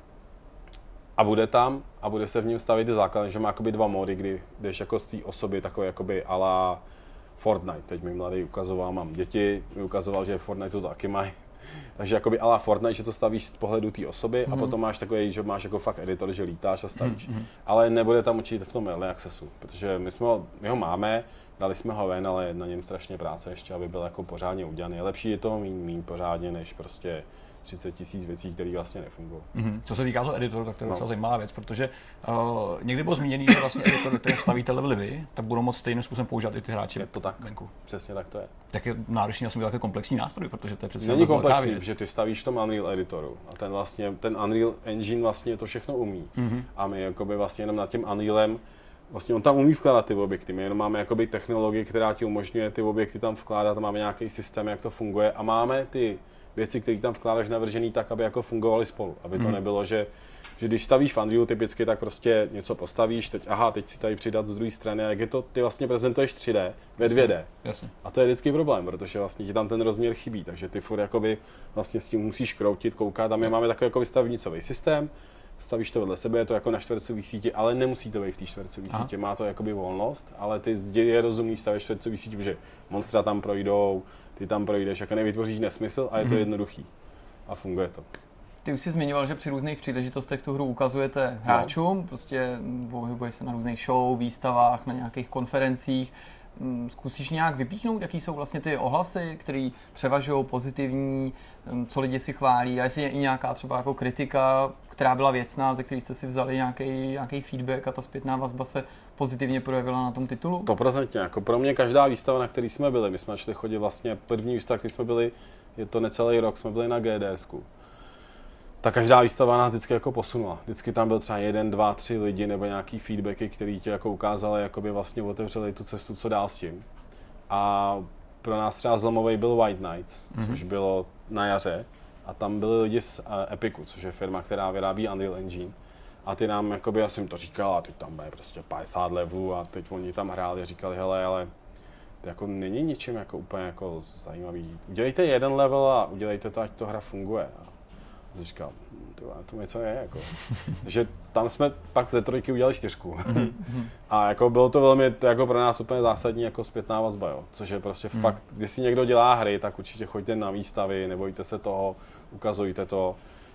a bude tam a bude se v něm stavit ty základy, že má jakoby dva módy, kdy jdeš jako z té osoby takový jakoby a la Fortnite. Teď mi mladý ukazoval, mám děti, mi ukazoval, že Fortnite to taky mají. Takže jakoby a la Fortnite, že to stavíš z pohledu té osoby mm. a potom máš takový, že máš jako fakt editor, že lítáš a stavíš. Mm. Ale nebude tam určitě v tom early accessu, protože my, jsme ho, my ho máme, dali jsme ho ven, ale je na něm strašně práce ještě, aby byl jako pořádně udělaný. Lepší je to mít, mít pořádně, než prostě třicet tisíc věcí, které vlastně nefungují. Mm-hmm. Co se týká toho editoru, tak to je docela no. zajímavá věc, protože uh, někdy bylo zmíněný, že vlastně editor, do kterého stavíte levely vy, tak budou moct stejným způsobem používat i ty hráči. Je to tak, venku. Přesně tak to je. Tak je náročný na takový komplexní nástroj, protože to je přece Není komplexní, protože ty stavíš v tom Unreal editoru a ten vlastně, ten Unreal Engine vlastně to všechno umí. Mm-hmm. A my jakoby vlastně jenom nad tím Unrealem, vlastně on tam umí vkládat ty objekty, my jenom máme jakoby technologii, která ti umožňuje ty objekty tam vkládat, máme nějaký systém, jak to funguje a máme ty věci, které tam vkládáš navržený tak, aby jako fungovaly spolu, aby to mm. nebylo, že, že když stavíš v Unrealu typicky, tak prostě něco postavíš, teď aha, teď si tady přidat z druhé strany a jak je to, ty vlastně prezentuješ tři dé ve dvě dé. Jasně. A to je vždycky problém, protože vlastně ti tam ten rozměr chybí, takže ty furt jakoby vlastně s tím musíš kroutit, koukat a my máme takový jako stavnicový systém, stavíš to vedle sebe, je to jako na čtvercový síti, ale nemusí to být v té čtvercové sítě, má to jakoby volnost, ale ty zdi je rozumný stavět čtvercový síti, protože monstra tam projdou, ty tam projdeš, jako nevytvoříš nesmysl a je to mm-hmm. jednoduchý a funguje to. Ty už jsi zmiňoval, že při různých příležitostech tu hru ukazujete hráčům, no. prostě pohybuješ se na různých show, výstavách, na nějakých konferencích. Zkusíš nějak vypíchnout, jaký jsou vlastně ty ohlasy, které převažují pozitivní, co lidi si chválí a jestli je i nějaká třeba jako kritika, která byla věcná, ze které jste si vzali nějaký, nějaký feedback a ta zpětná vazba se pozitivně projevila na tom titulu? To procentně, jako pro mě každá výstava, na který jsme byli, my jsme začali chodit vlastně první výstava, který jsme byli, je to necelý rok, jsme byli na GDSku. Ta každá výstava nás vždycky jako posunula. Vždycky tam byl třeba jeden, dva, tři lidi nebo nějaký feedbacky, který ti jako ukázali, jakoby vlastně otevřeli tu cestu, co dál s tím. A pro nás třeba zlomový byl White Knights, mm-hmm. což bylo na jaře. A tam byli lidi z uh, Epicu, což je firma, která vyrábí Unreal Engine. A ty nám, jakoby, já jsem jim to říkal, a teď tam bude prostě padesát levelů a teď oni tam hráli a říkali, hele, ale to jako není ničím jako úplně jako zajímavý. Udělejte jeden level a udělejte to, ať to hra funguje. A říkal, to něco je, jako. Takže tam jsme pak ze trojky udělali čtyřku. A jako bylo to velmi, to jako pro nás úplně zásadní jako zpětná vazba, jo. Což je prostě mm. fakt, když si někdo dělá hry, tak určitě choďte na výstavy, nebojte se toho, ukazujte to.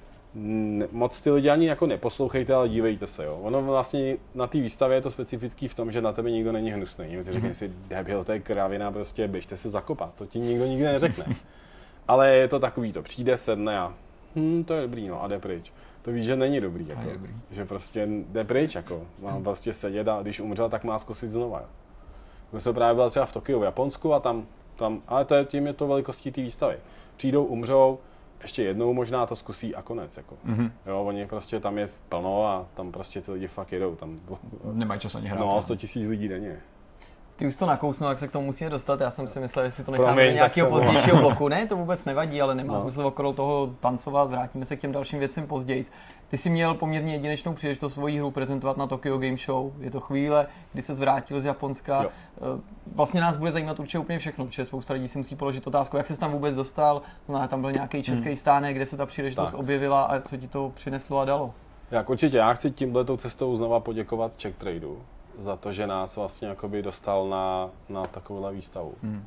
Moc ty lidi ani jako neposlouchejte, ale dívejte se, jo. Ono vlastně na té výstavě je to specifický v tom, že na tebe nikdo není hnusný. Ty řekne si, debil, to je kravina, prostě běžte se zakopat, to ti nikdo nikdy neřekne. Ale je to takový, to přijde, sedne a hm, to je dobrý, no a jde pryč. To víš, že není dobrý, jako, dobrý. Že prostě jde pryč, jako, mám prostě sedět a když umřel, tak má zkusit znova. Jo. My jsme právě byla třeba v Tokiu, v Japonsku a tam, tam ale to je, tím je to velikostí té výstavy. Přijdou, umřou, ještě jednou možná to zkusí a konec, jako. Mm-hmm. Jo, oni prostě tam je plno a tam prostě ty lidi fakt jedou, tam nemají čas ani hrát. No, sto tisíc lidí denně. Ty už to nakousnul, jak se k tomu musíme dostat. Já jsem si myslel, že si to necháme do nějakého pozdějšího bloku. Ne, to vůbec nevadí, ale nemá no. smysl okolo toho tancovat. Vrátíme se k těm dalším věcem později. Ty jsi měl poměrně jedinečnou příležitost svoji hru prezentovat na Tokyo Game Show. Je to chvíle, kdy se zvrátil z Japonska. Jo. Vlastně nás bude zajímat určitě úplně všechno, protože spousta lidí si musí položit otázku, jak jsi tam vůbec dostal. No, tam byl nějaký český hmm. stánek, kde se ta příležitost tak. objevila a co ti to přineslo a dalo. Jak určitě, já chci tímhletou cestou znova poděkovat Czech Tradu za to, že nás vlastně jakoby dostal na, na takovouhle výstavu. Hmm.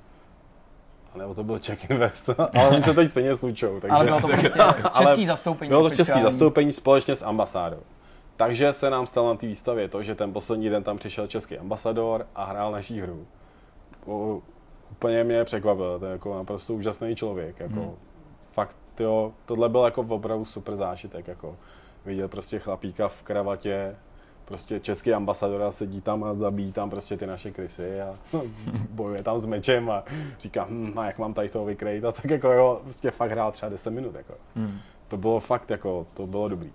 A nebo to byl Czech Invest, ale oni se teď stejně slučou. Takže, ale bylo to prostě český zastoupení. Bylo to český zastoupení společně s ambasádou. Takže se nám stalo na té výstavě to, že ten poslední den tam přišel český ambasador a hrál naší hru. O, úplně mě překvapil, to je jako naprosto úžasný člověk. Jako, hmm. Fakt, jo, tohle byl jako opravdu super zážitek. Jako, viděl prostě chlapíka v kravatě, prostě český ambasador sedí tam a zabíjí tam prostě ty naše krysy a bojuje tam s mečem a říká, hm, a jak mám tady toho vykrejt a tak jako jo, prostě fakt hrál třeba deset minut, jako. Hmm. To bylo fakt jako, to bylo dobrý.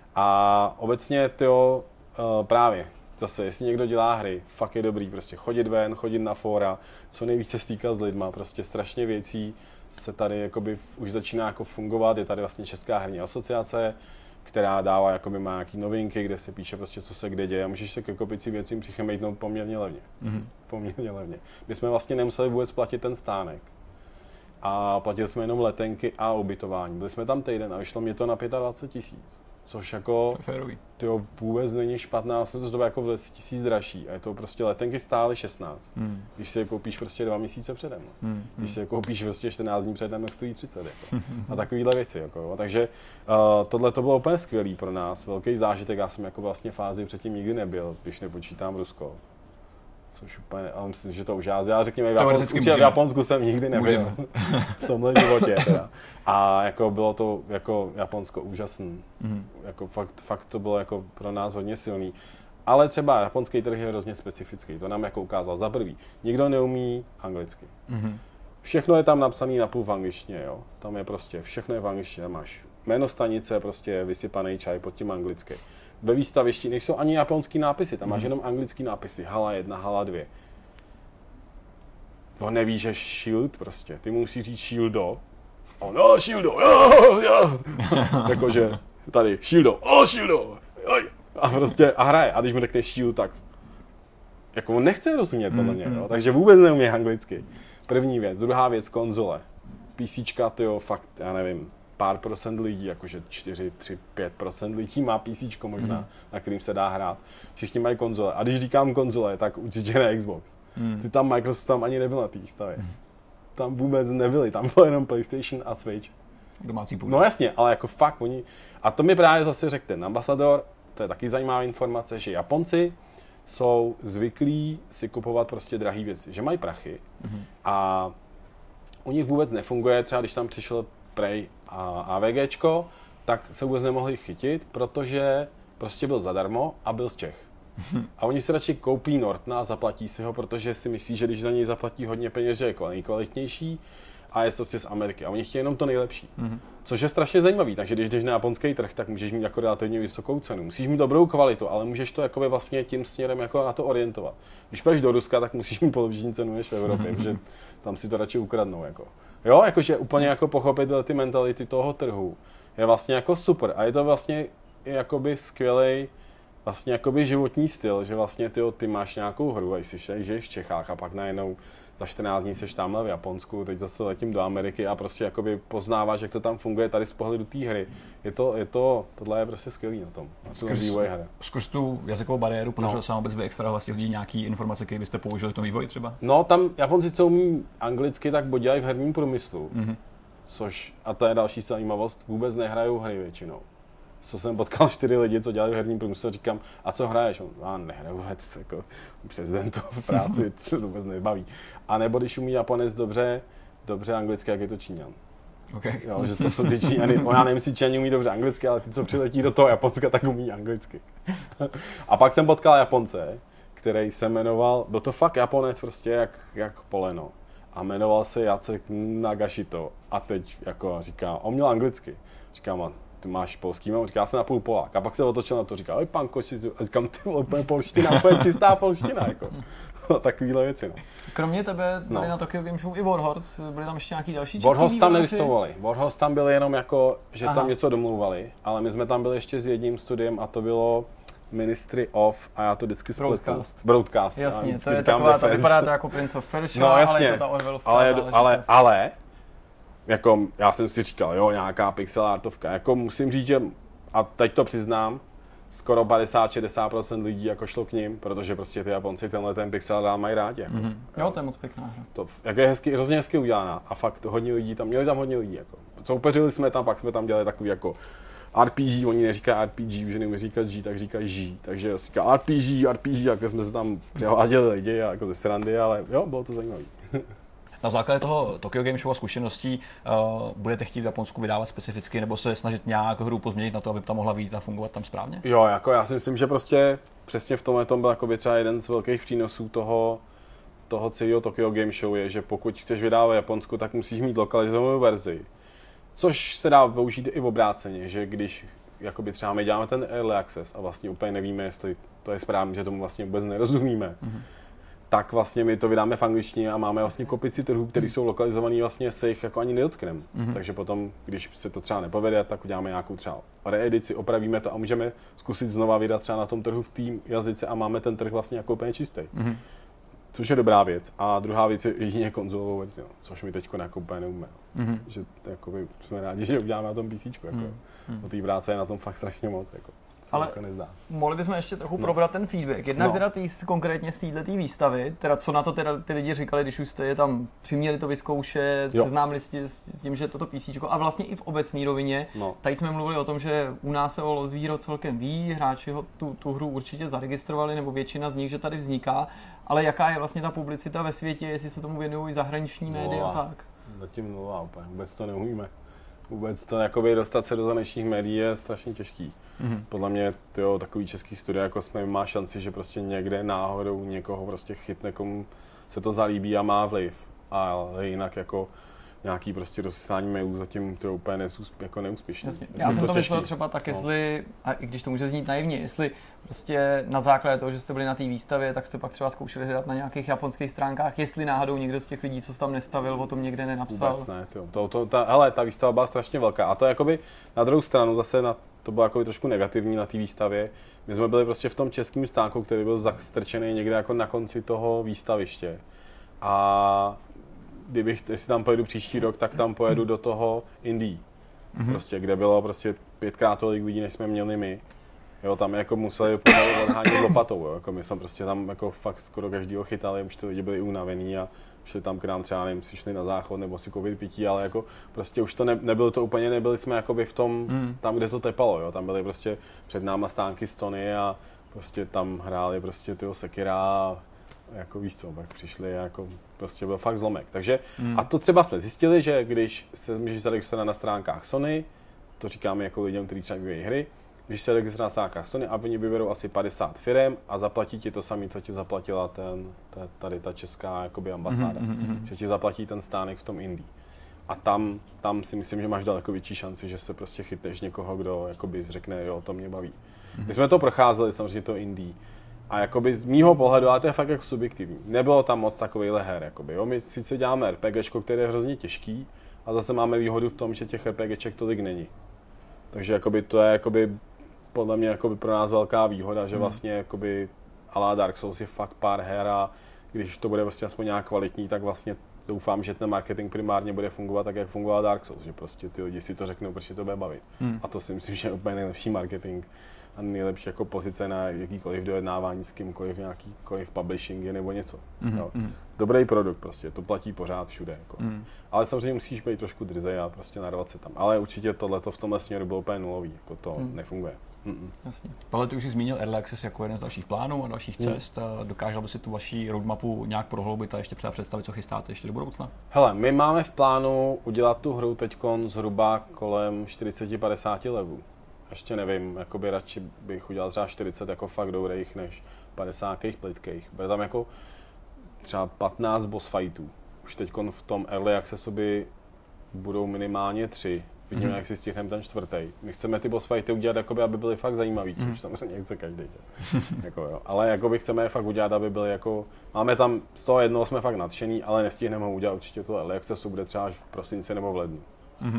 A obecně tyjo, právě, zase, jestli někdo dělá hry, fakt je dobrý, prostě chodit ven, chodit na fóra, co nejvíce stýkat s lidma, prostě strašně věcí se tady jakoby už začíná jako fungovat, je tady vlastně Česká herní asociace, která dává, jakoby má nějaký novinky, kde se píše prostě, co se kde děje a můžeš se ke kopici věcím přichemejtnout poměrně levně. Mm-hmm. Poměrně levně. My jsme vlastně nemuseli vůbec platit ten stánek. A platili jsme jenom letenky a ubytování. Byli jsme tam týden a vyšlo mě to na dvacet pět tisíc. Což jako tyjo, vůbec není špatná, vlastně to bylo jako v deset tisíc dražší. A je to prostě letenky stály šestnáct. Hmm. Když si je koupíš prostě dva měsíce předem. Hmm. Když si je koupíš prostě čtrnáct dní předem, tak stojí třicet. Jako. A takovýhle věci. Jako, jo. Takže uh, tohle to bylo úplně skvělý pro nás. Velký zážitek. Já jsem jako vlastně fázi předtím nikdy nebyl, když nepočítám Rusko. Což úplně, ale myslím, že to už já, já řekněme, v Japonsku, v Japonsku jsem nikdy nebyl v tomhle životě teda. A jako bylo to jako Japonsko úžasný, mm-hmm. jako fakt, fakt to bylo jako pro nás hodně silný. Ale třeba japonský trh je hrozně specifický, to nám jako ukázal za prvý. Nikdo neumí anglicky. Mm-hmm. Všechno je tam napsané napůl v angličtině, jo. Tam je prostě, všechno je v angličtině, máš jméno stanice, prostě vysypaný čaj pod tím anglicky. Ve výstavišti nejsou ani japonský nápisy, tam máš jenom anglický nápisy, hala jedna, hala dvě. To nevíš, že shield prostě, ty musíš říct shieldo. Oh no, shieldo, jo, jo. Jakože tady, shieldo, oh shieldo, a prostě, a hraje, a když mu řekneš shield, tak jako on nechce rozumět podle mě, jo? Takže vůbec neumí anglicky. První věc, druhá věc, konzole. PCčka, tyjo, fakt, já nevím, pár procent lidí, jakože čtyři, tři, pět procent lidí má PCčko možná, mm. na kterým se dá hrát. Všichni mají konzole. A když říkám konzole, tak určitě ne Xbox. Mm. Ty tam Microsoft tam ani nebyl na té výstavě. Mm. Tam vůbec nebyli, tam byl jenom PlayStation a Switch. Domácí půjde. No jasně, ale jako fakt oni... A to mi právě zase řekl ten ambasador, to je taky zajímavá informace, že Japonci jsou zvyklí si kupovat prostě drahé věci, že mají prachy mm. a u nich vůbec nefunguje, třeba když tam přišel Prey a AVGčko, tak se vůbec nemohli chytit, protože prostě byl zadarmo a byl z Čech. A oni si radši koupí Nortona a zaplatí si ho, protože si myslí, že když za něj zaplatí hodně peněz, že je nejkvalitnější a je to z Ameriky. A oni chtějí jenom to nejlepší. Mm-hmm. Což je strašně zajímavý, takže když jdeš na japonský trh, tak můžeš mít jako relativně vysokou cenu. Musíš mít dobrou kvalitu, ale můžeš to jakoby vlastně tím směrem jako na to orientovat. Když půjdeš do Ruska, tak musíš mít lepší cenu než v Evropě, protože tam si to radši ukradnou. Jako. Jo, jakože úplně jako pochopit ty mentality toho trhu je vlastně jako super a je to vlastně jakoby skvělej vlastně jakoby životní styl, že vlastně ty, ty máš nějakou hru a jsi žiješ v Čechách a pak najednou za čtrnáct dní seš tamhle v Japonsku, teď zase letím do Ameriky a prostě jakoby poznáváš, jak to tam funguje tady z pohledu té hry. Je to, je to, tohle je prostě skvělý na tom. Skrz, skrz tu jazykovou bariéru podařilo no. se vám vůbec vyextrahovat z těch lidí nějaký informace, které byste použili v tom vývoji třeba? No tam Japonci, co umí anglicky, tak bo dělají v herním průmyslu. Mm-hmm. Což, a to je další zajímavost, vůbec nehrajou hry většinou. Co jsem potkal čtyři lidi, co dělají v herním průmyslu, říkám, a co hraješ? On, a nehraju vůbec, jako prezidentů v práci, co to vůbec nebaví. A nebo když umí Japonec dobře, dobře anglicky, jak je to Číňan. Okay. Jo, že to jsou ty Číňany, já nevím, jestli Číňani umí dobře anglicky, ale ty, co přiletí do toho Japonska, tak umí anglicky. A pak jsem potkal Japonce, který se jmenoval, byl to fakt Japonec prostě jak, jak poleno. A jmenoval se Jacek Nagashito. A teď jako říká, on měl anglicky. Říkám, man, ty máš polský, mám, říká, já jsem napůl Polák. A pak se otočil na to, říká, oj pan Koši, a říkám, ty vole, úplně polština, úplně čistá polština, jako. Takovýhle věci, no. Kromě tebe byli no. na Tokyo Game Show i Warhorse, byli tam ještě nějaký další český Warhorse tam nevystavovali. Warhorse tam byli jenom jako, že Aha. tam něco domluvali, ale my jsme tam byli ještě s jedním studiem a to bylo Ministry of, a já to vždycky spletu. Broadcast. Broadcast. Jasně, to je taková, to vypadá to jako Prince of Persia, no, jasně, ale je to ta Orwellovská ale, ale, ale, jako já jsem si říkal, jo, nějaká pixel artovka, jako musím říct, že, a teď to přiznám, skoro padesát až šedesát procent lidí jako šlo k ním, protože prostě ty Japonci tenhle ten pixel art mají rádi. Jako. Mm-hmm. Jo, to je moc pěkná hra. To jak je hezky, hrozně hezky udělaná a fakt hodně lidí tam, měli tam hodně lidí. Jako. Soupeřili jsme tam, pak jsme tam dělali takový jako R P G, oni neříkají R P G, že neumí říkat G, tak říkají G. Takže říká R P G, R P G, jak jsme se tam převáděli lidi a jako ze srandy, ale jo, bylo to zajímavé. Na základě toho Tokyo Game Show a zkušeností uh, budete chtít v Japonsku vydávat specificky nebo se snažit nějak hru pozměnit na to, aby tam mohla být a fungovat tam správně? Jo, jako já si myslím, že prostě přesně v tomhle tom byl jako třeba jeden z velkých přínosů toho, toho celého Tokyo Game Show je, že pokud chceš vydávat v Japonsku, tak musíš mít lokalizovanou verzi. Což se dá použít i v obráceně, že když jakoby třeba my děláme ten early access a vlastně úplně nevíme, jestli to je správně, že tomu vlastně vůbec nerozumíme, mm-hmm. tak vlastně my to vydáme v angličtině a máme vlastně kopici trhů, které jsou lokalizované vlastně se jich jako ani nedotkneme. Mm-hmm. Takže potom, když se to třeba nepovede, tak uděláme nějakou třeba reedici, opravíme to a můžeme zkusit znova vydat třeba na tom trhu v tým jazyce a máme ten trh vlastně jako úplně čistý. Mm-hmm. Což je dobrá věc. A druhá věc je jedině konzolovou věc, jo, což mi teď jako úplně neumíme. Mm-hmm. Že jakoby, jsme rádi, že uděláme na tom PCčku. Jako. Mm-hmm. O té práce je na tom fakt strašně moc. Jako. Ale jako nezdá. Mohli bychom ještě trochu no. probrat ten feedback. Jednak no. teda tý, konkrétně z této výstavy, teda co na to teda ty lidi říkali, když už jste je tam přiměli to vyzkoušet, jo. seznámili s tím, že toto PCčko a vlastně i v obecné rovině. No. Tady jsme mluvili o tom, že u nás se o Lost Hero celkem ví, hráči ho tu, tu hru určitě zaregistrovali, nebo většina z nich, že tady vzniká, ale jaká je vlastně ta publicita ve světě, jestli se tomu věnují zahraniční média a tak? Zatím nulová úplně, vůbec to neumíme. Vůbec to jakoby dostat se do zahraničních médií je strašně těžký. Mm-hmm. Podle mě tyjo, takový český studia, jako jsme, má šanci, že prostě někde náhodou někoho prostě chytne, komu se to zalíbí a má vliv. Ale jinak jako nějaký prostě rozesílání mailů zatím to je úplně nezus, jako neúspěšný. Jasně. Já jsem to, to myslel třeba tak, jestli, a i když to může znít naivně, jestli prostě na základě toho, že jste byli na té výstavě, tak jste pak třeba zkoušeli hledat na nějakých japonských stránkách, jestli náhodou někdo z těch lidí, co se tam nestavil, o tom někde nenapsal. Vůbec ne, tyjo. To, to, ta, hele, ta výstava byla strašně velká a to jakoby na druhou stranu zase na, to bylo jakoby trošku negativní na té výstavě. My jsme byli prostě v tom českém stánku, který byl zastrčený někde jako na konci toho výstaviště. A kdybych, jestli tam pojedu příští rok, tak tam pojedu do toho Indii, mm-hmm. prostě, kde bylo prostě pětkrát tolik lidí, než jsme měli my. Jo, tam jako museli pomalu odhánět lopatou, jo. Jako my jsme prostě tam jako fakt skoro každýho chytali, už ty lidi byli unavený a šli tam k nám třeba, nevím, si šli na záchod nebo si koupit pití, ale jako prostě už to ne, nebylo to úplně, nebyli jsme jakoby v tom, mm. tam, kde to tepalo, jo. Tam byly prostě před náma stánky Stony a prostě tam hráli prostě tyho Sekira a jako víš co, pak přišli jako prostě byl fakt zlomek. Takže mm. a to třeba jsme zjistili, že když se můžeš zaregistrovat na stránkách Sony, to říkáme jako lidem, kteří třeba vyvíjejí hry, když se registruje na stránkách Sony a oni vyberou asi padesát firem a zaplatí ti to samé, co ti zaplatila ten, ta, tady ta česká jakoby ambasáda, mm-hmm. že ti zaplatí ten stánek v tom Indii. A tam, tam si myslím, že máš daleko větší šanci, že se prostě chytneš někoho, kdo jakoby řekne, jo, to mě baví. Mm-hmm. My jsme to procházeli samozřejmě to Indii. A jakoby z mýho pohledu, ale to je fakt jako subjektivní, nebylo tam moc takovejhle her, jakoby, jo. My sice děláme RPGčko, které je hrozně těžký, a zase máme výhodu v tom, že těch RPGček tolik není. Takže jakoby to je jakoby podle mě jakoby pro nás velká výhoda, že vlastně jakoby a la Dark Souls je fakt pár her a když to bude vlastně aspoň nějak kvalitní, tak vlastně doufám, že ten marketing primárně bude fungovat tak, jak fungoval Dark Souls, že prostě ty lidi si to řeknou, protože to bude bavit. Hmm. A to si myslím, že je úplně nejlepší marketing a nejlepší jako pozice na jakýkoliv dojednávání s kýmkoliv, nějakýkoliv publishingy nebo něco. Mm-hmm. Jo. Dobrý produkt prostě, to platí pořád všude. Jako. Mm. Ale samozřejmě musíš být trošku drzej a prostě narvat se tam. Ale určitě tohleto v tomhle směru bylo úplně nulový, jako to mm. nefunguje. Mm-mm. Jasně. Pavel, ty už jsi zmínil Early Access jako jeden z dalších plánů a dalších cest. Mm. Dokážel by si tu vaši roadmapu nějak prohloubit a ještě třeba představit, co chystáte ještě do budoucna? Hele, my máme v plánu udělat tu hru teďkon zhruba kolem čtyřicet padesát levů. Ještě nevím, jakoby radši bych udělal třeba čtyřicet jako fakt dobrých, než padesát plitkých. Bude tam jako třeba patnáct boss fightů. Už teďkon v tom Early Accessovi budou minimálně tři. Vidíme, mm. jak si stihneme ten čtvrtý. My chceme ty boss fighty udělat, jakoby, aby byly fakt zajímavý, což mm. samozřejmě chce každý. jako, jo. Ale jakoby chceme je fakt udělat, aby byly jako... Máme tam, z toho jednoho jsme fakt nadšený, ale nestihneme ho udělat určitě to Early Accessu, bude třeba až v prosinci nebo v lednu. Mm.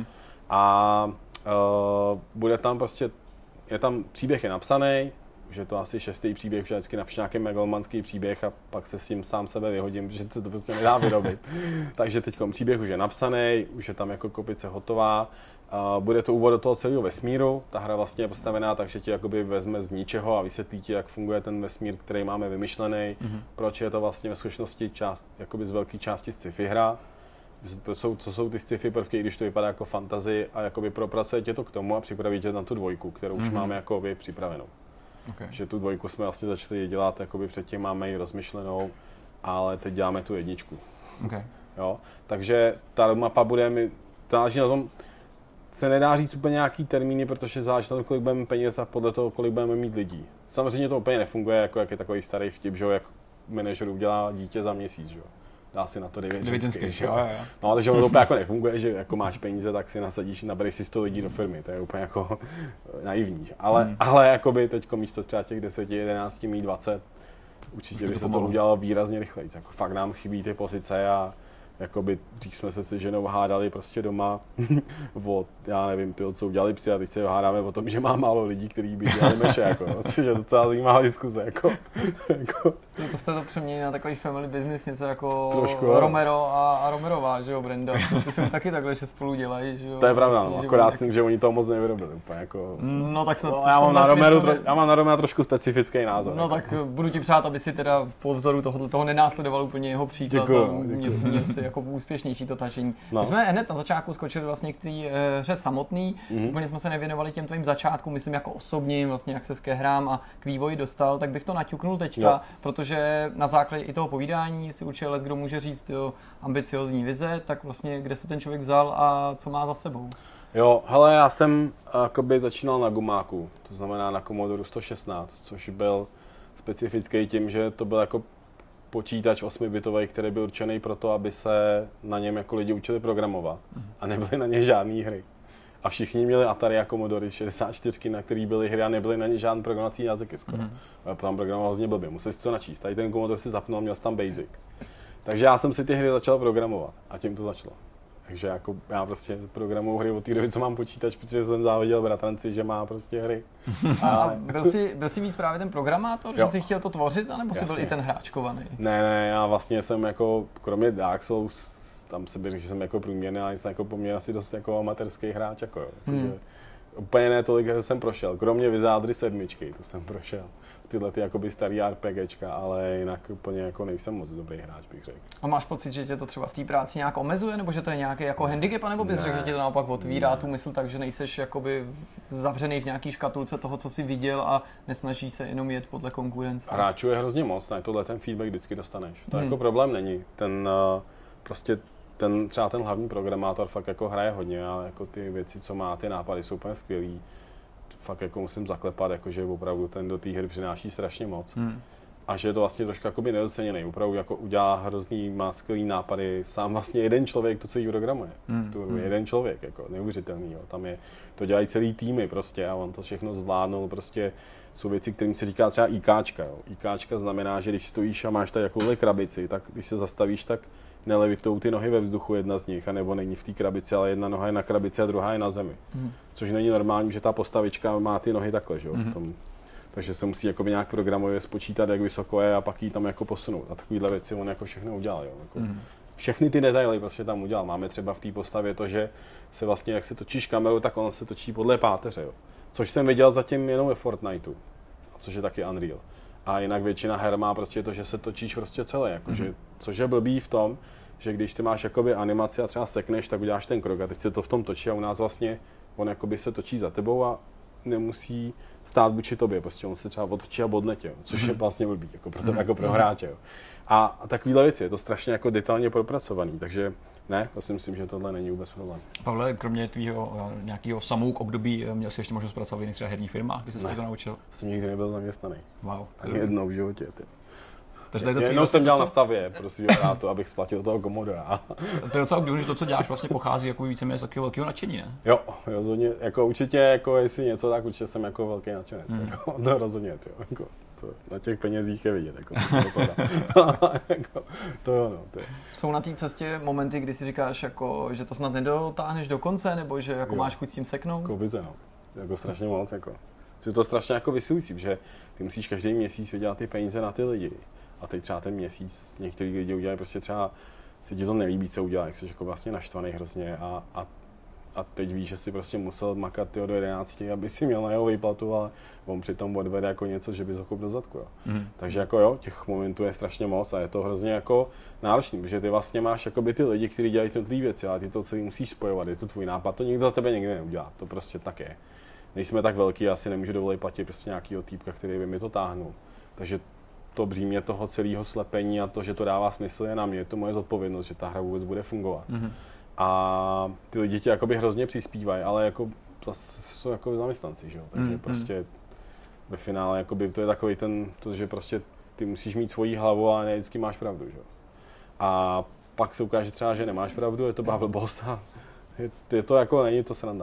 A uh, bude tam prostě, je tam, příběh je napsaný, už je to asi šestý příběh, už vždycky napíšu nějaký megalomanský příběh a pak se s tím sám sebe vyhodím, protože se to prostě nedá vyrobit. Takže teď příběh už je napsaný, už je tam jako kopice hotová. Uh, bude to úvod do toho celého vesmíru, ta hra vlastně je postavená tak, že ti jakoby vezme z ničeho a vysvětlí ti, jak funguje ten vesmír, který máme vymyšlený, mm-hmm. proč je to vlastně ve skutečnosti část, jakoby z velké části sci-fi hra. To jsou, co jsou ty sci-fi prvky, když to vypadá jako fantasy a jakoby propracuje tě to k tomu a připraví tě na tu dvojku, kterou už mm-hmm. máme jakoby připravenou. Okay. Že tu dvojku jsme vlastně začali dělat, jakoby předtím máme ji rozmyšlenou, ale teď děláme tu jedničku. Okay. Jo? Takže ta mapa bude, mi, záleží na tom, se nedá říct úplně nějaký termíny, protože záleží na tom, kolik budeme peněz a podle toho, kolik budeme mít lidí. Samozřejmě to úplně nefunguje, jako jak je takový starý vtip, že jak manažer udělá dítě za měsíc, že? Dá si na to devět ženských, jo, jo. No, takže ono to úplně jako nefunguje, že jako máš peníze, tak si nasadíš, nabereš si sto lidí do firmy, to je úplně jako naivní. Ale, hmm. ale jakoby teďko místo třeba těch deset, jedenáct, mít dvacet, určitě by se to udělalo výrazně rychleji. Jako fakt nám chybí ty pozice a jakoby dřív jsme se se ženou hádali prostě doma o, já nevím, tyho, co udělali psi a teď se hádáme o tom, že má málo lidí, kteří by dělali meše, jako, no, což je docela zajímavá diskuze. Jako, jako. No to jste to přeměnili na takový family business, něco jako Trošku, Romero a, a Romerová, že jo, Brenda. Ty jsem taky takhle, že spolu dělají, že jo. To je pravda, vlastně, no, že akorát taky... si, že oni toho moc nevyrobili úplně, jako... No tak snad... No, já, mám na Romeru, ne... já mám na Romera trošku specifický názor. No jako. tak budu ti přát, aby si teda po vzoru toho, toho nenásledoval úplně jeho příklad. Děkuju, Měl, měl si jako úspěšnější to tažení. No. My jsme hned na začátku skočili vlastně k té hře samotný. Mm-hmm. Úplně jsme se nevěnovali těm tvým začátkům, myslím jako osobním, vlastně jak se ke hrám a k vývoji dostal, tak bych to naťuknul teďka, jo. Protože na základě i toho povídání si určitě les, kdo může říct jo, ambiciozní vize, tak vlastně kde se ten člověk vzal a co má za sebou. Jo, hele, já jsem jakoby začínal na gumáku, to znamená na Commodore sto šestnáct, což byl specifický tím, že to byl jako počítač osmibitový, který byl určený pro to, aby se na něm jako lidi učili programovat a nebyly na ně žádné hry. A všichni měli Atari a Commodore šedesát čtyři, na který byly hry a nebyly na ně žádné programovací jazyky skoro. Mm. Tam programoval hrozně blbě, musel si to načíst. Tady ten Commodore si zapnul a měl tam Basic. Takže já jsem si ty hry začal programovat a tím to začalo. Takže jako já prostě programuju hry od té doby, co mám počítač, protože jsem záviděl bratranci, že má prostě hry. A byl jsi, byl jsi víc právě ten programátor, jo. Že jsi chtěl to tvořit, anebo jsi byl i ten hráčkovaný? Ne, ne, já vlastně jsem jako, kromě Dark Souls, tam se bych řekl, že jsem jako průměrný, ale jsem jako poměrně asi dost jako amatérský hráč, jako jo. Hmm. Takže úplně ne tolik, že jsem prošel, kromě Wizardry sedmičky, to jsem prošel. Tyhle ty jakoby starý RPGčka, ale jinak úplně jako nejsem moc dobrý hráč, bych řekl. A máš pocit, že tě to třeba v té práci nějak omezuje, nebo že to je nějaký jako handicap, nebo bys řekl, že tě to naopak otvírá tu mysl tak, že nejseš jakoby zavřený v nějaký škatulce toho, co jsi viděl a nesnaží se jenom jet podle konkurence? Hráčů je hrozně moc, ne, tohle ten feedback vždycky dostaneš. To hmm. jako problém není. Ten prostě ten třeba ten hlavní programátor fakt jako hraje hodně a jako ty věci, co má, ty nápady jsou úplně skvělý. Fakt jako musím zaklepat, jako že opravdu ten do té hry přináší strašně moc. Hmm. A že je to vlastně trošku jakoby nedoceněný. Opravdu jako udělá hrozný, má skvělý nápady. Sám vlastně jeden člověk to celý programuje. Hmm. To hmm. jeden člověk, jako neuvěřitelný. Jo. Tam je, to dělají celý týmy prostě a on to všechno zvládnul. Prostě jsou věci, kterým se říká třeba IKčka. Jo. IKčka znamená, že když stojíš a máš tady takovouhle krabici, tak když se zastavíš, tak nelevitou ty nohy ve vzduchu, jedna z nich, anebo není v té krabici, ale jedna noha je na krabici a druhá je na zemi. Mm. Což není normální, že ta postavička má ty nohy takhle, že jo, mm. v tom. Takže se musí jakoby nějak programově spočítat, jak vysoko je a pak ji tam jako posunout. A takovýhle věci on jako všechno udělal, jo. Jako mm. Všechny ty detaily prostě tam udělal. Máme třeba v té postavě to, že se vlastně, jak se točíš kameru, tak on se točí podle páteře, jo. Což jsem viděl zatím jenom ve Fortniteu, což je taky Unreal. A jinak většina her má prostě to, že se točíš prostě celé, jakože, mm. což je blbý v tom, že když ty máš jakoby animaci a třeba sekneš, tak uděláš ten krok a teď se to v tom točí a u nás vlastně on jakoby se točí za tebou a nemusí stát vůči tobě, prostě on se třeba otočí a bodne tě, což je vlastně blbý, jako pro tebe, jako pro hráče. Jo. A, a takovýhle věci, je to strašně jako detailně propracovaný, takže ne, to si myslím, že tohle není vůbec problém. Pavle, kromě tvýho nějakého samouk období, měl jsi ještě možnost pracovat v jiných třeba herních firmách, když jsi se to naučil? Jsem nikdy nebyl zaměstnaný. Wow. Ani jednou v životě. Ty. Takže to jednou jsem dělal na stavě, prostě to, abych splatil toho Commodora. To je docela obdivné, že to, co děláš, vlastně pochází jako víceméně z takového velkého nadšení, ne? Jo, rozhodně, jako určitě, jako jestli něco, tak určitě jsem jako velký nadšenec, hmm. jako, to rozhodně, tyjo, jako, to na těch penězích je vidět, jako, to, jako, to jo, no, to je. Jsou na té cestě momenty, kdy si říkáš, jako, že to snad nedotáhneš do konce, nebo že jako máš chuť s tím seknout? Kobice, no, jako strašně moc, jako. Je to strašně jako vysilující, že ty musíš každý měsíc vydělat ty peníze na ty lidi. A teď třeba ten měsíc některý lidi udělají prostě třeba, si ti to nelíbí, co udělají, jsi jako vlastně naštvaný hrozně a, a, a teď víš, že si prostě musel makat tyho do jedenácti, aby si měl na jeho výplatu, ale on přitom odvede jako něco, že bys ho koupil do zadku. Jo. Mm. Takže jako jo, těch momentů je strašně moc a je to hrozně jako náročný, protože ty vlastně máš jakoby ty lidi, kteří dělají ty věci, ale ty to celý musíš spojovat, je to tvůj nápad, to nikdo za tebe nikdy neudělá, to prostě tak je. Nejsme tak velký, já si nemůžu dovolit platit prostě nějakýho týpka, který by mi to táhnul. Takže to břímě toho celého slepení a to, že to dává smysl, je na mě, je to moje zodpovědnost, že ta hra vůbec bude fungovat. Mm-hmm. A ty lidi ti jakoby hrozně přispívají, ale jako zase jsou jako zaměstnanci, že jo? Takže mm-hmm. prostě ve finále jakoby to je takový ten, to, že prostě ty musíš mít svoji hlavu a ne vždycky máš pravdu, že jo? A pak se ukáže třeba, že nemáš pravdu, je to blbost a je, je to jako, není to sranda.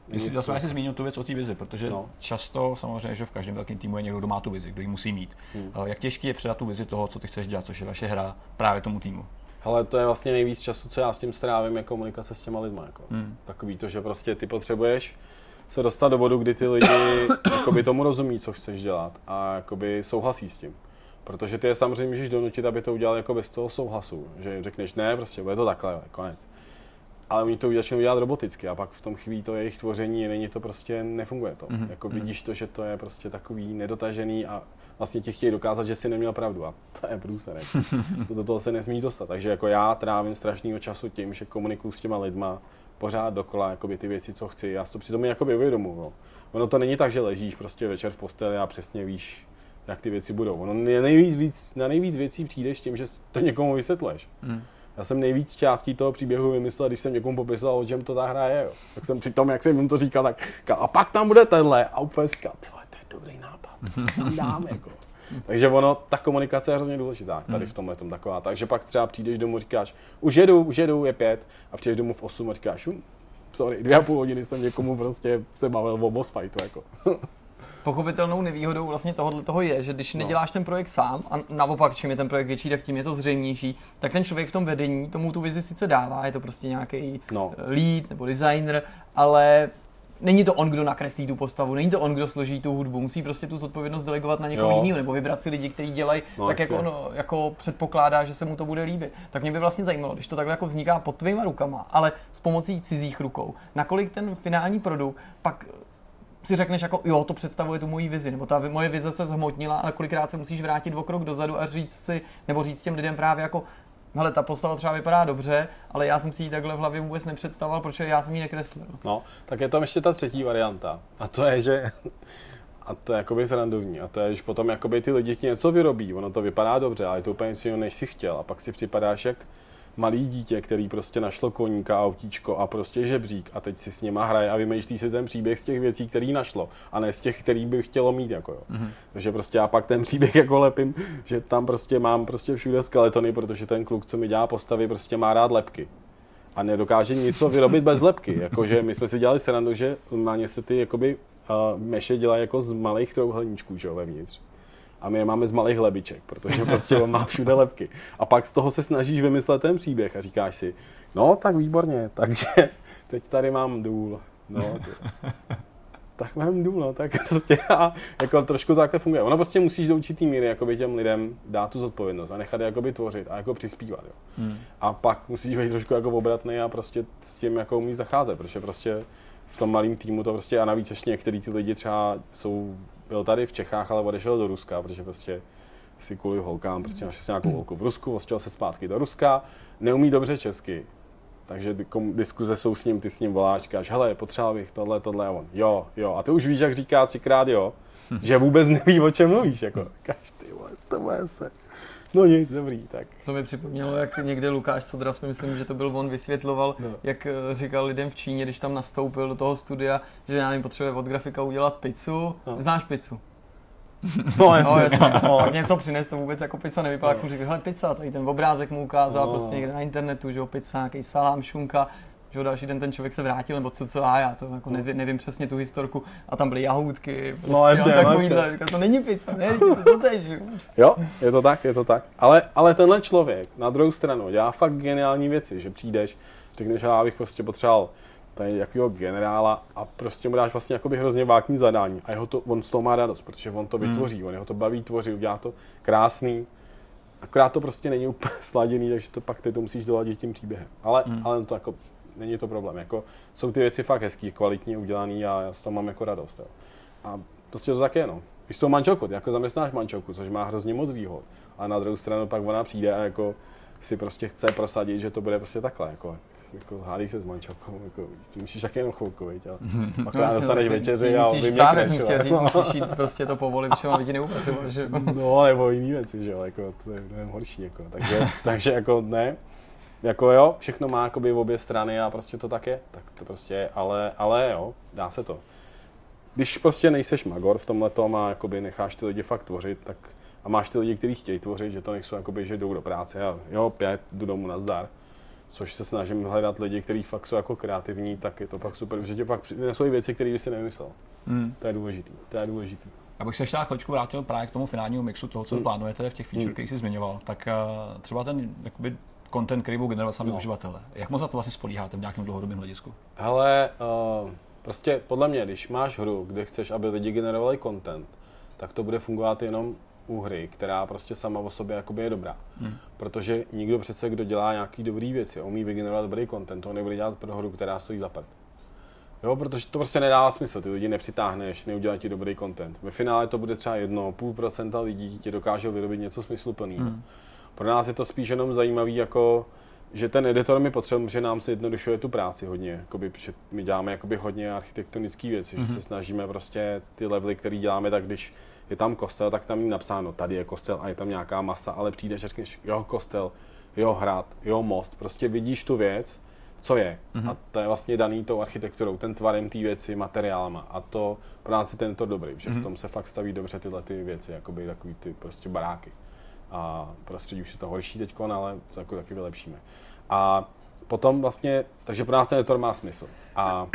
Jestli zase asi zmínil tu věc o té vizi, protože No. často samozřejmě, že v každém velkém týmu je někdo, kdo má tu vizi, kdo ji musí mít. Hmm. Jak těžký je předat tu vizi toho, co ty chceš dělat, což je vaše hra, právě tomu týmu? Ale to je vlastně nejvíc času, co já s tím strávím, je komunikace s těma lidma. Jako. Hmm. Takový to, že prostě ty potřebuješ se dostat do bodu, kdy ty lidi jakoby tomu rozumí, co chceš dělat a jakoby souhlasí s tím. Protože ty je samozřejmě můžeš donutit, aby to udělal jako bez toho souhlasu. Že řekneš ne, prostě bude to takhle, konec. Ale oni to začnou dělat roboticky a pak v tom chybí to jejich tvoření, není to prostě, nefunguje to. Mm-hmm. Jako vidíš to, že to je prostě takový nedotažený a vlastně ti chtějí dokázat, že jsi neměl pravdu a to je průserek. Do toho se nesmí dostat. Takže jako já trávím strašnýho času tím, že komunikuju s těma lidma pořád dokola jakoby ty věci, co chci. Já si to přitom jakoby uvědomuji. No. Ono to není tak, že ležíš prostě večer v posteli a přesně víš, jak ty věci budou. Ono nejvíc, víc, na nejvíc věcí přijdeš tím, že to někomu vysvětluješ. Mm. Já jsem nejvíc částí toho příběhu vymyslel, když jsem někomu popisoval, o čem to ta hra je. Jo. Tak jsem při tom, jak jsem jim to říkal, tak a pak tam bude tenhle a úplně říkal, tyhle, to je dobrý nápad, tam dám jako. Takže ono, ta komunikace je hrozně důležitá tady v tomhle tom taková. Takže pak třeba přijdeš domů, říkáš, už jedu, už jedu, je pět a přijdeš domů v osm a říkáš, hm, sorry, dvě a půl hodiny jsem někomu prostě se bavil o boss fightu jako. Pochopitelnou nevýhodou vlastně tohohle toho je, že když neděláš ten projekt sám a naopak, čím je ten projekt větší, tak tím je to zřejmější, tak ten člověk v tom vedení tomu tu vizi sice dává, je to prostě nějaký no. lead nebo designer, ale není to on, kdo nakreslí tu postavu, není to on, kdo složí tu hudbu, musí prostě tu zodpovědnost delegovat na někoho jiného nebo vybrat si lidi, kteří dělají no, tak, jak on jako předpokládá, že se mu to bude líbit. Tak mě by vlastně zajímalo, když to takhle jako vzniká pod tvýma rukama, ale s pomocí cizích rukou, nakolik ten finální produkt pak si řekneš jako jo, to představuje tu moji vizi, nebo ta moje vize se zhmotnila, ale kolikrát se musíš vrátit o krok dozadu a říct si, nebo říct těm lidem právě jako hele, ta postava třeba vypadá dobře, ale já jsem si ji takhle v hlavě vůbec nepředstavoval, protože já jsem ji nekreslil. No, tak je tam ještě ta třetí varianta. A to je, že a to je jakoby srandovní. A to je, že potom jakoby ty lidi ti něco vyrobí, ono to vypadá dobře, ale je to úplně něco, než si chtěl. A pak si připadáš jak malý dítě, který prostě našlo koníka, autíčko a prostě žebřík a teď si s nima hraje a vymýšlí si ten příběh z těch věcí, který našlo a ne z těch, který by chtělo mít jako jo. Mm-hmm. Takže prostě já pak ten příběh jako lepím, že tam prostě mám prostě všude skeletony, protože ten kluk, co mi dělá postavy, prostě má rád lepky. A nedokáže nic vyrobit bez lepky. Jakože my jsme si dělali srandu, že normálně se ty jakoby uh, meše dělají jako z malých trouhelníčků, že jo, vevnitř. A my je máme z malých lebiček, protože prostě on má všude lepky. A pak z toho se snažíš vymyslet ten příběh a říkáš si, no tak výborně, takže teď tady mám důl. No, tak mám důl, no, tak prostě a jako trošku to takhle funguje. Ono prostě musíš do určitý míry jakoby těm lidem dát tu zodpovědnost a nechat je jakoby tvořit a jako přispívat. Jo. Hmm. A pak musíš být trošku jako obratný a prostě s tím jako umí zacházet, protože prostě v tom malém týmu to prostě a navíc ještě některý ty lidi třeba jsou, byl tady v Čechách, ale odešel do Ruska, protože prostě si kvůli holkám, prostě našel si nějakou holku v Rusku, ostěl se zpátky do Ruska, neumí dobře česky. Takže diskuze jsou s ním, ty s ním voláš, říkáš, hele, potřeboval bych tohle, tohle a on, jo, jo. A ty už víš, jak říká třikrát jo, že vůbec neví, o čem mluvíš, jako, říkáš, ty vole, to bude se. No nic, dobrý, tak. To mi připomnělo, jak někde Lukáš Codras, myslím, že to byl on, vysvětloval, no. jak říkal lidem v Číně, když tam nastoupil do toho studia, že já nevím, potřebuje od grafika udělat pizzu. No. Znáš pizzu? No jasně. No, jasně. No. Pak něco přines, to vůbec jako pizza nevypadá, no. Jako říkal, hele pizza, tady ten obrázek mu ukázal, no. Prostě někde na internetu, že jo, pizza, nějaký salám, šunka. Že další den ten člověk se vrátil, nebo co co a já to jako nevím, nevím přesně tu historku a tam byly jahůdky, prostě, no, jasně, takovýhle, říkal, to není pizza, ne, to teď, že jo, je to tak, je to tak, ale, ale tenhle člověk na druhou stranu dělá fakt geniální věci, že přijdeš, řekneš, já bych prostě potřeboval tady jakýho generála a prostě mu dáš vlastně jakoby hrozně vákní zadání a jeho to, on z toho má radost, protože on to vytvoří, hmm. on jeho to baví, tvoří, udělá to krásný, akorát to prostě není úplně sladěný, takže to pak ty to musíš doladit tím příběhem, ale, hmm. ale to jako není to problém, jako jsou ty věci fakt hezký, kvalitně udělaný a já z toho mám jako radost. Jo. A prostě to tak je, no. I s tou manželkou, ty jako zaměstnáš manželku, což má hrozně moc výhod. A na druhou stranu pak ona přijde a jako si prostě chce prosadit, že to bude prostě takhle, jako, jako hádej se s manželkou, jako ty musíš taky jenom chvilku, viď, a pak no, dostaneš večeři a vy mě právě jsem chtěl říct, musíš jít prostě to povolit, protože aby ti neupařilo, že no, nebo jiný věci, že jo, jako to je mnohem horší, jako, takže, takže jako ne. Jako jo, všechno má jakoby v obě strany a prostě to tak je, tak to prostě je, ale, ale jo, dá se to. Když prostě nejseš magor v tomhletom a jakoby necháš ty lidi fakt tvořit, tak a máš ty lidi, kteří chtějí tvořit, že to nejsou jakoby, že jdou do práce a jo, pět, jdu domů, nazdar, což se snažím hledat lidi, kteří fakt jsou jako kreativní, tak je to pak super, že tě pak přinesou věci, které by si nevymyslel. Hmm. To je důležitý, to je důležitý. Abych se ještě chvíličku vrátil právě k tomu finálnímu mixu toho, co hmm. plánujete v těch feature, hmm. který jsi zmiňoval, tak uh, třeba ten jakoby content, který budou generovat sami no. uživatele. Jak moc za to vlastně spolíháte v nějakém dlouhodobém hledisku? Hele, uh, prostě podle mě, když máš hru, kde chceš, aby lidi generovali content, tak to bude fungovat jenom u hry, která prostě sama o sobě jakoby je dobrá. Hmm. Protože nikdo přece, kdo dělá nějaký dobrý věci, umí vygenerovat dobrý content, to nebude dělat pro hru, která stojí za prd. Jo, protože to prostě nedává smysl, ty lidi nepřitáhneš, neudělají ti dobrý content. Ve finále to bude třeba jedno, půl procenta lidí ti dokážou vyrobit něco smysluplného. Hmm. Pro nás je to spíš jenom zajímavý, jako, že ten editor mi potřebuje, že nám se jednodušuje tu práci hodně, jakoby, že my děláme jakoby hodně architektonické věci, hmm. že se snažíme prostě ty levely, které děláme, tak když je tam kostel, tak tam je napsáno, tady je kostel a je tam nějaká masa, ale přijdeš a řekneš, jo kostel, jo hrad, jo most, prostě vidíš tu věc, co je. Mm-hmm. A to je vlastně daný tou architekturou, ten tvarem té věci, materiálama. A to pro nás je tento dobrý, že mm-hmm. v tom se fakt staví dobře tyhle ty věci, jakoby takový ty prostě baráky. A prostředí už je to horší teďkon, ale to jako taky vylepšíme. A potom vlastně, takže pro nás ten editor má smysl. A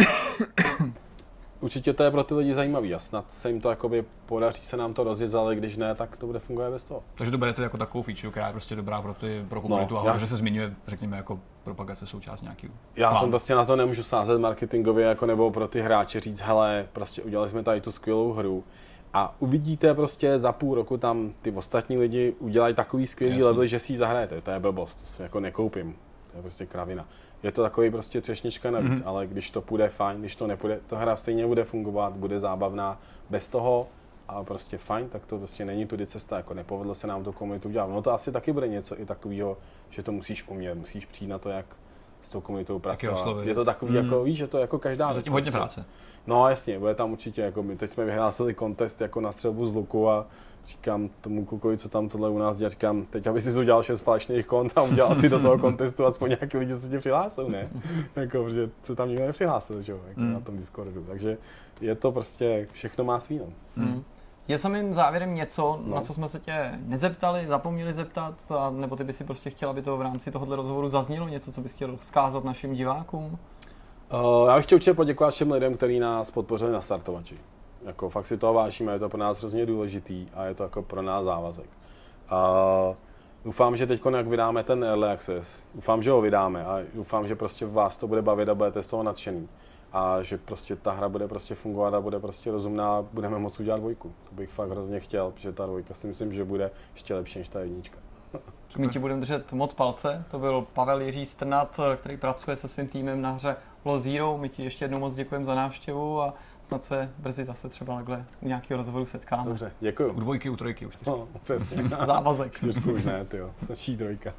určitě to je pro ty lidi zajímavý a snad se jim to jakoby podaří se nám to rozjet, ale když ne, tak to bude fungovat bez toho. Takže to berete jako takovou feature, která je prostě dobrá pro, ty, pro komunitu, no, ale já, že se zmiňuje, řekněme, jako propagace součást nějakého. Já tam prostě na to nemůžu sázet marketingově, jako nebo pro ty hráče říct, hele, prostě udělali jsme tady tu skvělou hru a uvidíte prostě za půl roku tam ty ostatní lidi udělají takový skvělý level, že si ji zahrajete. To je blbost, to si jako nekoupím, to je prostě kravina. Je to takový prostě třešnička navíc, mm-hmm. ale když to půjde fajn, když to nepůjde, ta hra stejně bude fungovat, bude zábavná. Bez toho a prostě fajn, tak to prostě není tudy cesta, jako nepovedlo se nám to komunitu udělat. No to asi taky bude něco i takového, že to musíš umět, musíš přijít na to, jak s tou komunitou pracovat. Je to takový, mm. jako víš, že to jako každá zatím hodně práce. No jasně, bude tam určitě, jako my teď jsme vyhlásili kontest jako na střelbu z luku a říkám tomu klukovi, co tam tohle u nás dělá, říkám, teď aby si udělal šest falešných kont a udělal si do toho kontestu aspoň nějaký lidi, co se tě přihlásil, ne? Jako, protože se tam nikdo nepřihlásil, že jo, jako mm. na tom Discordu, takže je to prostě, všechno má svý, no. Mm. Je samým závěrem něco, no. na co jsme se tě nezeptali, zapomněli zeptat, a, nebo ty by si prostě chtěl, aby to v rámci tohohle rozhovoru zaznělo, něco, co bys chtěl vzkázat našim divákům? Uh, já bych chtěl určitě poděkovat všem lidem, kteří nás podpořili na startovači. Jako fakt si toho vážíme, je to pro nás hrozně důležitý a je to jako pro nás závazek. Uh, doufám, že teď, jak vydáme ten Early Access, doufám, že ho vydáme a doufám, že prostě vás to bude bavit a budete z toho nadšený. A že prostě ta hra bude prostě fungovat a bude prostě rozumná a budeme moct udělat dvojku. To bych fakt hrozně chtěl, protože ta dvojka si myslím, že bude ještě lepší než ta jednička. My ti budeme držet moc palce, to byl Pavel Jiří Strnad, který pracuje se svým týmem na hře Lost Hero. My ti ještě jednou moc děkujeme za návštěvu a snad se brzy zase třeba takhle u nějakého rozhovoru setkáme. Dobře, děkuju. U dvojky, u trojky už. No, přesně. Závazek. Čtyřku už ne, tyjo, stačí trojka.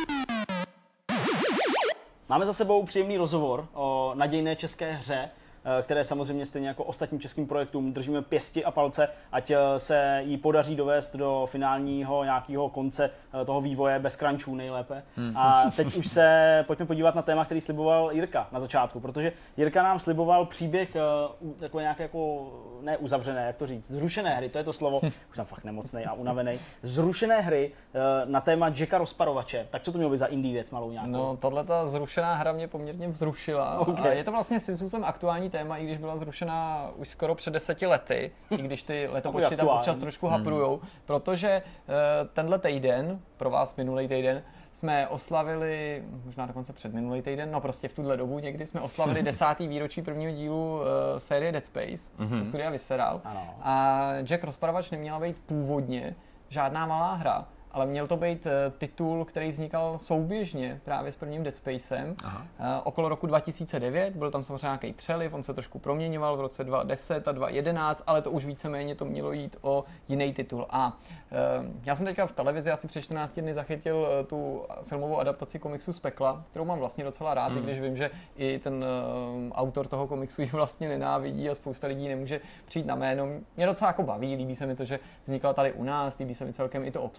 Máme za sebou příjemný rozhovor o nadějné české hře, které samozřejmě stejně jako ostatním českým projektům držíme pěsti a palce, ať se jí podaří dovést do finálního nějakého konce toho vývoje bez crunchů nejlépe. Hmm. A teď už se pojďme podívat na téma, který sliboval Jirka na začátku, protože Jirka nám sliboval příběh jako nějaké jako ne uzavřené, jak to říct, zrušené hry, to je to slovo, už jsem fakt nemocnej a unavený. Zrušené hry na téma Jacka Rozparovače. Tak co to mělo být za indie věc malou nějakou? No, tahle ta zrušená hra mě poměrně vzrušila. Okay. A je to vlastně svým způsobem aktuální téma, i když byla zrušena už skoro před deseti lety, i když ty letopočty tam občas trošku haprujou, hmm. protože uh, tenhle týden, pro vás minulý týden, jsme oslavili, možná dokonce před minulý týden, no prostě v tuhle dobu někdy jsme oslavili desátý výročí prvního dílu uh, série Dead Space, mm-hmm. studia Visceral. Ano. A Jack Rozparovač neměla být původně žádná malá hra, ale měl to být uh, titul, který vznikal souběžně právě s prvním Dead Spacem. Uh, okolo roku dva tisíce devět, byl tam samozřejmě nějaký přeliv, on se trošku proměňoval v roce dva tisíce deset a dva tisíce jedenáct, ale to už víceméně to mělo jít o jiný titul. A uh, já jsem teďka v televizi asi před čtrnácti dny zachytil uh, tu filmovou adaptaci komiksu Z pekla, kterou mám vlastně docela rád, mm. i když vím, že i ten uh, autor toho komiksu ji vlastně nenávidí a spousta lidí nemůže přijít na jméno. Mě docela jako baví, líbí se mi to, že vznikla tady u nás, líbí se mi celkem i to obsazení.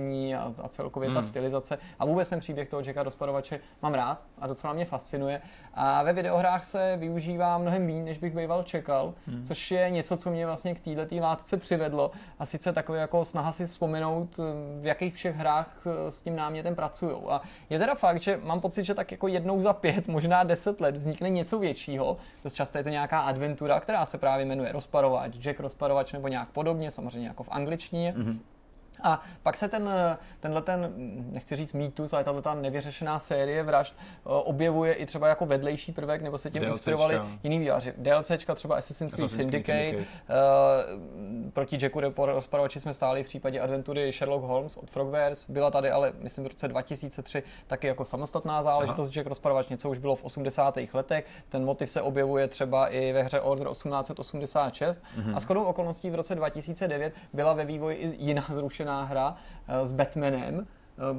oblečení a, a celkově hmm. ta stylizace. A vůbec ten příběh toho Jacka Rozparovače mám rád a docela mě fascinuje. A ve videohrách se využívá mnohem méně, než bych býval čekal, hmm. což je něco, co mě vlastně k této látce přivedlo. A sice takové jako snaha si vzpomenout, v jakých všech hrách s tím námětem pracujou. A je teda fakt, že mám pocit, že tak jako jednou za pět, možná deset let vznikne něco většího. Dost často je to nějaká adventura, která se právě jmenuje Rozparovač, Jack Rozparovač nebo nějak podobně, samozřejmě jako v angličtině. Mm-hmm. A pak se ten, tenhle ten, nechci říct mýtus, ale tato nevyřešená série vražd objevuje i třeba jako vedlejší prvek, nebo se tím DLCčka. Inspirovali jiný vývojáři. DLCčka, třeba Assassin's Creed Syndicate, Syndicate. Uh, proti Jacku Rozparovači jsme stáli v případě adventury Sherlock Holmes od Frogwares, byla tady ale, myslím, v roce dva tisíce tři taky jako samostatná záležitost. Jack Rozparovač, něco už bylo v osmdesátých letech, ten motiv se objevuje třeba i ve hře Order osmnáct osmdesát šest mm-hmm. a shodou okolností v roce dva tisíce devět byla ve vývoji i jiná zrušená hra s Batmanem.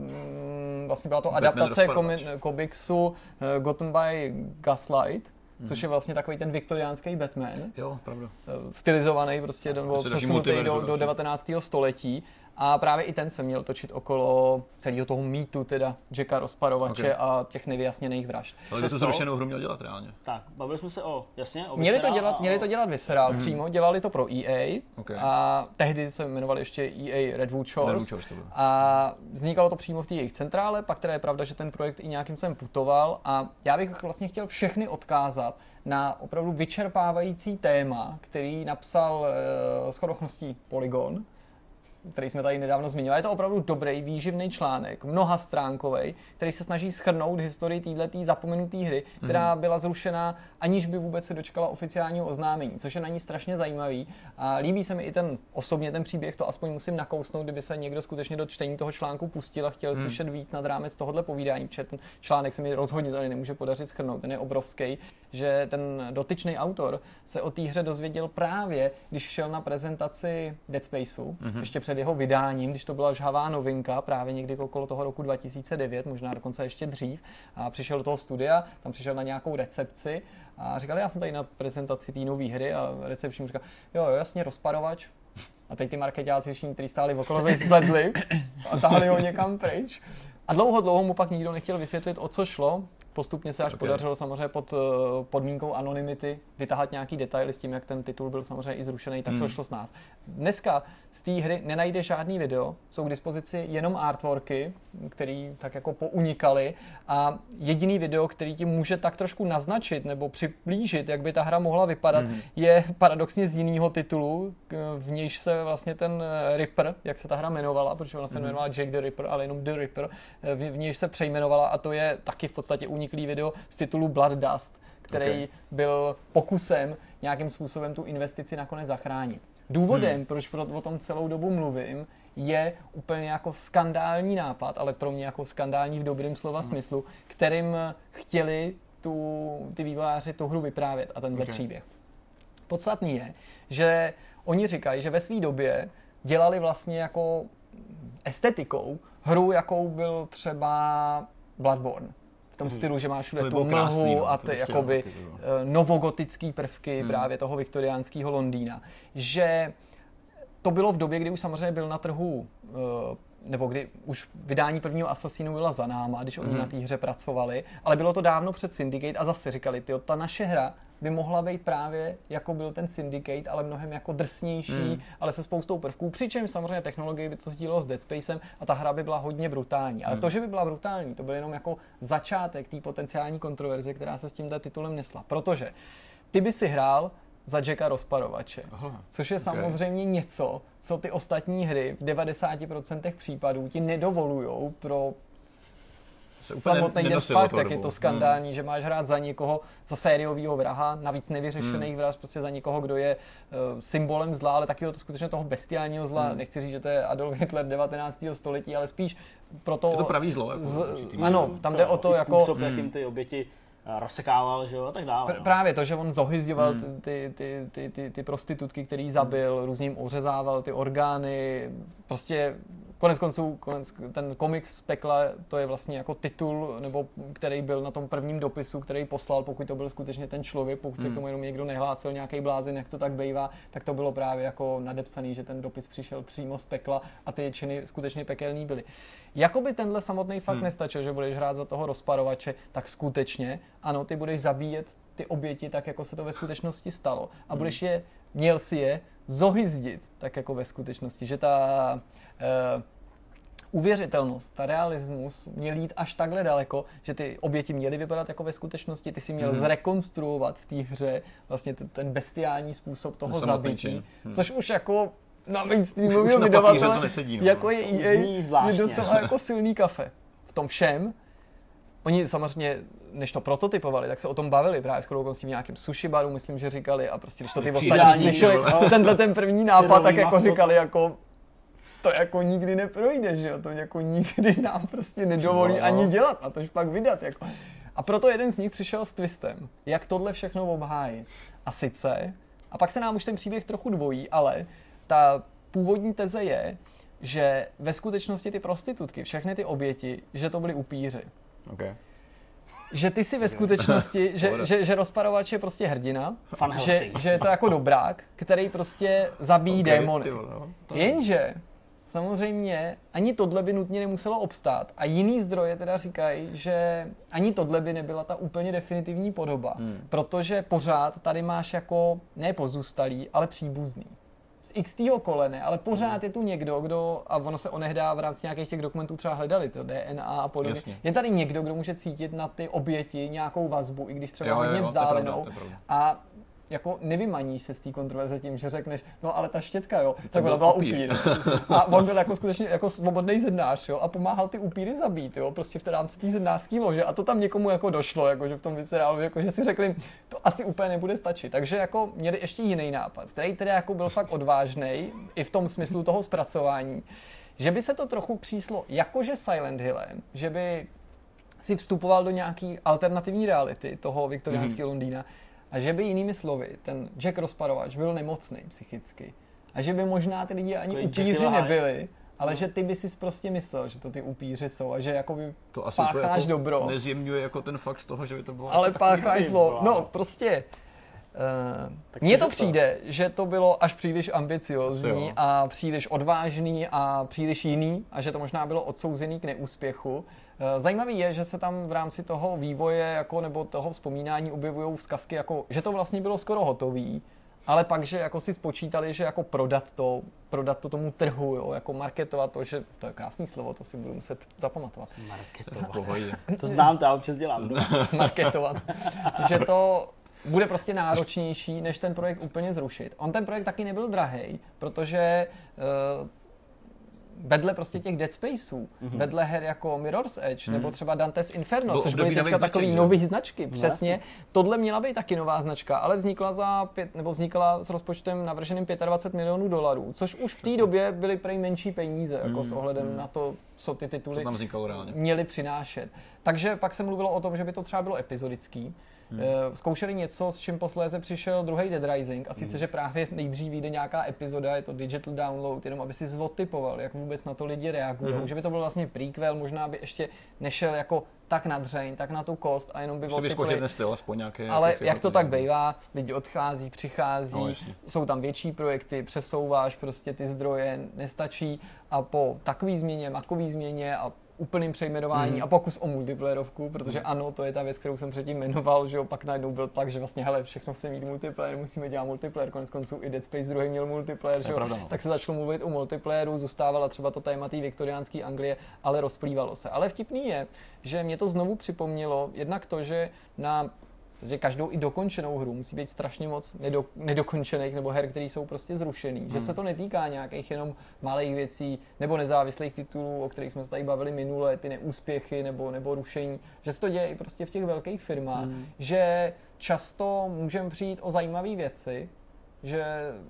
Vlastně byla to Batman adaptace komi- komiksu Gotham by Gaslight, hmm. což je vlastně takový ten viktoriánský Batman. Jo, pravda. Stylizovaný prostě do, přesunutý do, do devatenáctého století. A právě i ten se měl točit okolo celého toho mýtu, teda Jacka Rozparovače okay. a těch nevyjasněných vražd. Ale by to zrušenou hru měl dělat reálně. Tak, bavili jsme se o, jasně, o měli to dělat, a, měli to dělat Visceral hmm. přímo, dělali to pro E A okay. a tehdy se jmenovali ještě E A Redwood Shores, Redwood Shores to bylo. A vznikalo to přímo v té jejich centrále, pak teda je pravda, že ten projekt i nějakým způsobem putoval a já bych vlastně chtěl všechny odkázat na opravdu vyčerpávající téma, který napsal uh, shodou okolností Polygon, který jsme tady nedávno zmiňovali. Je to opravdu dobrý, výživný článek, mnohastránkový, který se snaží shrnout historii této zapomenuté hry, která mm. byla zrušena, aniž by vůbec se dočkala oficiálního oznámení, což je na ní strašně zajímavý. A líbí se mi i ten osobně ten příběh, to aspoň musím nakousnout, kdyby se někdo skutečně do čtení toho článku pustil a chtěl mm. slyšet víc nad rámec tohohle povídání, protože ten článek se mi rozhodně tady nemůže podařit shrnout, ten je obrovský, že ten dotyčný autor se o té hře dozvěděl právě, když šel na prezentaci Dead Spaceu, mm. ještě před jeho vydáním, když to byla žhavá novinka, právě někdy okolo toho roku dva tisíce devět, možná dokonce ještě dřív, a přišel do toho studia, tam přišel na nějakou recepci a říkal, já jsem tady na prezentaci té nové hry a recepční mu říkal, jo, jo, jasně, Rozparovač. A teď ty marketáci všichni, kteří stáli okolo, zbledli a tahli ho někam pryč. A dlouho, dlouho mu pak nikdo nechtěl vysvětlit, o co šlo. Postupně se až okay. podařilo samozřejmě pod podmínkou anonymity vytahat nějaký detaily s tím, jak ten titul byl samozřejmě i zrušený, tak to mm. šlo s nás. Dneska z té hry nenajde žádný video, jsou k dispozici jenom artworky, které tak jako pounikaly a jediný video, který ti může tak trošku naznačit nebo přiblížit, jak by ta hra mohla vypadat, mm. je paradoxně z jiného titulu, v nějž se vlastně ten Ripper, jak se ta hra jmenovala, protože ona se mm. jmenovala Jack the Ripper, ale jenom The Ripper, v nějž se přejmenovala a to je taky v podstatě uniklý video z titulu Blood Dust, který okay. byl pokusem nějakým způsobem tu investici nakonec zachránit. Důvodem, hmm. proč o tom celou dobu mluvím, je úplně jako skandální nápad, ale pro mě jako skandální v dobrým slova hmm. smyslu, kterým chtěli tu, ty vývojáři tu hru vyprávět a tenhle okay. příběh. Podstatný je, že oni říkají, že ve své době dělali vlastně jako estetikou hru, jakou byl třeba Bloodborne. V tom stylu, že máš všude tu mlhu a ty jakoby novogotický prvky hmm. právě toho viktoriánského Londýna. Že to bylo v době, kdy už samozřejmě byl na trhu, nebo kdy už vydání prvního Assassinu byla za náma, když oni hmm. na té hře pracovali, ale bylo to dávno před Syndicate a zase říkali, tyjo, ta naše hra by mohla být právě jako byl ten Syndicate, ale mnohem jako drsnější, hmm. ale se spoustou prvků, přičemž samozřejmě technologie by to sdílelo s Dead Spacem a ta hra by byla hodně brutální. Ale hmm. to, že by byla brutální, to byl jenom jako začátek té potenciální kontroverze, která se s tímhle titulem nesla. Protože ty by si hrál za Jacka Rozparovače, Aha, což je okay. samozřejmě něco, co ty ostatní hry v devadesát procent případů ti nedovolujou pro samotný ten fakt, tak je to skandální, hmm. že máš hrát za někoho, za sériového vraha, navíc nevyřešených hmm. vražd, prostě za někoho, kdo je uh, symbolem zla, ale taky to skutečně toho bestiálního zla. Hmm. Nechci říct, že to je Adolf Hitler devatenáctého století, ale spíš proto... Je to pravý zlo. Jako, z, ano, tam jde o to jako... Způsob, jakým ty oběti rozsekával, že jo, a tak dále. Pr- právě to, že on zohyzďoval hmm. ty, ty, ty, ty, ty prostitutky, který zabil, různým ořezával ty orgány, prostě konec konců konec, ten komiks z pekla, to je vlastně jako titul, nebo který byl na tom prvním dopisu, který poslal, pokud to byl skutečně ten člověk, pokud se Hmm. k tomu jenom někdo nehlásil, nějaký blázen, jak to tak bývá, tak to bylo právě jako nadepsaný, že ten dopis přišel přímo z pekla a ty činy skutečně pekelný byly. Jakoby tenhle samotný fakt Hmm. nestačil, že budeš hrát za toho rozparovače, tak skutečně, ano, ty budeš zabíjet ty oběti tak, jako se to ve skutečnosti stalo a budeš je, měl si je zohyzdit, tak jako ve skutečnosti, že ta uh, uvěřitelnost, ta realismus měl jít až takhle daleko, že ty oběti měly vypadat jako ve skutečnosti, ty si měl Mhm. zrekonstruovat v té hře vlastně t- ten bestiální způsob toho samotný zabití, čin. Mhm. což už jako na Už mainstreamového na papíře vydavatele, to nesedí, no. jako je E A, Zní je zvláštně. docela jako silný kafe. V tom všem. Oni samozřejmě, než to prototypovali, tak se o tom bavili právě s okolností v nějakém sushi baru, myslím, že říkali, a prostě když to ty ostatní Ideální slyšeli, jídlo. tenhle ten první nápad, Syrový tak jako maso. říkali jako to jako nikdy neprojde, že jo, to jako nikdy nám prostě nedovolí No. ani dělat, na tož pak vydat, jako. A proto jeden z nich přišel s twistem, jak tohle všechno obhájit. A sice, a pak se nám už ten příběh trochu dvojí, ale ta původní teze je, že ve skutečnosti ty prostitutky, všechny ty oběti, že to byly upíři. Okay. Že ty si ve skutečnosti, že, že, že rozparovač je prostě hrdina, Van že, Helsing. že je to jako dobrák, který prostě zabíjí Okay, démony. ty vole, no. To- Jenže samozřejmě ani tohle by nutně nemuselo obstát a jiný zdroje teda říkají, že ani tohle by nebyla ta úplně definitivní podoba, Hmm. protože pořád tady máš jako ne pozůstalý, ale příbuzný. Z X tého kolene, ale pořád je tu někdo, kdo, a ono se onehdá v rámci nějakých těch dokumentů třeba hledali, to D N A a podobně. Jasně. Je tady někdo, kdo může cítit na ty oběti nějakou vazbu, i když třeba Jo, jo, hodně jo, to je vzdálenou. pravda, to je pravda. A jako nevymaníš se z té kontroverze tím, že řekneš, no ale ta štětka, jo, tak byl ona byla upír. upír. A on byl jako skutečně jako svobodný zednář, jo, a pomáhal ty upíry zabít, jo, prostě v té rámci té zednářské lože. A to tam někomu jako došlo, jako že v tom vyserálu, jako že si řekli, to asi úplně nebude stačit. Takže jako měli ještě jiný nápad, který teda jako byl fakt odvážný i v tom smyslu toho zpracování, že by se to trochu příslo jakože Silent Hillem, že by si vstupoval do nějaký alternativní reality toho viktoriánského mm-hmm. Londýna a že by jinými slovy ten Jack rozparovač byl nemocný psychicky a že by možná ty lidi ani Takový upíři Jekyll a Hyde. nebyli, ale že ty by si prostě myslel, že to ty upíři jsou a že jakoby To asi pácháš jako dobro, nezjemňuje jako ten fakt z toho, že by to bylo... ale pácháš zlo. Wow. No prostě Uh, Tak mně cože to to? přijde, že to bylo až příliš ambiciozní Asi jo. a příliš odvážný a příliš jiný a že to možná bylo odsouzený k neúspěchu. Uh, zajímavý je, že se tam v rámci toho vývoje jako, nebo toho vzpomínání objevují vzkazky, jako, že to vlastně bylo skoro hotový, ale pak, že jako si spočítali, že jako prodat to, prodat to tomu trhu, jo, jako marketovat to, že to je krásný slovo, to si budu muset zapamatovat. Marketovat. Pohodě. To znám, to já občas dělám. marketovat, že to bude prostě náročnější, než ten projekt úplně zrušit. On ten projekt taky nebyl drahej, protože uh, vedle prostě těch Dead Spaceů, mm-hmm. vedle her jako Mirror's Edge, mm. nebo třeba Dante's Inferno, Byl což období byly teďka nových takový značek, že? nový značky, No, přesně. jasně. Tohle měla být taky nová značka, ale vznikla za pět, nebo vznikla s rozpočtem navrženým dvacet pět milionů dolarů, což už v té době byly prej menší peníze, jako s ohledem na to, co ty tituly Co tam vznikalo reálně. měli přinášet. Takže pak se mluvilo o tom, že by to třeba bylo epizodický. Hmm. Zkoušeli něco, s čím posléze přišel druhý Dead Rising, a sice, hmm. že právě nejdřív vyjde nějaká epizoda, je to digital download, jenom aby si zvotypoval, jak vůbec na to lidi reagují. Hmm. Že by to byl vlastně prequel, možná by ještě nešel jako tak na dřeň, tak na tu kost a jenom by Prostě vyzkoušet votypli. ten styl, aspoň nějaké... Ale jako jak to si- tak bývá, lidi odchází, přichází, No, jasně. jsou tam větší projekty, přesouváš prostě ty zdroje, nestačí a po takové změně, makové změně a úplným přejmenování Mhm. a pokus o multiplayerovku, protože ano, to je ta věc, kterou jsem předtím jmenoval, že jo, pak najednou byl tlak, že vlastně hele, všechno chce mít multiplayer, musíme dělat multiplayer, konec konců i Dead Space druhý měl multiplayer, že jo, pravda, no. tak se začalo mluvit o multiplayeru, zůstávala třeba to téma té viktoriánské Anglie, ale rozplývalo se. Ale vtipný je, že mě to znovu připomnělo jednak to, že na že každou i dokončenou hru musí být strašně moc nedo, nedokončených nebo her, které jsou prostě zrušený. Hmm. Že se to netýká nějakých jenom malých věcí nebo nezávislých titulů, o kterých jsme se tady bavili minule, ty neúspěchy nebo, nebo rušení. Že se to děje i prostě v těch velkých firmách. Hmm. Že často můžeme přijít o zajímavé věci, že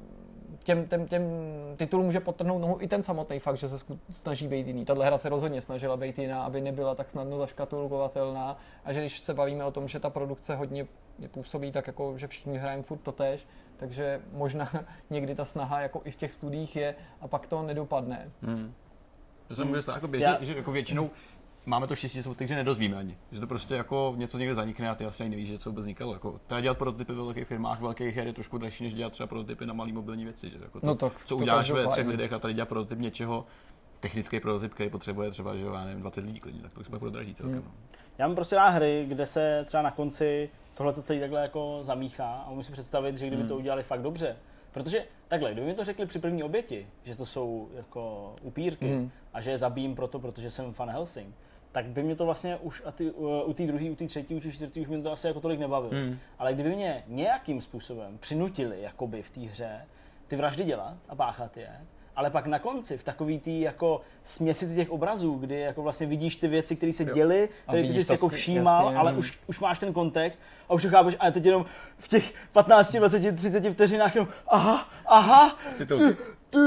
těm, těm, těm titulům může podtrhnout nohu i ten samotný fakt, že se zku- snaží být jiný. Tahle hra se rozhodně snažila být jiná, aby nebyla tak snadno zaškatulkovatelná a že když se bavíme o tom, že ta produkce hodně je působí tak jako, že všichni hrajeme furt totéž, takže možná někdy ta snaha jako i v těch studiích je a pak to nedopadne. Hmm. To se může stát jako běžně, Já... že jako většinou máme to štěstí, že se o té hře nedozvíme ani. Že to prostě jako něco někde zanikne a ty asi ani nevíš, že co vůbec vznikalo. Jako, teda dělat prototypy ve velkých firmách, velkých her je trošku dražší, než dělat třeba prototypy na malý mobilní věci. Že? Jako to, no to, co to uděláš ve třech lidech a tady dělat prototyp něčeho, technický prototyp, který potřebuje třeba že, já nevím, dvacet lidí klidně, tak to už bude dražší celkem. Hmm. Já mám prostě rád hry, kde se třeba na konci tohle co celý takhle jako zamíchá a musím si představit, že kdyby hmm. to udělali fakt dobře. Protože takhle, kdyby mi to řekli při první oběti, že to jsou jako upírky hmm. a že je zabijím proto, protože jsem fan Hellsing, tak by mě to vlastně už a ty, u té druhé, u té třetí, u té čtvrtý už mě to asi jako tolik nebavilo. Hmm. Ale kdyby mě nějakým způsobem přinutili jakoby v té hře ty vraždy dělat a páchat je, ale pak na konci v takový tý jako směsici těch obrazů, kdy jako vlastně vidíš ty věci, které se děly, které ty jsi jako všímal, jasně, ale už, už máš ten kontext a už to chápeš a teď jenom v těch patnácti, dvaceti, třiceti vteřinách jenom aha, aha, ty, ty, ty.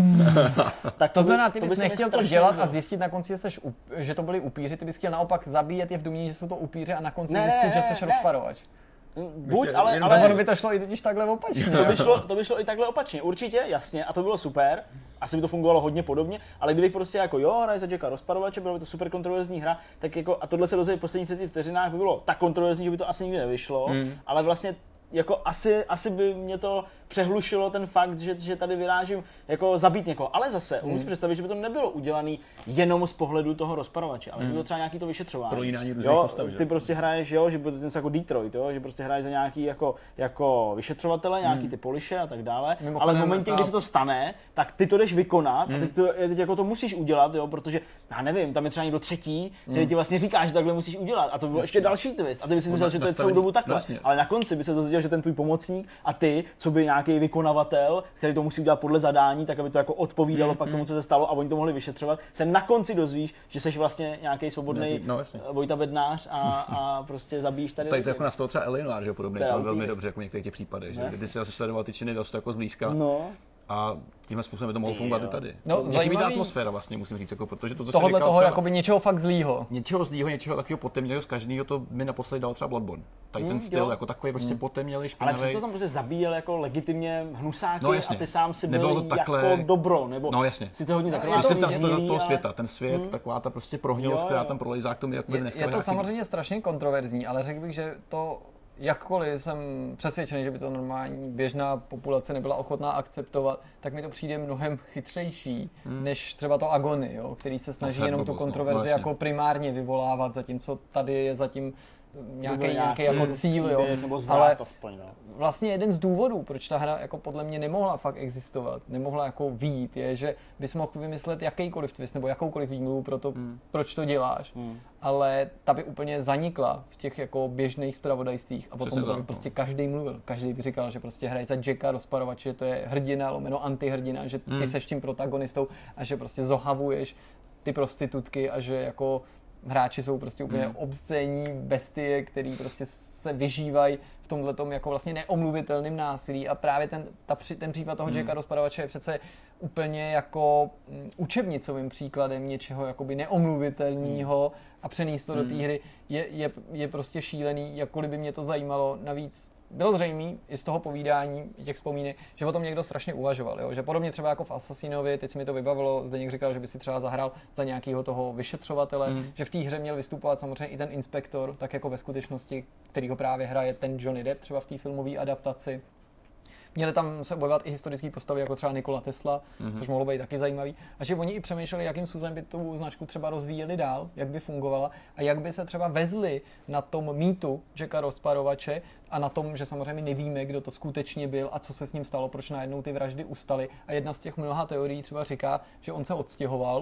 Tak to, to znamená, ty bys to nechtěl to dělat a zjistit na konci, že, seš, že to byli upíři, ty bys chtěl naopak zabíjet je v domění, že jsou to upíři a na konci ne, zjistit, ne, že jsi rozparovač. Buď, ale, ale ono by to šlo i totiž takhle opačně. To by, šlo, to by šlo i takhle opačně, určitě, jasně, a to bylo super. Asi by to fungovalo hodně podobně, ale kdybych prostě jako jo, hraje za Jacka Rozparovače, byla by to super kontroverzní hra, tak jako a tohle se dozvědět v posledních třiceti vteřinách by bylo tak kontroverzní, že by to asi nikdy nevyšlo, mm. ale vlastně jako asi, asi by mě to přehlušilo ten fakt, že, že tady vyrážím jako zabít někoho. Ale zase, mm. musím představit, že by to nebylo udělané jenom z pohledu toho rozparovače, ale mm. by bylo třeba nějaký to vyšetřování. Prolínání různých postav, ty prostě hraješ, jo, že bude ten jako Detroit, jo, že prostě hraješ za nějaký jako, jako vyšetřovatele, nějaký mm. ty poliše a tak dále. Mimochodem, ale v momentě, kdy se to stane, tak ty to jdeš vykonat mm. a teď, to, teď jako to musíš udělat, jo, protože já nevím, tam je třeba někdo třetí, který mm. ti vlastně říká, že takhle musíš udělat. A to bylo ještě další twist. A ty bys si myslel, že to je celou dobu takhle. Vlastně. Ale na konci by se dozvěděl, že ten tvůj pomocník a ty, co by nějaký vykonavatel, který to musí udělat podle zadání, tak aby to jako odpovídalo mm, pak tomu, co se stalo a oni to mohli vyšetřovat, se na konci dozvíš, že jsi vlastně nějaký svobodný no, Vojta Bednář a, a prostě zabíjíš tady. Tady to jako nastalo třeba Eleanor, že podobně, to velmi dobře jako v některých těch případech, že když jsi asi sledoval ty činy dost jako zblízka. No. A tímhle způsobem by to mohlo fungovat i tady. No, zajímavý atmosféra vlastně, musím říct, jako, protože to, co tohohle říkal, toho jakoby něčeho fakt zlýho. Něčeho zlýho, něčeho takového potemnělého z každého, to mi naposledy dal třeba Bloodborne. Tady mm, ten styl, jo. jako takový prostě mm. potemnělý, špinavý. Ale přesto tam prostě zabíjel jako legitimně hnusáky no, a ty sám si byl takhle... jako dobro, nebo no, jasně. sice hodně zakrátkový no, znění, z toho světa, ten svět, mm. taková ta prostě prohnilost, která tam prolejzá k tomu, jak by dneska. Je to samozřejmě strašně kontroverzní, ale řekl bych, že to jakkoliv jsem přesvědčený, že by to normální běžná populace nebyla ochotná akceptovat, tak mi to přijde mnohem chytřejší, hmm. než třeba to Agony, jo, který se snaží no, jenom tu kontroverzi no, jako primárně vyvolávat, zatímco tady je zatím nějaký, nějaký jako cíl, jo, ale aspoň, no. Vlastně jeden z důvodů, proč ta hra jako podle mě nemohla fakt existovat, nemohla jako vyjít, je, že bys mohl vymyslet jakýkoliv twist nebo jakoukoliv výmluvu pro to, hmm. proč to děláš, hmm. ale ta by úplně zanikla v těch jako běžných zpravodajstvích a potom by prostě každý mluvil, každý by říkal, že prostě hraje za Jacka Rozparovače, to je hrdina, lomeno antihrdina, že ty hmm. seš tím protagonistou a že prostě zohavuješ ty prostitutky a že jako hráči jsou prostě úplně hmm. obscénní bestie, který prostě se vyžívají v tomhletom jako vlastně neomluvitelným násilí a právě ten, ta, ten případ toho hmm. Jacka Rozparovače je přece úplně jako učebnicovým příkladem něčeho jakoby neomluvitelného hmm. a přenést to hmm. do té hry je, je, je prostě šílený, jakkoliv by mě to zajímalo. Navíc bylo zřejmé i z toho povídání, těch vzpomínek, že o tom někdo strašně uvažoval, jo? Že podobně třeba jako v Assassinovi, teď si mi to vybavilo, Zdeněk říkal, že by si třeba zahrál za nějakého toho vyšetřovatele, mm. že v té hře měl vystupovat samozřejmě i ten inspektor, tak jako ve skutečnosti, který ho právě hraje ten Johnny Depp třeba v té filmové adaptaci. Měli tam se objevovat i historické postavy, jako třeba Nikola Tesla, mm-hmm. což mohlo být taky zajímavý. A že oni i přemýšleli, jakým způsobem by tu značku třeba rozvíjeli dál, jak by fungovala a jak by se třeba vezli na tom mýtu Jacka Rozparovače a na tom, že samozřejmě nevíme, kdo to skutečně byl a co se s ním stalo, proč najednou ty vraždy ustaly. A jedna z těch mnoha teorií třeba říká, že on se odstěhoval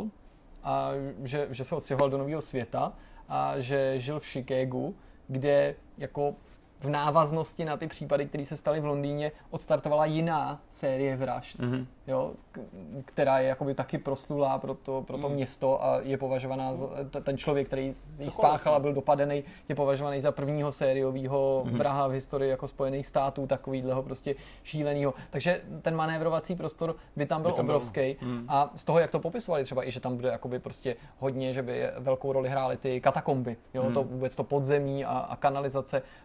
a že, že se odstěhoval do nového světa a že žil v Chicagu, kde jako v návaznosti na ty případy, které se staly v Londýně, odstartovala jiná série vražd, mm-hmm. jo, k- která je jakoby taky proslulá pro to, pro to mm. město a je považovaná za, t- ten člověk, který ji spáchal a byl dopadený, je považovaný za prvního sériového mm-hmm. vraha v historii jako Spojených států, takovýhleho prostě šílenýho. Takže ten manévrovací prostor by tam byl by tam obrovský mm. a z toho, jak to popisovali třeba i, že tam bude jakoby prostě hodně, že by velkou roli hrály ty katakomby, jo, mm. to vůbec to podzemí a, a kanalizace Londýna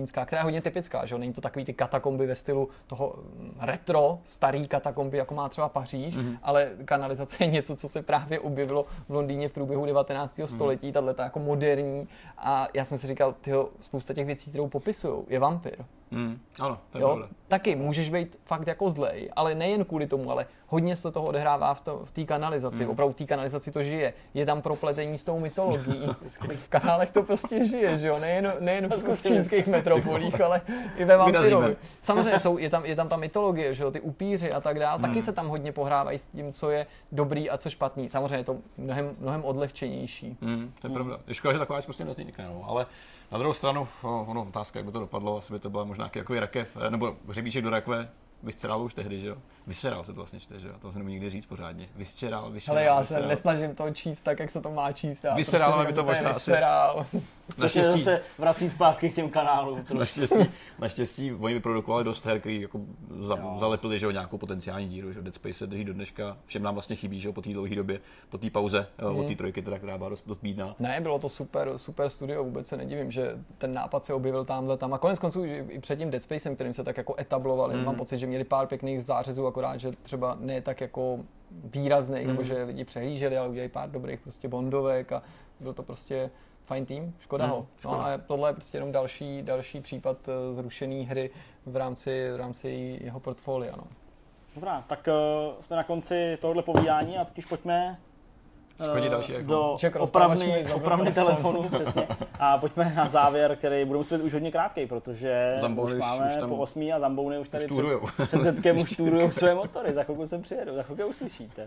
londýnská, která je hodně typická, že jo? Není to takový ty katakomby ve stylu toho retro, starý katakomby, jako má třeba Paříž, mm-hmm. ale kanalizace je něco, co se právě objevilo v Londýně v průběhu devatenáctého století, mm-hmm. tato jako moderní a já jsem si říkal, tyjo, spousta těch věcí, kterou popisujou, je vampyr. Mm, ano, to je jo? pravda. Taky můžeš být fakt jako zlej, ale nejen kvůli tomu, ale hodně se toho odehrává v, to, v té kanalizaci. Mm. Opravdu v té kanalizaci to žije. Je tam propletení s tou mytologií. V kanálech to prostě žije, že jo? Nejen, nejen v čínských metropolích, ale i ve vampirovi. Samozřejmě jsou, je, tam, je tam ta mytologie, že jo? Ty upíři a tak dále. Mm. Taky se tam hodně pohrávají s tím, co je dobrý a co špatný. Samozřejmě je to mnohem, mnohem odlehčenější. Mm, to je mm. pravda. Je škoda, že taková věc prostě nevznikne, no. Ale na druhou stranu, ono, otázka, jak by to dopadlo, asi by to byla možná nějaký rakev, nebo hřebíček do rakve, vysceral už tehdy, že jo? Vyseral se to vlastně čte, že jo? To nemůžu nikdy říct pořádně. Vysceral, vysceral. Ale já vysceral. se nesnažím to číst tak, jak se to má číst. Vyseral, prostě aby to možná asi... Což je zase vrací zpátky k těm kanálům. Naštěstí, naštěstí oni vyprodukovali dost her, který jako za, zalepili, že jo, nějakou potenciální díru, že Dead Space se drží do dneška. Všem nám vlastně chybí, že jo, po té dlouhé době, po té pauze, hmm. od té trojky, teda, která byla dost, dost bídná. Ne, bylo to super, super studio, vůbec se nedivím, že ten nápad se objevil tamhle tam. A konec konců i před tím Dead Spacem, kterým se tak jako etablovali, hmm. mám pocit, že měli pár pěkných zářezů, akorát, že třeba ne tak jako výrazný, mm. nebo že lidi přehlíželi, ale udělají pár dobrých prostě bondovek a byl to prostě fajn tým, škoda mm, ho. Škoda. No a tohle je prostě jenom další, další případ zrušené hry v rámci, v rámci jeho portfolia. No. Dobrá, tak uh, jsme na konci tohohle povídání a teď už pojďme uh, další, jako. do opravny, opravny telefonu, přesně. A pojďme na závěr, který bude muset být už hodně krátkej, protože Zambony už máme už po osmí a Zambony už tady před, před Zetkem už túrujou své motory. Za chvilku sem přijedou, za chvilku uslyšíte.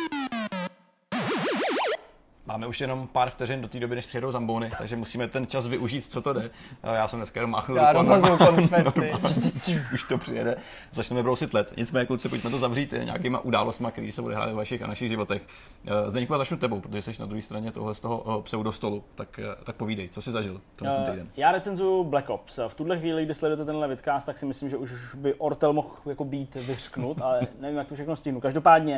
Máme už jenom pár vteřin do té doby, než přijedou Zambony, takže musíme ten čas využít, co to jde. Já jsem dneska jenom máchnul Já rozhazuju konfety. Už to přijede, začneme brousit let. Nicméně, kluci, pojďme to zavřít nějakýma událostmi, které se odehrály v vašich a našich životech. Zdeňku, začnu tebou, protože jsi na druhé straně tohle z toho pseudostolu, tak, tak povídej, co jsi zažil ten týden? Já recenzuju Black Ops. V tuhle chvíli, kdy sledujete tenhle vidcast, tak si myslím, že už by Ortel mohl jako být vyřknut, ale nevím, jak to všechno stihnu. Každopádně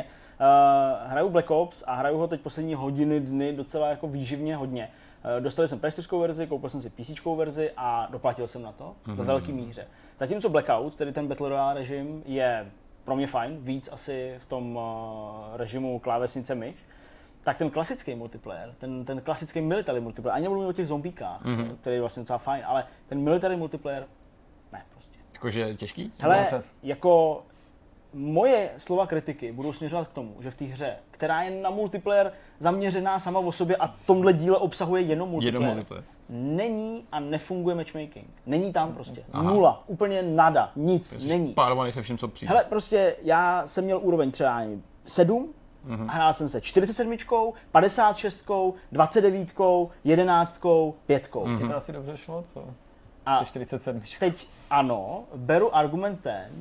uh, hraju Black Ops a hraju ho teď poslední hodiny, dny docela jako výživně hodně. Dostal jsem P čtyři verzi, koupil jsem si P C verzi a doplatil jsem na to mm-hmm. ve velké míře. Zatímco Blackout, tedy ten Battle Royale režim, je pro mě fajn, víc asi v tom uh, režimu klávesnice myš, tak ten klasický multiplayer, ten, ten klasický military multiplayer, ani nemluvím o těch zombíkách, mm-hmm. který je vlastně docela fajn, ale ten military multiplayer, ne prostě. Jakože těžký? Hele, jako moje slova kritiky budou směřovat k tomu, že v té hře, která je na multiplayer zaměřená sama o sobě a tomhle díle obsahuje jenom multiplayer, jenom multiplayer. není a nefunguje matchmaking. Není tam prostě. Aha. Nula. Úplně nada. Nic. Jsi není. Párovaný se vším, co přijde. Hele, prostě já jsem měl úroveň třeba sedm, mm-hmm. a hrál jsem se čtyřicet sedm, padesát šest, dvacet devět, jedenáct, pět. Mm-hmm. To asi dobře šlo, co? A čtyřicet sedm. Teď ano, beru argument ten,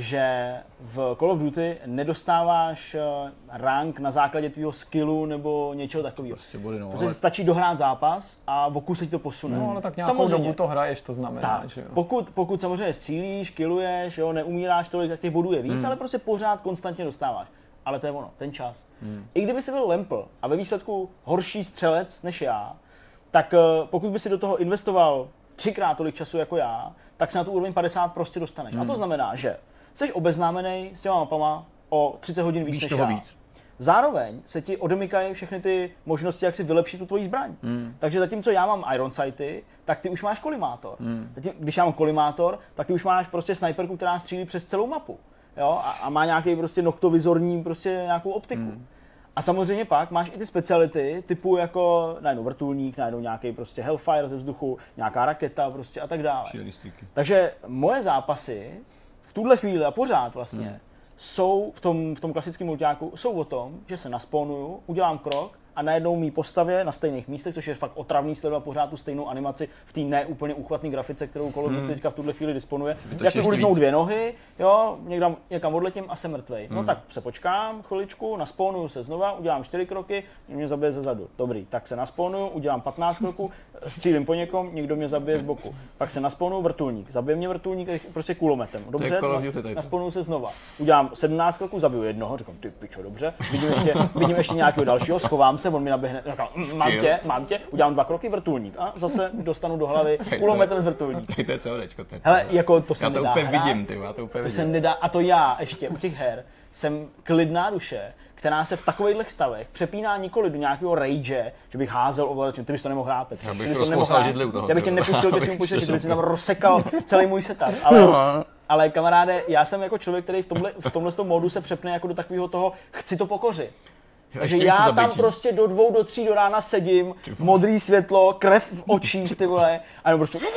že v Call of Duty nedostáváš rank na základě tvýho skillu nebo něčeho takového. Prostě, no, prostě ale... stačí dohrát zápas a v oku se ti to posune. No ale tak nějakou samozřejmě dobu to hraješ, to znamená, tak, že jo. Pokud, pokud samozřejmě střílíš, killuješ, jo, neumíráš tolik, tak těch bodů je víc, hmm. ale prostě pořád konstantně dostáváš. Ale to je ono, ten čas. Hmm. I kdyby si byl lempl a ve výsledku horší střelec než já, tak pokud by si do toho investoval třikrát tolik času jako já, tak se na tu úroveň padesát prostě dostaneš. Hmm. A to znamená, že jsi obeznámený s těma mapama o třicet hodin víc než já. Víc. Zároveň se ti odemykají všechny ty možnosti, jak si vylepšit tu tvoji zbraň. Hmm. Takže zatímco já mám Iron Sighty, tak ty už máš kolimátor. Hmm. Zatím, když já mám kolimátor, tak ty už máš prostě snajperku, která střílí přes celou mapu. Jo? A, a má nějaký prostě noktovizorní prostě nějakou optiku. Hmm. A samozřejmě pak máš i ty speciality typu jako najednou vrtulník, najednou nějaký prostě Hellfire ze vzduchu, nějaká raketa prostě a tak dále. Takže moje zápasy v tuhle chvíli a pořád vlastně hmm. jsou v tom, v tom klasickém multiáku, jsou o tom, že se naspawnuju, udělám krok a najednou mý postavě na stejných místech, což je fakt otravný sledovat pořád tu stejnou animaci v té neúplně úchvatné grafice, kterou Call of Duty hmm. teďka v tuhle chvíli disponuje. Jak mi ulítnou dvě nohy, jo, někam, někam odletím a jsem mrtvej. Hmm. No tak se počkám chviličku, naspawnuju se znova, udělám čtyři kroky, mě zabije ze zadu. Dobrý, tak se naspawnuju, udělám patnáct kroků, střílím po někom, někdo mě zabije z boku. Pak se naspawnuju vrtulník, zabije mě vrtulník prostě kulometem. Dobře, naspawnuju se znova. Udělám sedmnáct kroků, zabiju jednoho, říkám ty pičo, dobře. Vidím ještě, vidím ještě nějakého dalšího, schovám se zase on mi naběhne, říkám, mám tě, mám tě, udělám dva kroky vrtulník a zase dostanu do hlavy kulometr z vrtulník. Tady to je CODčko. Ten. Hele, jako to se já to nedá úplně hrát. vidím, ty, já to úplně To vidím. se nedá, a to já ještě u těch her jsem klidná duše, která se v takových stavech přepíná nikoli do nějakého rage, že bych házel ovladačem, ty bys to nemohl hrát, Petře. Já bych Ty bys to rozkousal nemohl hrát. židli u toho, Já bych tě ty nepustil ke vole. svým počítači, Abych ty bys mi to tam rozsekal celý můj setup. Ale, ale kamaráde, já jsem jako člověk, který v tomhle, v tomhle tom módu se přepne jako do takového toho, chci to pokořit. Takže ještě já víc tam zabejčí. prostě do dvou, do tří do rána sedím, modrý světlo, krev v očích, ty vole, a jenom prostě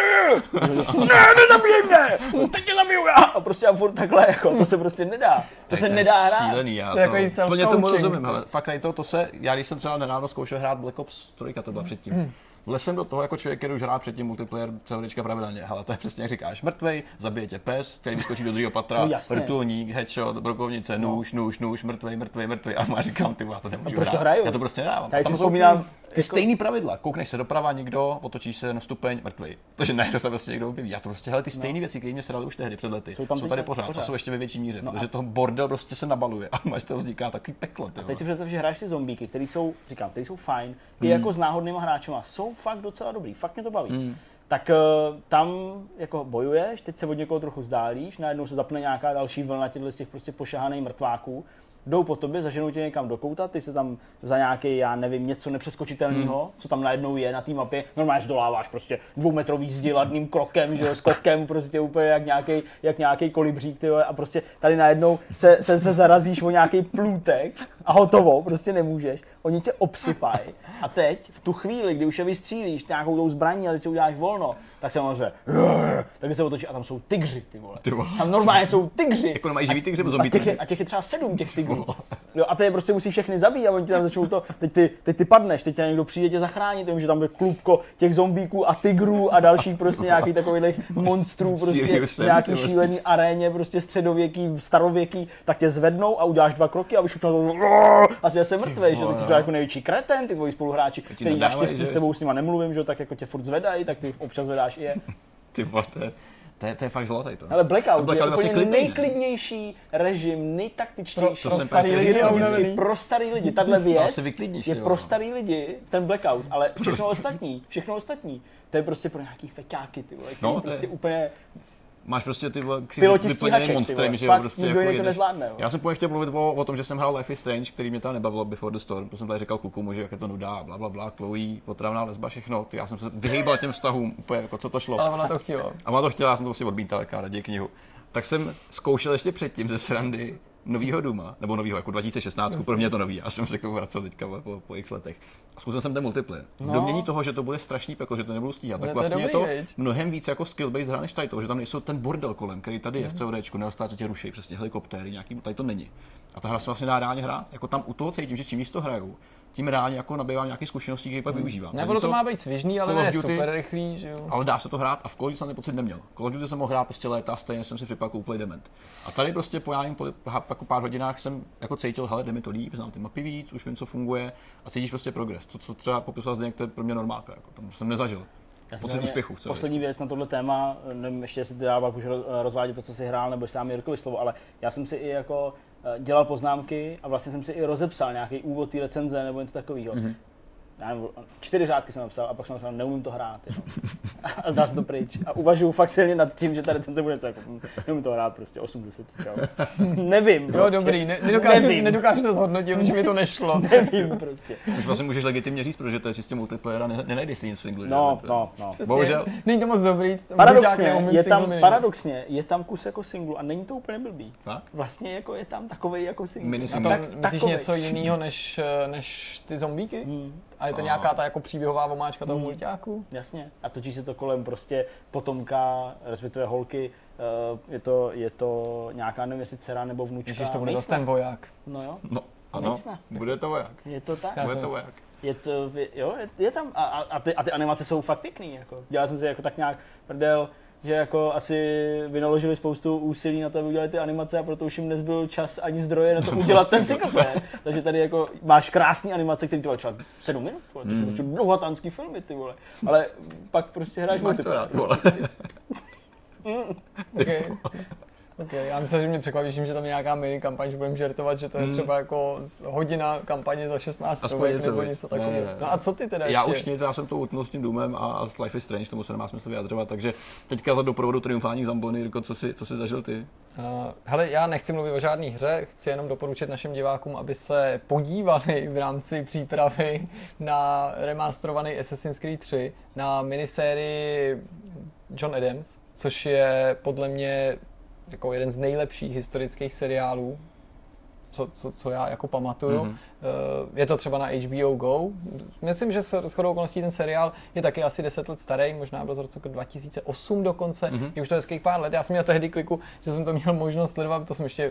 ne, nezabijej mě, teď tě zabiju já. A prostě a furt takhle, jako, to se prostě nedá. To se je nedá hrát. Šílený, já To je takový to, plně tomu self-coaching. rozumím, hele. Fakt tady to, to se, já když jsem třeba nedávno zkoušel hrát Black Ops tři, to byla předtím. Hmm. Vlez jsem do toho jako člověk, který už hrál předtím multiplayer CODčka pravidelně. Hele, to je přesně jak říkáš, mrtvej, zabije tě pes, který vyskočí do druhého patra, No jasně. vrtulník, headshot, brokovnice, nůž, nůž, nůž, mrtvej, mrtvej, mvrtvej. A já říkám, ty vole, já to nemůžu proč to hrát. hraju? Já to prostě nedávám. Tady Tam si jsou vzpomínám, ty jako- stejný pravidla. Koukneš se doprava někdo, otočíš se na stupeň, mrtvej. Takže najednou se prostě někdo objeví. Já to prostě, hele, ty stejné věci, které mě se daly už tehdy před lety, Jsou jsou, tam jsou teď tady tak pořád, pořád. a jsou ještě ve větší míře, No a- protože toho bordel prostě se nabaluje a máš to vzniká takový peklo. Ty Teď vole. si představ, že hraješ ty zombíky, které jsou, říkám, které jsou fajn, i jako s náhodnýma hráčema, jsou fakt docela dobrý, fakt mě to baví. Hmm. Tak uh, tam jako bojuješ, teď se od někoho trochu vzdálíš, najednou se zapne nějaká další vlna těchto z těch prostě pošahaných mrtváků, jdou po tobě, zaženou tě někam do kouta, ty se tam za nějaký, já nevím, něco nepřeskočitelného, hmm. co tam najednou je na té mapě, normálně zdoláváš prostě dvoumetrový zdi ladným krokem, že jo, skokem, prostě úplně jak nějaký, jak nějaký kolibřík, ty vole, a prostě tady najednou se, se, se zarazíš o nějaký plůtek a hotovo, prostě nemůžeš, oni tě obsypají a teď, v tu chvíli, kdy už je vystřílíš nějakou tou zbraní a teď si uděláš volno, tak se samozřejmě, tak se otočí a tam jsou tygři, ty vole. Ty vole. Tam normálně jsou tygři. Jako mají živý tygři nebo A zombie těch, je, tygři? a těch je třeba sedm těch tygrů. Jo, a ty je prostě musí všechny zabít a oni ti tam začnou to, teď ty, teď ty padneš, teď tě někdo přijde tě zachránit, že tam je klubko těch zombíků a tigrů a dalších prostě nějakých takových monstrů, prostě Serious v Sam, nějaký ty vole. šílený aréně, prostě středověký, starověký, tak tě zvednou a uděláš dva kroky a vyšuknou to, asi jsem mrtvej, že teď si třeba jako největší kreten, ty tvoji spoluhráči, ti který nadávají, naštěstí že? s tebou s nima nemluvím, že jo, tak jako tě furt zvedají, tak ty občas zvedáš i je. Ty vole, to je, to je, to je fakt zlatý to. Ale Blackout, To Blackout je je vlastně úplně klidný, ne? nejklidnější režim, nejtaktičtější. To Pro jsem starý právě lidi chtěl a říct. unavený. Pro starý lidi, tahle To věc asi vyklidníš, je jo. pro starý lidi ten Blackout, ale všechno ostatní, všechno ostatní, to je prostě pro nějaký feťáky, ty vole, No, no, to je- prostě úplně, Máš prostě ty vole, ksi- Piloti vyplněný stíhaček, ty monstrem, vole. že jo, Fakt prostě nikdo jiný to jedeš. nezvládne, jo. Já jsem půjde chtěl mluvit o, o, tom, že jsem hrál Life is Strange, který mě tam nebavilo Before the Storm, to jsem tady říkal klukům, že jak je to nudá, bla bla bla, Chloe, potravná lesba, všechno. Ty, já jsem se vyhýbal těm vztahům, úplně jako co to šlo. Ale ona to chtěla. A ona to chtěla, já jsem to si odmítal, jaká raději knihu. Tak jsem zkoušel ještě předtím ze srandy novýho Duma, nebo novýho, jako dva tisíce šestnáct, pro mě je to nový, já jsem se k tomu vracel teďka po, po x letech. A zkusil jsem ten multiplayer. V No. domění toho, že to bude strašný peklo, že to nebudu stíhat, tak No, to je vlastně je dobrý, to viď? mnohem víc jako skill-based hra než tady to, že tam nejsou ten bordel kolem, který tady je v CODčku, neustále tě ruší, přesně helikoptéry, nějaký, tady to není. A ta hra se vlastně dá reálně hrát, jako tam u toho cítím, že čím víc to hraju, tím reálně jako nabývám nějaké zkušenosti, které pak využívám. Nebo to Zatímco- má být svižný, ale Call of ne Duty- super rychlý, že jo. ale dá se to hrát a v Call of Duty jsem ten pocit neměl. Call of Duty jsem mohl hrát prostě léta, stejně jsem si připadal jako úplný dement. A tady prostě po nějakým po, jako pár hodinách jsem jako cítil, hele, jde mi to líp, znám ty mapy víc, už vím, co funguje a cítíš prostě progres. To, co třeba popisoval Zdeněk, to je pro mě normálka, jako, to jsem nezažil. Já jsem Pocit hlavně- úspěchu. Co Poslední věc na tohle téma, nevím ještě, jestli ty dál pak už rozvádět to, co jsi hrál, nebo jestli dám Jirkovi slovo, ale já jsem si i jako eh, dělal poznámky a vlastně jsem si i rozepsal nějaký úvod té recenze nebo něco takového. Mm-hmm. Já nevím, čtyři řádky jsem napsal a pak jsem napsal, neumím to hrát, jenom. A zdá se to pryč. A uvažuji fakt silně nad tím, že ta recenze bude něco jako, hm, neumím to hrát, prostě osm deset, čau. Nevím Jo, prostě. dobrý, ne, nedokážu, Nevím. nedokážu to zhodnotit, protože mi to nešlo. Nevím prostě. Už vlastně můžeš legitimně říct, protože to je čistě multiplayer a ne, nenajdeš si nic v singlu. že? No, To- no, no. Přesně. Bohužel. Není to moc dobrý. Paradoxně buďák neumím je, single tam, mini. paradoxně je tam kus jako singlu a není to úplně blbý. Fakt? Vlastně jako je tam takovej jako single. Mini A single. to Tak- myslíš takovej. něco jiného než, než ty zombíky? Hmm. A je to A. nějaká ta jako příběhová omáčka toho Hmm. mulťáku? Jasně. A točí se to kolem prostě potomka, respektive holky. Uh, je, to, je to nějaká, nevím jestli dcera nebo vnučka. Ježiš, to bude zase Nejsem. ten voják. No jo, No, ano, Nejsna. bude to voják. je to tak. Já Bude jsem- to voják. Je to, jo, je, je tam, a, a, a, ty, a ty animace jsou fakt pěkný, jako. Dělal jsem si jako tak nějak prdel, že jako asi vynaložili spoustu úsilí na to, aby udělali ty animace a proto už jim nezbyl čas ani zdroje na to udělat ten single player. Takže tady jako máš krásný animace, který trvají třeba sedm minut, vole, to jsou prostě dlouhatánský filmy, ty vole. Ale pak prostě hraješ Máš to multiplayer. rád, vole. Okay. Okay, já myslím, že mě překvapí, že tam je nějaká mini kampaň, že budeme žertovat, že to je třeba jako hodina kampaně za šestnáct stovek nebo něco takového. No a co ty teda Já ještě? už nic, já jsem to utnul s tím Doomem a, a s Life is Strange, tomu se nemá smysl vyjadřovat, takže teďka za doprovodu triumfální Zambony, Jirko, co jsi, co jsi zažil ty? Uh, hele, já nechci mluvit o žádný hře, chci jenom doporučit našim divákům, aby se podívali v rámci přípravy na remasterovaný Assassin's Creed tři, na minisérii John Adams, což je podle mě jako jeden z nejlepších historických seriálů, co, co, co já jako pamatuju. Mm-hmm. Je to třeba na H B O Go. Myslím, že s shodou okolností ten seriál je taky asi deset let starý, možná byl z roku dva tisíce osm dokonce. Mm-hmm. Je už to hezkých pár let. Já jsem měl tehdy kliku, že jsem to měl možnost sledovat, to jsem ještě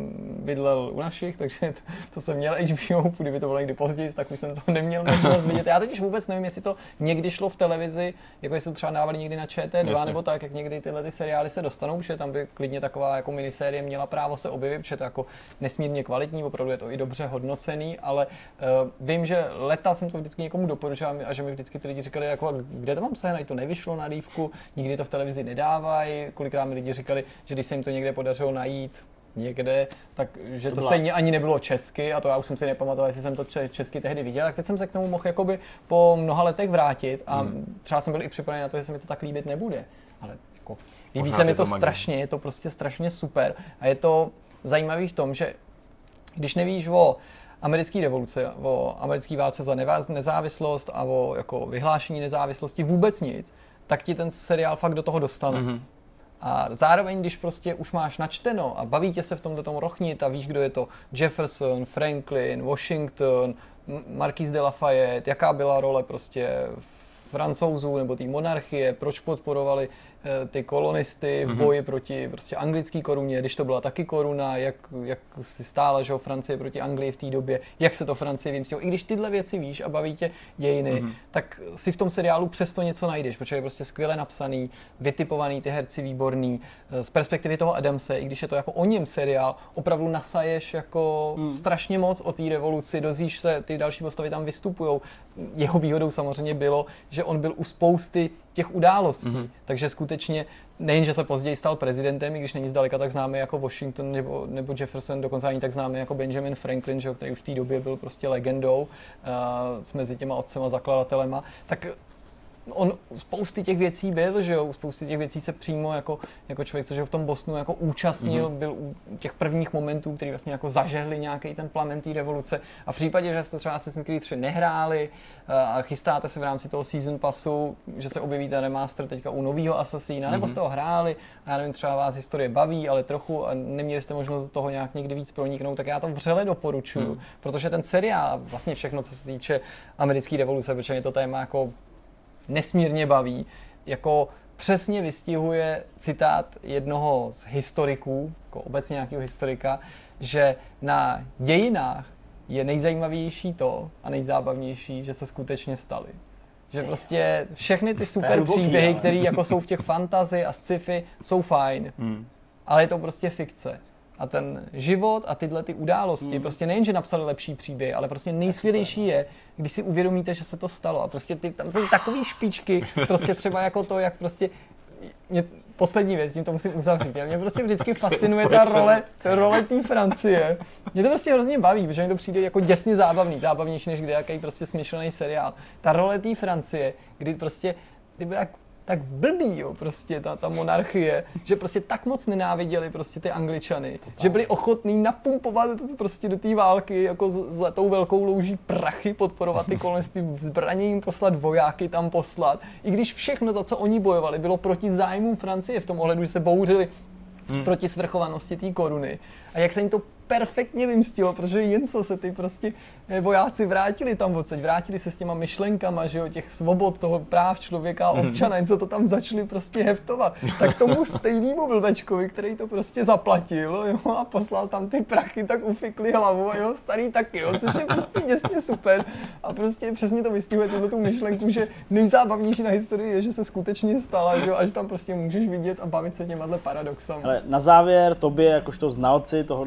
bydlel u našich, takže to, to jsem měl H B O, kdyby to bylo někdy později, tak už jsem to neměl možnost vidět. Já totiž vůbec nevím, jestli to někdy šlo v televizi, jako jestli to třeba dávali někdy na Č T dva, Jasně. nebo tak, jak někdy tyhle ty seriály se dostanou, protože tam by klidně taková jako minisérie měla právo se objevit, protože to jako nesmírně kvalitní, opravdu je to i dobře hodnocený, ale uh, vím, že leta jsem to vždycky někomu doporučoval a že mi vždycky ty lidi říkali, jako, kde to mám sehnat, to nevyšlo na dívku, nikdy to v televizi nedávají, kolikrát mi lidi říkali, že když se jim to někde podařilo najít někde, tak že to, to stejně ani nebylo česky a to já už jsem si nepamatoval, jestli jsem to česky tehdy viděl, tak teď jsem se k tomu mohl jakoby po mnoha letech vrátit a hmm. třeba jsem byl i připravený na to, že se mi to tak líbit nebude, ale jako líbí Možná se mi to, to strašně, je to prostě strašně super a je to zajímavý v tom, že když nevíš o americké revoluci, o americké válce za nezávislost a o jako vyhlášení nezávislosti vůbec nic, tak ti ten seriál fakt do toho dostane. Mm-hmm. A zároveň, když prostě už máš načteno a baví tě se v tomto tomu rochnit a víš, kdo je to Jefferson, Franklin, Washington, Marquis de Lafayette, jaká byla role prostě Francouzů nebo té monarchie, proč podporovali ty kolonisty v boji mm-hmm. proti prostě anglické koruně, když to byla taky koruna, jak, jak si stála, že Francie proti Anglii v té době, jak se to Francie vymstilo. I když tyhle věci víš a baví tě dějiny, mm-hmm. tak si v tom seriálu přesto něco najdeš, protože je prostě skvěle napsaný, vytipovaný, ty herci výborný. Z perspektivy toho Adamse, i když je to jako o něm seriál, opravdu nasaješ jako mm. strašně moc o té revoluci, dozvíš se, ty další postavy tam vystupujou. Jeho výhodou samozřejmě bylo, že on byl u spousty těch událostí, mm-hmm. takže skutečně nejen, že se později stal prezidentem, i když není zdaleka tak známý jako Washington nebo, nebo Jefferson, dokonce ani tak známý jako Benjamin Franklin, že, který už v té době byl prostě legendou uh, s mezi těma otcema zakladatelema, tak on spousty těch věcí byl, že jo, spousty těch věcí se přímo jako, jako člověk, což v tom Bostonu jako účastnil, mm-hmm. byl u těch prvních momentů, který vlastně jako zažehli nějaký ten plamen té revoluce. A v případě, že jste třeba Assassin's Creed tři nehráli a chystáte se v rámci toho season passu, že se objeví ten remaster teďka u nového Assassina, mm-hmm. nebo jste ho hráli a já nevím, třeba vás historie baví, ale trochu a neměli jste možnost do toho nějak někdy víc proniknout, tak já to vřele doporučuju, mm. protože ten seriál, vlastně všechno, co se týče americké revoluce, protože mě to téma jako nesmírně baví, jako přesně vystihuje citát jednoho z historiků, jako obecně nějakého historika, že na dějinách je nejzajímavější to a nejzábavnější, že se skutečně staly. Že prostě všechny ty super příběhy, které jako jsou v těch fantasy a sci-fi, jsou fajn, hmm. ale je to prostě fikce. A ten život a tyhle ty události, mm. prostě nejen, že napsali lepší příběh, ale prostě nejskvělejší je, když si uvědomíte, že se to stalo. A prostě ty, tam jsou takové špičky, prostě třeba jako to, jak prostě... Mě, poslední věc, tím to musím uzavřít. A mě prostě vždycky fascinuje ta role, role té Francie. Mě to prostě hrozně baví, protože mi to přijde jako děsně zábavný, zábavnější než kdejaký prostě smyšlený seriál. Ta role té Francie, kdy prostě ty jak tak blbý, jo, prostě ta, ta monarchie, že prostě tak moc nenáviděli prostě ty Angličany, Total. že byli ochotní napumpovat prostě do té války jako za tou velkou louží prachy, podporovat ty kolonisty, zbraně jim poslat, vojáky tam poslat, i když všechno, za co oni bojovali, bylo proti zájmům Francie v tom ohledu, že se bouřili hmm. proti svrchovanosti té koruny. A jak se jim to perfektně vymstilo, protože jen co se ty prostě vojáci vrátili tam odsaď, vrátili se s těma myšlenkama, že jo, těch svobod, toho práv člověka a občana, jen co to tam začali prostě heftovat, tak tomu stejnému blbečkovi, který to prostě zaplatil, jo, a poslal tam ty prachy, tak ufikli hlavu a jeho starý taky, jo, což je prostě děsně super a prostě přesně to vystihuje tuhle tu myšlenku, že nejzábavnější na historii je, že se skutečně stala, že jo, a že tam prostě můžeš vidět a bavit se těma paradoxama. Ale na závěr tobě, jakožto znalci tohohle konfliktu,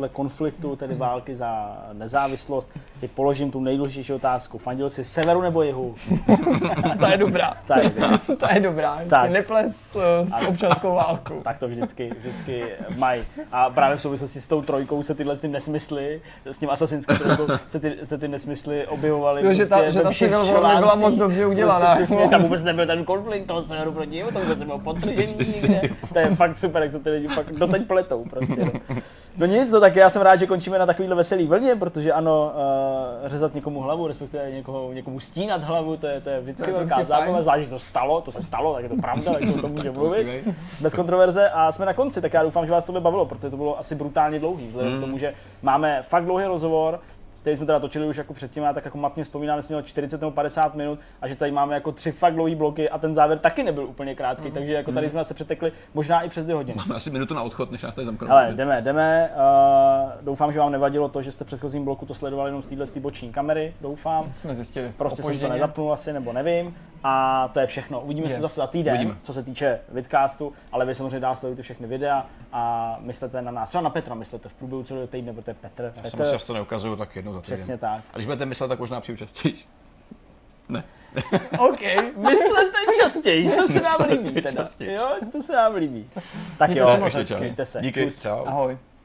konfliktu, tedy války za nezávislost. Teď položím tu nejdůležitější otázku. Fandil jsi severu nebo jihu? To je dobrá. Tak, To je dobrá. Vždycky Tak. neples uh, s občanskou válkou. tak to vždycky, vždycky mají. A právě v souvislosti s tou trojkou se tyhle ty nesmysly, s tím asasínským trojkou, se ty, se ty nesmysly objevovaly. Jo, že ta- prostě že ve ta všech Civil War nebyla článcích. moc dobře udělaná. Prostě přesně, tam vůbec nebyl ten konflikt toho severu proti jihu, to vůbec nebylo podtržení nikde. To je fakt super, jak to ty lidi fakt doteď pletou prostě. No. No nic, no tak já jsem rád, že končíme na takovýhle veselý vlně, protože ano, uh, řezat někomu hlavu, respektive někoho, někomu stínat hlavu, to je, to je vždycky To je velká prostě zábava, fajn. zvlášť, že to stalo, to se stalo, tak je to pravda, tak se o tom může to mluvit. musí být. Bez kontroverze a jsme na konci, tak já doufám, že vás to bavilo, protože to bylo asi brutálně dlouhý, vzhledem Mm. k tomu, že máme fakt dlouhý rozhovor, který jsme teda točili už jako předtím, já tak jako matně vzpomínám, že jsme měli čtyřicet nebo padesát minut a že tady máme jako tři fakt dlouhý bloky a ten závěr taky nebyl úplně krátký, takže jako tady jsme se přetekli možná i přes dvě hodiny. Máme asi minutu na odchod, než nás tady zamknou. Ale jdeme, jdeme. Uh, doufám, že vám nevadilo to, že jste v předchozím bloku to sledovali jenom z téhle boční kamery, doufám. Jsme zjistili Prostě jsem to opožděně. nezapnul asi, nebo nevím. A to je všechno. Uvidíme Je. se zase za týden, Uvidíme. co se týče vidcastu, ale vy samozřejmě dál sledujte všechny videa a myslete na nás. Třeba na Petra myslete v průběhu celého týdne, protože Petr, Já se Petr moc často neukazuju, tak jednou za týden. přesně tak. A když budete myslet, tak možná přijdu častěji. Ne. OK, Myslete častěji, to se nám líbí Myslete teda. častěji. Jo, to se nám líbí. Tak Mějte jo, se moc hezky. mějte se. Díky, Čus. čau. ahoj.